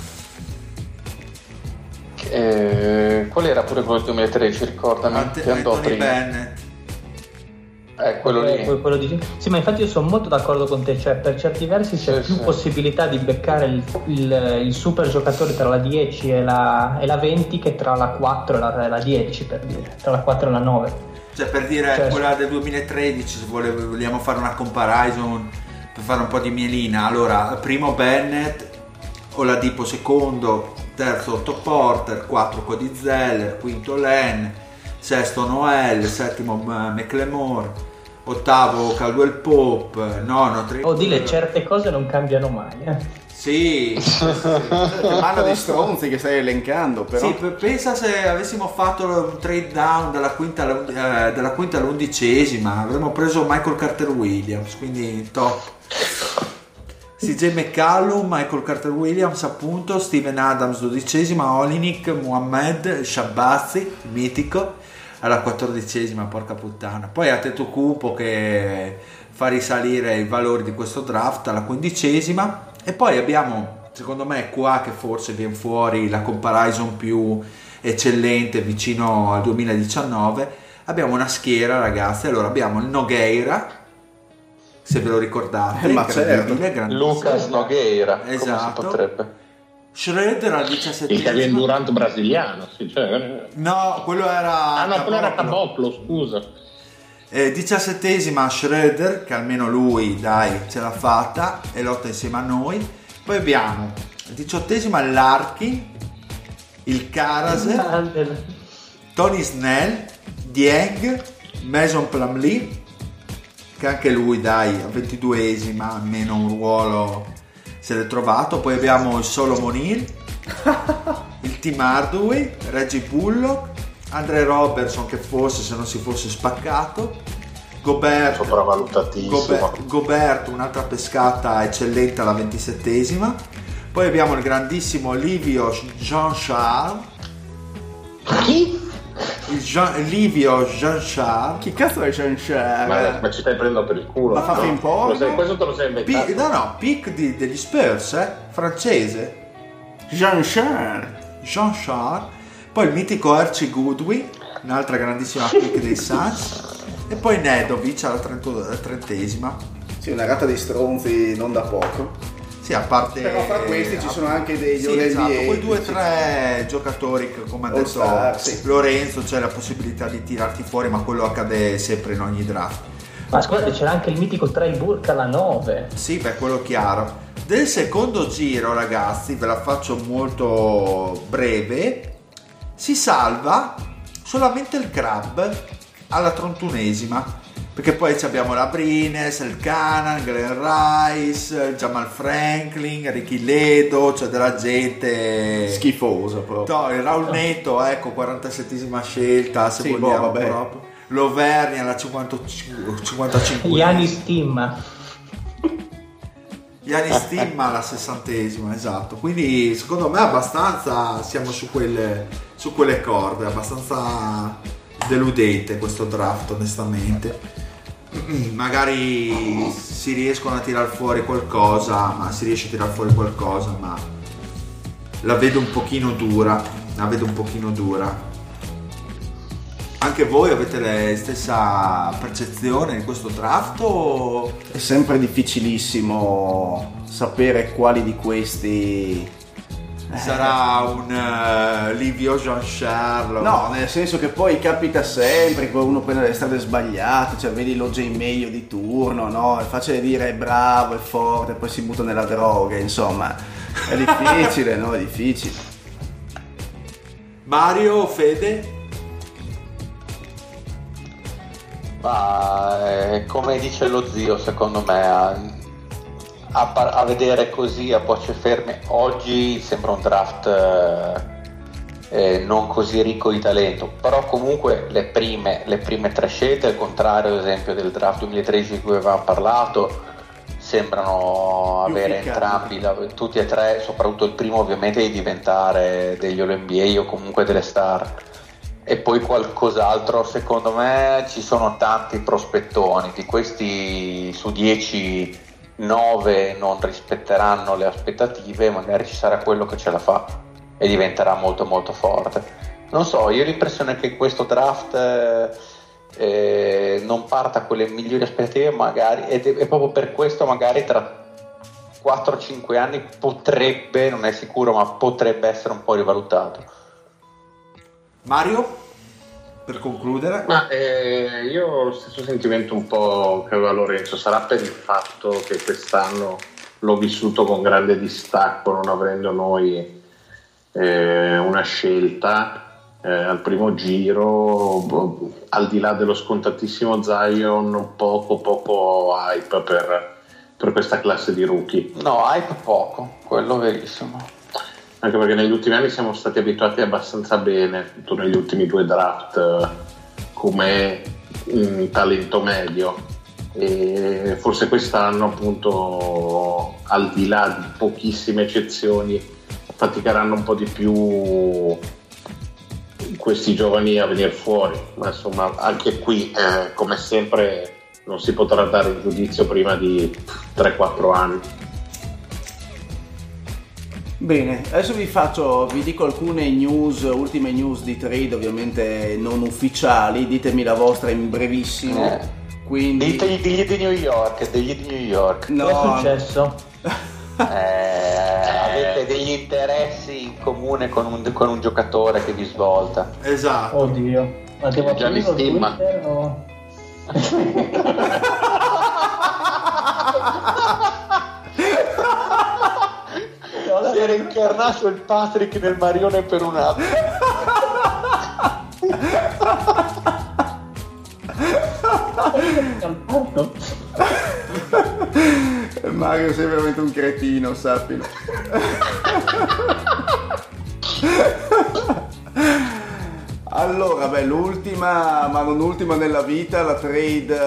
Qual era pure quello del 2013, ricordami? Che andò Anthony prima. Bennett. Quello lì. Quello di... Sì, ma infatti io sono molto d'accordo con te, cioè per certi versi c'è più possibilità di beccare il super giocatore tra la 10 e la 20 che tra la 4 e la 10, per dire, tra la 4 e la 9. Cioè per dire quella del 2013, se vogliamo fare una comparison per fare un po' di mielina, allora primo Bennett, Oladipo secondo, terzo Otto Porter, 4 Cody Zeller, quinto Len, sesto Noel, settimo McLemore, ottavo Caldwell Pope, nono dile, certe cose non cambiano mai. Sì. Che mano di stronzi che stai elencando, però. Sì, pensa se avessimo fatto un trade down dalla quinta all'11ª, avremmo preso Michael Carter Williams, quindi top. CJ McCallum, Michael Carter Williams appunto, Steven Adams 12ª, Olynyk, Mohamed Shabazzi, mitico, alla 14ª, porca puttana. Poi Antetokounmpo che fa risalire i valori di questo draft alla 15ª, e poi abbiamo, secondo me, qua che forse viene fuori la comparison più eccellente vicino al 2019, abbiamo una schiera, ragazzi. Allora abbiamo il Nogueira, se ve lo ricordate, ma certo. Lucas Nogueira, esatto. Come si potrebbe? Schroeder al 17º. Il Kevin Durant brasiliano, sì, cioè... No, quello era quello era Caboclo, scusa. 17ª Schroeder, che almeno lui dai ce l'ha fatta e lotta insieme a noi. Poi abbiamo 18ª Larkin, il Karaser, Tony Snell, Dieng, Mason Plumlee, che anche lui dai a 22esima almeno un ruolo se l'è trovato. Poi abbiamo il Solomon Hill, il Tim Hardaway, Reggie Bullock, Andre Robertson, che forse se non si fosse spaccato, Gobert, sopravvalutatissimo. Gobert, un'altra pescata eccellente alla 27esima. Poi abbiamo il grandissimo Livio Jean-Charles. Chi? Livio Jean-Charles. Chi cazzo è Jean-Charles? Ma ci stai prendendo per il culo? Ma fa fin porno? Questo te lo sei inventato? Pick degli Spurs, francese. Jean-Charles. Poi il mitico Archie Goodwin, un'altra grandissima pick dei Suns. E poi Nedovic alla 30esima. Sì, una gatta di stronzi non da poco. Sì, a parte. Però fra questi ci sono anche degli sì, esatto, NBA. Poi 2 o 3 giocatori che, come ha detto All-Star, sì. Lorenzo, c'è la possibilità di tirarti fuori, ma quello accade sempre in ogni draft. Ma scusate, c'era anche il mitico Trey Burke alla 9. Sì, beh, quello chiaro. Del secondo giro, ragazzi, ve la faccio molto breve. Si salva solamente il Crab alla 31esima, perché poi abbiamo la Brines, il Cannon, Glenn Rice, Jamal Franklin, Ricky Ledo, c'è della gente schifosa proprio. No, il Raul Neto, ecco, 47esima scelta, se sì, vogliamo, vabbè. proprio. L'Overni alla 55. Giannis Stimma alla 60esima, esatto. Quindi secondo me abbastanza siamo su quelle corde, abbastanza deludente questo draft, onestamente. Magari si riescono a tirar fuori qualcosa, ma la vedo un pochino dura. Anche voi avete la stessa percezione di questo draft? O... È sempre difficilissimo sapere quali di questi sarà un Livio Jean-Charles? No, nel senso che poi capita sempre che uno prende le strade sbagliate, cioè vedi lo J. Mayo di turno, no? È facile dire è bravo, è forte, poi si butta nella droga, insomma, è difficile, no? È difficile. Mario, Fede? Ma come dice lo zio, secondo me a vedere così a bocce ferme oggi sembra un draft non così ricco di talento, però comunque le prime 3 scelte, al contrario ad esempio del draft 2013 di cui avevamo parlato, sembrano avere entrambi, tutti e tre, soprattutto il primo ovviamente, di diventare degli All-NBA o comunque delle star. E poi qualcos'altro, secondo me ci sono tanti prospettoni, di questi su 10 9 non rispetteranno le aspettative, magari ci sarà quello che ce la fa e diventerà molto molto forte. Non so, io ho l'impressione che questo draft non parta con le migliori aspettative, magari, ed è proprio per questo magari tra 4-5 anni potrebbe, non è sicuro, ma potrebbe essere un po' rivalutato. Mario, per concludere? Ma io ho lo stesso sentimento un po' che aveva Lorenzo, sarà per il fatto che quest'anno l'ho vissuto con grande distacco, non avendo noi una scelta al primo giro, al di là dello scontatissimo Zion, poco hype per questa classe di rookie. No, hype poco, quello verissimo. Anche perché negli ultimi anni siamo stati abituati abbastanza bene, tutto negli ultimi 2 draft, come un talento medio, e forse quest'anno appunto, al di là di pochissime eccezioni, faticheranno un po' di più questi giovani a venire fuori, ma insomma anche qui come sempre non si potrà dare un giudizio prima di 3-4 anni. Bene, adesso vi dico alcune news, ultime news di trade, ovviamente non ufficiali, ditemi la vostra in brevissimo. Quindi... Degli di New York. No. Che è successo? Avete degli interessi in comune con un giocatore che vi svolta. Esatto. Oddio, ma devo Gianni Stimma. o... Si era incarnato il Patrick nel Marione per un attimo. Mario, sei veramente un cretino, sappilo. Allora, l'ultima, ma non ultima nella vita, la trade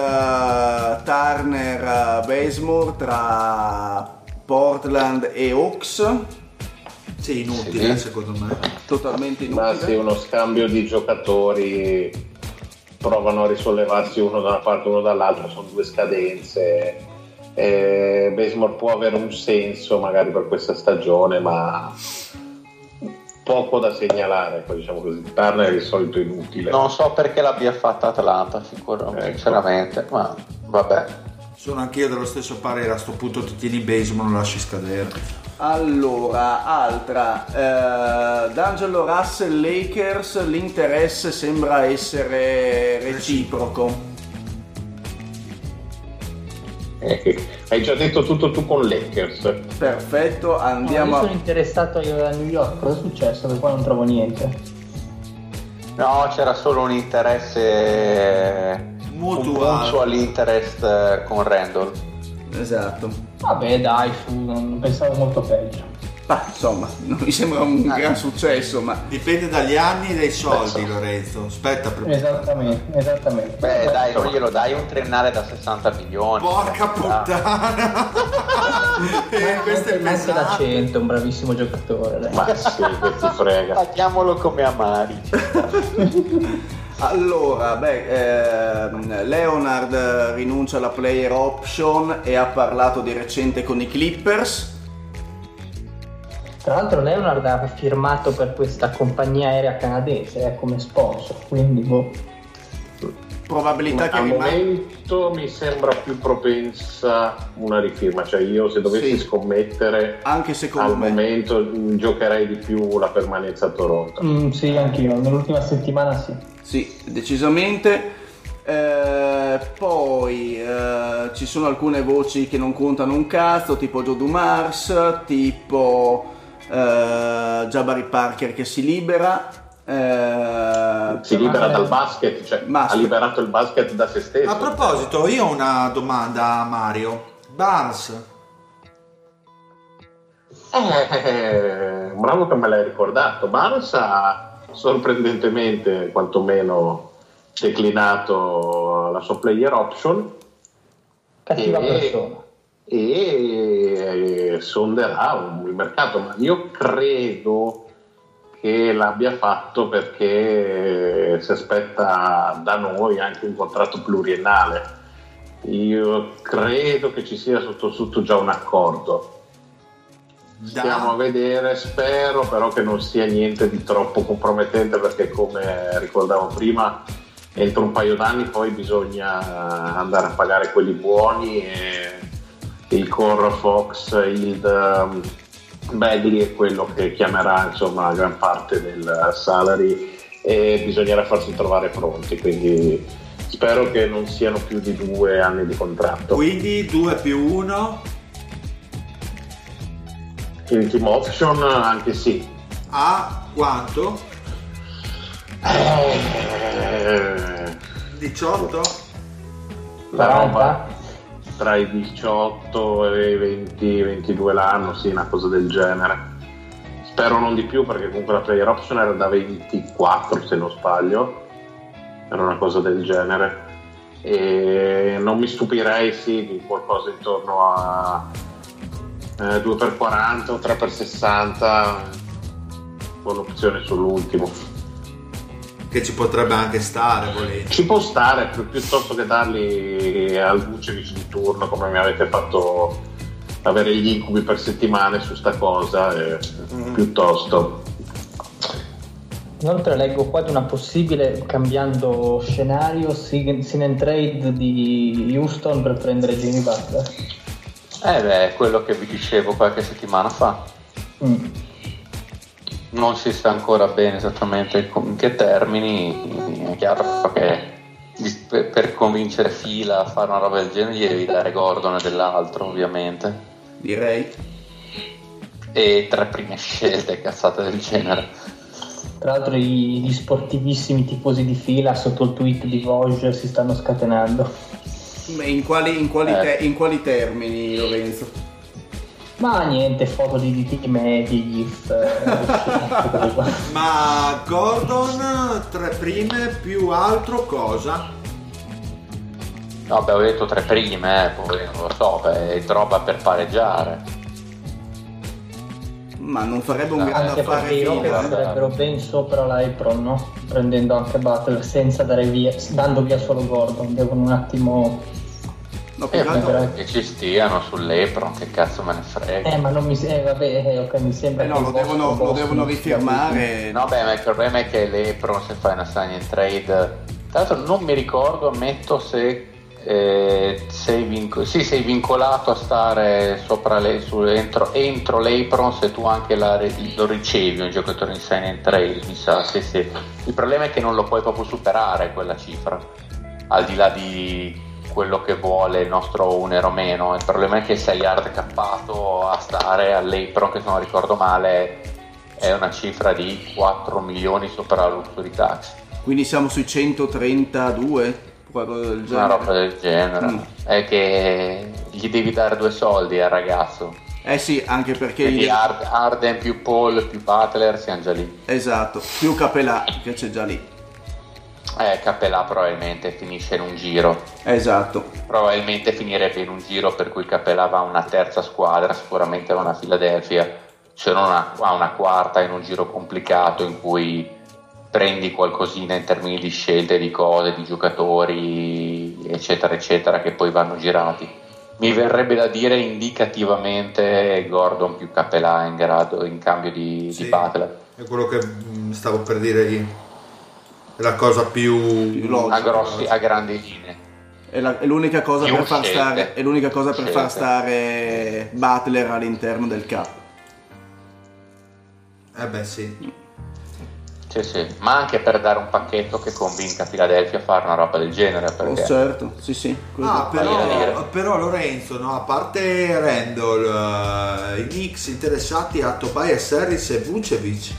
Turner-Bazemore tra Portland e Hawks. Sì, inutile secondo me. Totalmente inutile. Ma sì, uno scambio di giocatori, provano a risollevarsi uno da una parte e uno dall'altra, sono due scadenze. Bazemore può avere un senso magari per questa stagione, ma poco da segnalare, diciamo così. Turner è di solito inutile. Non so perché l'abbia fatta Atlanta, sicuramente, sinceramente, ma vabbè. Sono anch'io dello stesso parere, a sto punto ti tieni Bazemore, non lasci scadere. Allora, altra, D'Angelo Russell Lakers, l'interesse sembra essere reciproco. Hai già detto tutto tu con Lakers. Perfetto, andiamo io sono interessato a New York, cosa è successo? Perché qua non trovo niente. No, c'era solo un interesse mutual interest con Randall. Esatto. Vabbè dai, non pensavo molto peggio. Ma insomma, non mi sembra un gran successo, ma dipende dagli anni e dai soldi, Lorenzo. Aspetta per Esattamente. Beh, dai, non glielo dai un triennale da 60 milioni. Porca puttana. Questo è Anche da pesante. 100, un bravissimo giocatore. Dai. Ma sì, che ti frega. Paghiamolo come amari. allora, Leonard rinuncia alla player option e ha parlato di recente con i Clippers. Tra l'altro Leonard ha firmato per questa compagnia aerea canadese come sponsor, quindi Probabilità che al rimanga. momento mi sembra più propensa una rifirma, cioè io se dovessi scommettere anche secondo al me momento giocherei di più la permanenza a Toronto. sì, anch'io, nell'ultima settimana sì. Sì, decisamente. Poi ci sono alcune voci che non contano un cazzo, tipo Joe Dumars, tipo Jabari Parker che si libera. Si libera dal basket, cioè ha liberato il basket da se stesso. A proposito, io ho una domanda a Mario. Barnes. Bravo che me l'hai ricordato. Barnes ha sorprendentemente quantomeno declinato la sua player option. Cattiva persona. E sonderà il mercato, ma io credo che l'abbia fatto perché si aspetta da noi anche un contratto pluriennale. Io credo che ci sia sotto già un accordo. Stiamo a vedere, spero però che non sia niente di troppo compromettente, perché come ricordavo prima entro un paio d'anni poi bisogna andare a pagare quelli buoni e il core Fox, Hield, Bagley è quello che chiamerà insomma la gran parte del salary e bisognerà farsi trovare pronti, quindi spero che non siano più di 2 anni di contratto. Quindi 2+1 in team option anche sì. a quanto? 18? La roba tra i 18 e i 20-22 l'anno, sì, una cosa del genere. Spero non di più, perché comunque la player option era da 24 se non sbaglio, era una cosa del genere, e non mi stupirei di qualcosa intorno a 2x40 o 3x60 con l'opzione sull'ultimo, Che ci potrebbe anche stare, volendo. ci può stare, piuttosto che darli al Vucevic di turno, come mi avete fatto avere gli incubi per settimane su sta cosa, piuttosto. Inoltre leggo qua di una possibile, cambiando scenario, sign and trade di Houston per prendere Jimmy Butler. È quello che vi dicevo qualche settimana fa. Non si sa ancora bene esattamente in che termini. È chiaro che per convincere Fila a fare una roba del genere gli devi dare Gordon e dell'altro, ovviamente. direi. e 3 prime scelte, cazzate del genere. Tra l'altro gli sportivissimi tifosi di fila sotto il tweet di Vogue si stanno scatenando. In quali termini, Lorenzo? Ma niente, foto di DT medi, GIF. Ma Gordon 3 prime più altro cosa? No, beh, ho detto 3 prime, poi non lo so, è roba per pareggiare. Ma non farebbe un grande Anche affare perché i Rockets fila. sarebbero ben sopra l'Apron, no? Prendendo anche Butler senza dando via solo Gordon. Devono un attimo... No, più che altro- però- Che ci stiano sull'Apron, che cazzo me ne frega. ma non mi ok, mi sembra no, che lo il vostro boss devono non sia No, rifirmare. beh, ma il problema è che l'Apron, se fai una sign and trade, tra l'altro non mi ricordo, ammetto, se sei vincolato a stare sopra entro l'Apron se tu anche lo ricevi un giocatore in sign and trade, mi sa. Sì. Il problema è che non lo puoi proprio superare quella cifra, al di là di quello che vuole il nostro owner o meno. Il problema è che sei hard cappato a stare all'Apron, che se non ricordo male è una cifra di 4 milioni sopra la luxury tax, Quindi siamo sui 132, qualcosa del genere. una roba del genere. È che gli devi dare 2 soldi al ragazzo, Eh sì, anche perché quindi Harden più Paul più Butler siamo già lì. esatto, più Capelà che c'è già lì. Capelà probabilmente finisce in un giro, Esatto. probabilmente finirebbe in un giro per cui Capelà va a una terza squadra, sicuramente va a una Philadelphia, se non a una quarta in un giro complicato in cui prendi qualcosina in termini di scelte, di cose, di giocatori, eccetera eccetera, che poi vanno girati. Mi verrebbe da dire indicativamente Gordon più Capelà in cambio di Sì, Butler. è quello che stavo per dire io. È la cosa più logica. A grandi linee. È l'unica cosa Più per far scelte. stare, è l'unica cosa per far Scelte. stare Butler all'interno del cap. beh sì. Sì, ma anche per dare un pacchetto che convinca Philadelphia a fare una roba del genere, perché Certo, sì. Ah, Vai a dire. però Lorenzo, no, a parte Randall, i Knicks interessati a Tobias Harris e Vucevic.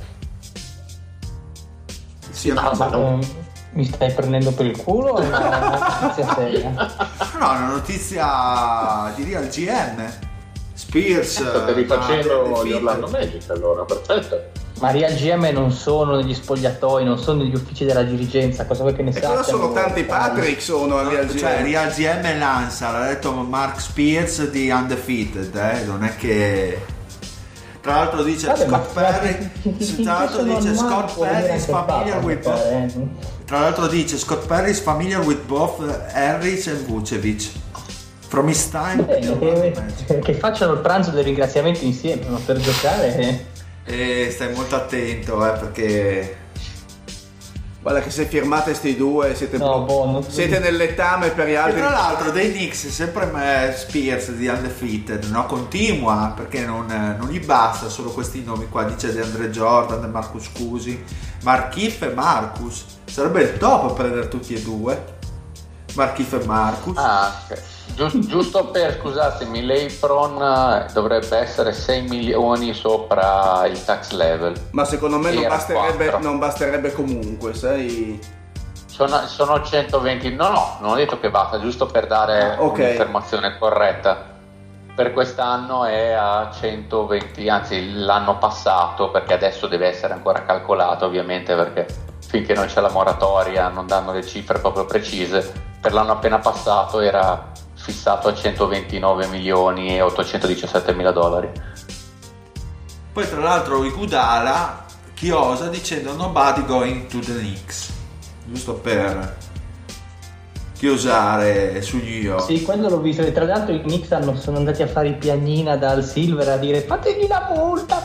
Sì, ma mi stai prendendo per il culo o è una notizia seria? no, una notizia di Real GM. Spears State rifacendo da gli Orlando Magic, allora, perfetto. Ma Real GM non sono negli spogliatoi, non sono negli uffici della dirigenza, cosa vuoi che ne E sappiano? cosa sono tanti Patrick sono a Real Cioè, GM? Real GM Lanza, l'ha detto Mark Spears di Undefeated, non è che... Tra l'altro dice Vabbè, Scott ma- Perry, tra l'altro dice Scott Perry is familiar with both. with Tra l'altro dice Scott Perry is familiar with both Harris and Vucevic from his time with the Orlando Magic. che facciano il pranzo del ringraziamento insieme, ma per giocare E stai molto attento perché Guarda che se firmate sti due siete, siete nel letame per gli e altri. tra l'altro dei Knicks sempre Spears di Undefeated, no? Continua perché non gli basta solo questi nomi qua, dice DeAndre Jordan, DeMarcus Cousins, Markieff e Marcus, sarebbe il top prendere tutti e due Markieff e Marcus. ok. Giusto per, scusatemi, l'Apron dovrebbe essere 6 milioni sopra il tax level. Ma secondo me non Era basterebbe, 4. non basterebbe comunque, sai. Sono 120, no, non ho detto che basta, giusto per dare un'informazione corretta. Per quest'anno è a 120, anzi l'anno passato, perché adesso deve essere ancora calcolato ovviamente, perché finché non c'è la moratoria non danno le cifre proprio precise. Per l'anno appena passato era fissato a 129 milioni e 817 mila dollari. Poi tra l'altro Iguodala chiosa dicendo nobody going to the Knicks, giusto per chiosare su New York. Sì, quando l'ho visto, e tra l'altro i Knicks sono andati a fare i pianina dal Silver a dire fategli la multa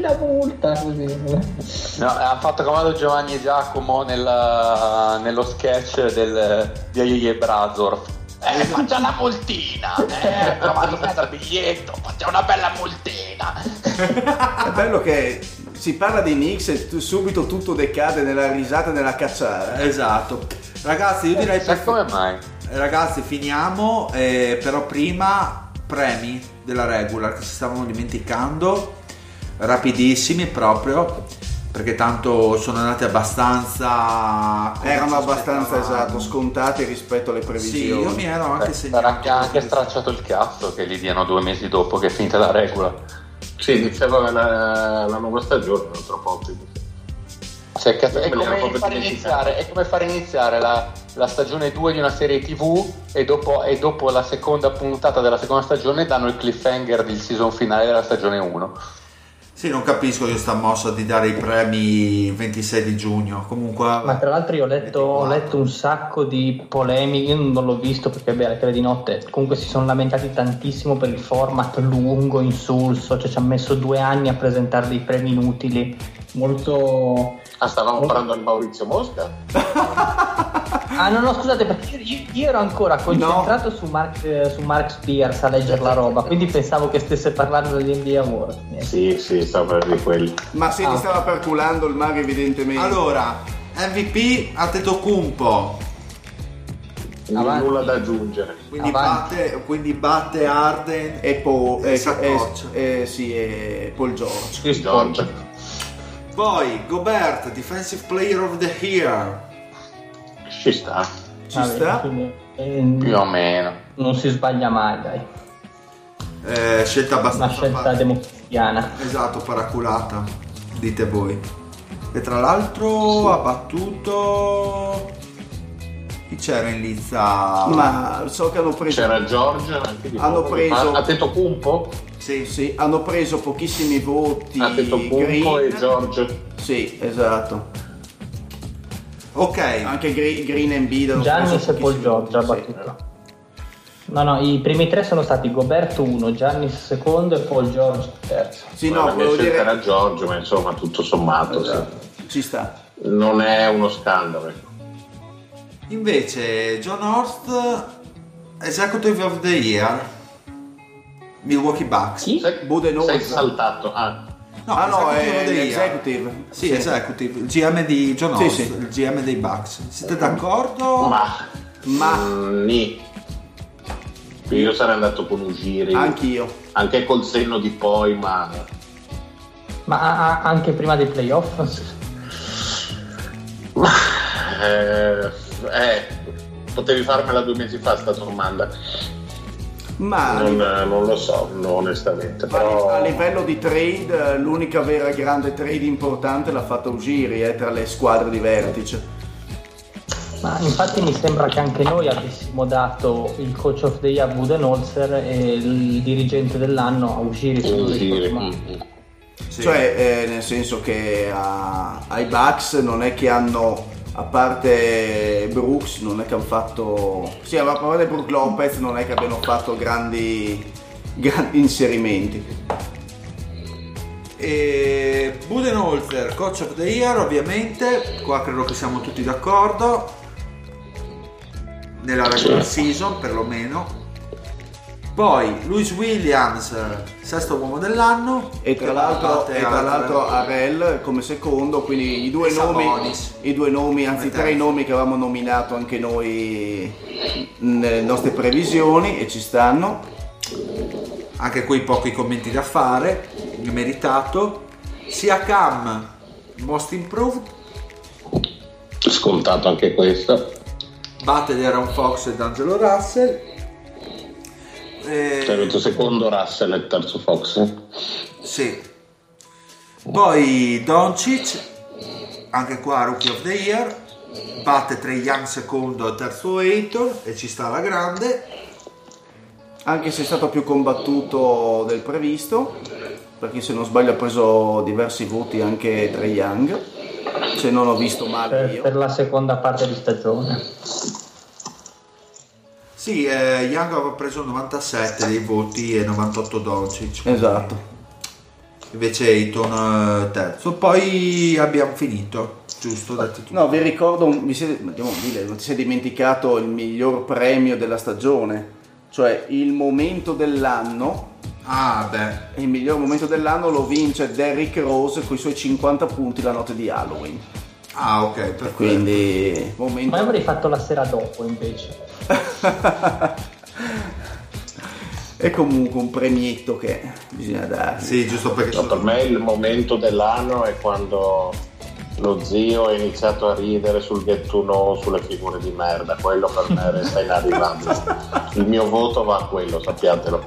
così. No, ha fatto come Giovanni e Giacomo nello sketch di Aie Brazor. Faccia la multina, provando senza il biglietto, faccia una bella multina. È bello che si parla di Knicks e subito tutto decade nella risata e nella cacciara. Esatto. Ragazzi, io direi Sai come mai? Ragazzi, finiamo, però prima premi della regular che si stavano dimenticando, rapidissimi proprio, perché tanto sono andati abbastanza, erano abbastanza, esatto, scontati rispetto alle previsioni. Sì, io mi ero anche segnato. Sarà anche stracciato il cazzo che li diano 2 mesi dopo che è finita la regola. Sì, iniziava la nuova stagione, non troppo più. Cioè, è come far iniziare la stagione 2 di una serie TV e dopo la seconda puntata della seconda stagione danno il cliffhanger del season finale della stagione 1. Sì, non capisco questa mossa di dare i premi il 26 di giugno. Comunque, ma tra l'altro io ho letto un sacco di polemiche, io non l'ho visto perché alle 3 di notte, comunque si sono lamentati tantissimo per il format lungo, insulso, cioè ci ha messo 2 anni a presentare dei premi inutili, molto... stavamo parlando di Maurizio Mosca? Ah no, scusate, perché io ero ancora concentrato su Mark Spears a leggere la roba, quindi pensavo che stesse parlando degli NBA Awards. Sì, stavo parlando di quelli. Ma se ti stava perculando il Mario evidentemente. Allora, MVP Antetokounmpo. Nulla da aggiungere. Quindi batte Harden e Paul George. Poi Gobert, Defensive Player of the Year. Ci sta. Più o meno. Non si sbaglia mai, dai. Scelta abbastanza una scelta democristiana. Esatto, paraculata, dite voi. E tra l'altro ha battuto... Chi c'era in lizza? Ma so che hanno preso... C'era George. Hanno preso... Antetokounmpo? Sì, hanno preso pochissimi voti. Antetokounmpo e George. Sì, esatto. Ok. Anche Green e Embiid. Giannis e Paul George ha battuto. No, i primi 3 sono stati Gobert 1, Giannis secondo e Paul George terzo. Sì, la mia scelta era George, ma insomma tutto sommato esatto. Ci sta. Non è uno scandalo. Invece John Horst, Executive of the Year, Milwaukee Bucks. Chi? Sei saltato. No, è Executive. Sì, Executive, il GM di John Horst, sì. Il GM dei Bucks. Siete d'accordo? Ma io sarei andato con Ujiri. Anch'io. Anche col senno di poi, ma anche prima dei playoff. Potevi farmela 2 mesi fa sta domanda. Ma non lo so, onestamente. Però... a livello di trade, l'unica vera grande trade importante l'ha fatta Ujiri tra le squadre di vertice. Ma infatti mi sembra che anche noi avessimo dato il coach of the year a Budenholzer e il dirigente dell'anno a Ujiri. Sì. Cioè nel senso che ai Bucks non è che hanno, a parte Brooks, non è che hanno fatto, sì, a parte Brook Lopez non è che abbiano fatto grandi inserimenti. E Budenholzer, coach of the year, ovviamente, qua credo che siamo tutti d'accordo, nella regular season perlomeno. Poi Louis Williams, sesto uomo dell'anno, e tra l'altro Harrell come secondo, quindi i due nomi, anzi 3 nomi che avevamo nominato anche noi nelle nostre previsioni, e ci stanno. Anche qui pochi commenti da fare, meritato. Siakam, most improved, scontato anche questo. batte De'Aaron Fox e D'Angelo Russell. C'è il secondo Russell e terzo Fox. Sì. Poi Doncic, anche qua Rookie of the Year, batte Trae Young secondo e terzo Ayton, e ci sta alla grande. Anche se è stato più combattuto del previsto, perché se non sbaglio ha preso diversi voti anche Trae Young, se non ho visto male io. Per la seconda parte di stagione. Sì, Young aveva preso 97 dei voti e 98 Doncic. Esatto. Invece Ayton terzo. Poi abbiamo finito, giusto? No, vi ricordo, non ti sei dimenticato il miglior premio della stagione, cioè il momento dell'anno. Ah, beh. Il miglior momento dell'anno lo vince Derrick Rose con i suoi 50 punti la notte di Halloween. Ah, ok, perfetto. Quindi momento... Ma avrei fatto la sera dopo invece. è comunque un premietto che bisogna dare. Sì, giusto perché per me il momento dell'anno è quando lo zio ha iniziato a ridere sul get to know, sulle figure di merda. Quello per me resta inarrivabile. Il mio voto va a quello, sappiatelo.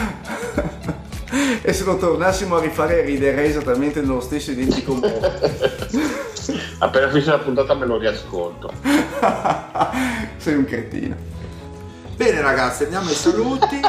E se lo tornassimo a rifare riderei esattamente nello stesso identico modo. Appena finisce la puntata me lo riascolto. Sei un cretino. Bene ragazzi, andiamo ai saluti.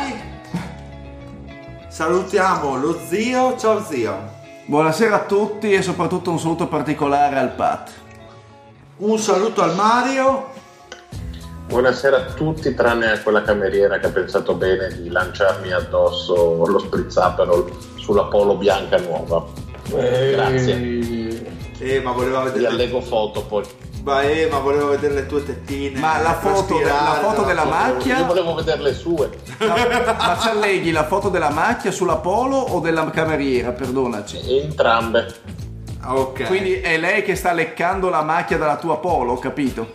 Salutiamo lo zio. Ciao zio. Buonasera a tutti e soprattutto un saluto particolare al Pat. Un saluto al Mario. Buonasera a tutti, tranne a quella cameriera che ha pensato bene di lanciarmi addosso lo sprizzapero sulla polo bianca nuova. Grazie. Ma voleva Vi vedere. allego foto poi. Ma voleva vedere le tue tettine. Ma la foto della macchia? Io volevo vedere le sue. Ma ci alleghi la foto della macchia sulla polo o della cameriera? Perdonaci. Entrambe. Ok. Quindi è lei che sta leccando la macchia dalla tua polo, ho capito?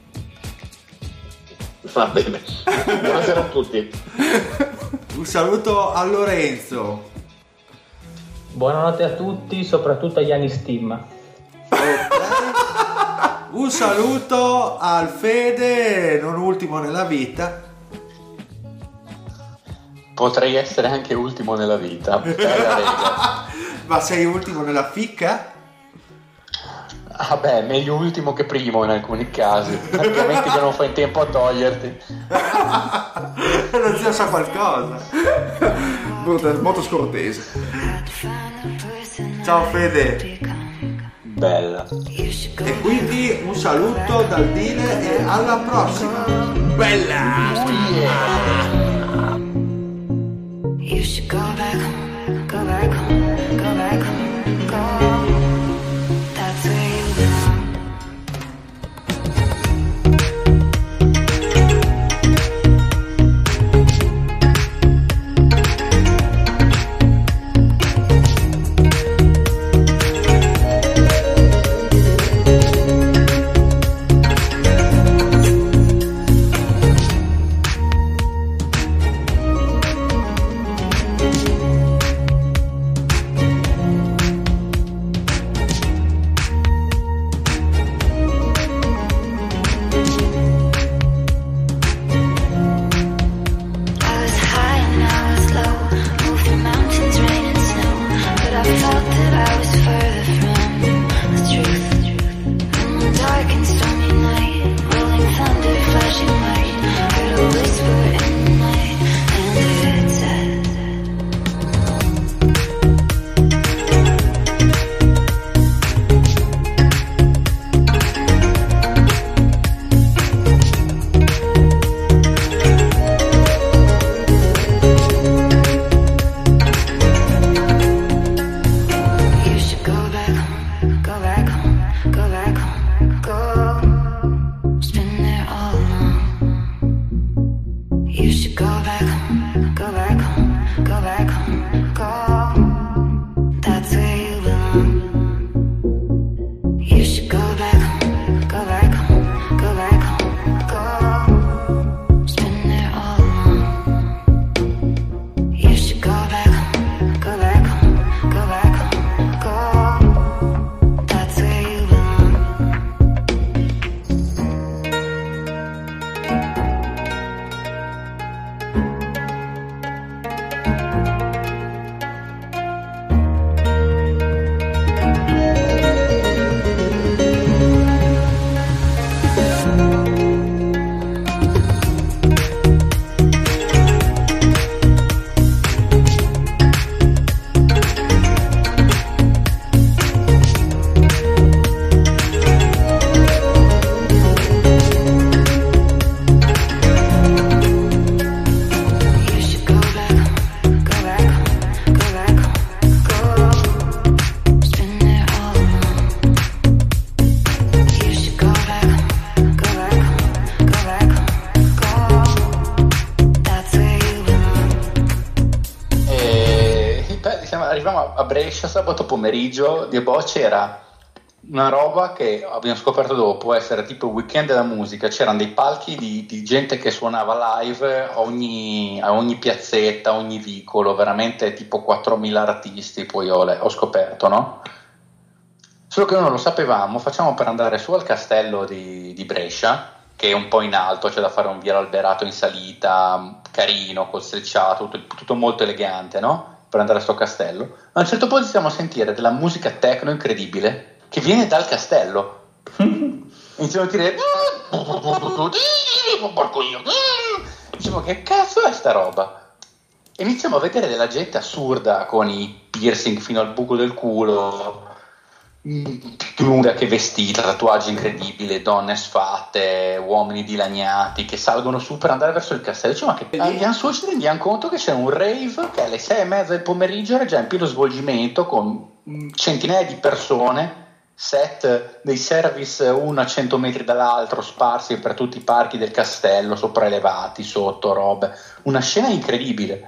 Va bene. Buonasera a tutti. Un saluto a Lorenzo. Buonanotte a tutti, soprattutto agli Anistimma. Un saluto al Fede, non ultimo nella vita. Potrei essere anche ultimo nella vita, per la regola. Ma sei ultimo nella ficca? Vabbè, meglio ultimo che primo in alcuni casi, altrimenti che non fai in tempo a toglierti. Lo zio sa qualcosa. Molto scortese. Ciao Fede. Bella. E quindi un saluto dal Dile e alla prossima. Bella! You should go back home, go back home, go back home, go. That's where you belong. Arriviamo a Brescia sabato pomeriggio, c'era una roba che abbiamo scoperto dopo essere tipo il weekend della musica. C'erano dei palchi di gente che suonava live a ogni piazzetta, ogni vicolo, veramente tipo 4.000 artisti. Poi ho scoperto, no? Solo che noi non lo sapevamo. Facciamo per andare su al castello di Brescia, che è un po' in alto, c'è da fare un via alberato in salita, carino, col selciato, tutto molto elegante, no? Per andare a sto castello. A un certo punto iniziamo a sentire della musica techno incredibile che viene dal castello. Iniziamo a dire diciamo, che cazzo è sta roba? E iniziamo a vedere della gente assurda con i piercing fino al buco del culo, più lunga che vestita, tatuaggi incredibili, donne sfatte, uomini dilaniati che salgono su per andare verso il castello. Cioè, ma che andiamo su e ci rendiamo conto che c'è un rave che alle 6:30 del pomeriggio era già in pieno svolgimento, con centinaia di persone, set dei service uno a 100 metri dall'altro, sparsi per tutti i parchi del castello, sopraelevati, sotto, robe. Una scena incredibile.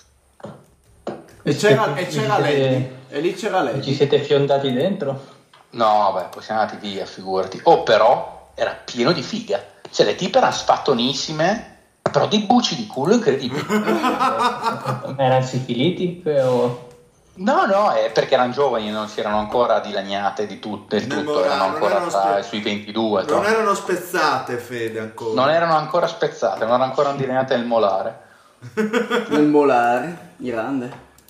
E c'era lei. E lì c'era lei. Ci siete fiondati dentro? No, beh, poi siamo andati via, figurati. Oh, però era pieno di figa. Cioè, le tipe erano sfattonissime, però dei buci di culo incredibili. Erano sifilitiche o... No, è perché erano giovani, non si erano ancora dilaniate del tutto, erano ancora sui 22. Non erano spezzate, Fede, ancora. Non erano ancora spezzate, non erano ancora dilaniate nel molare. Nel molare, grande.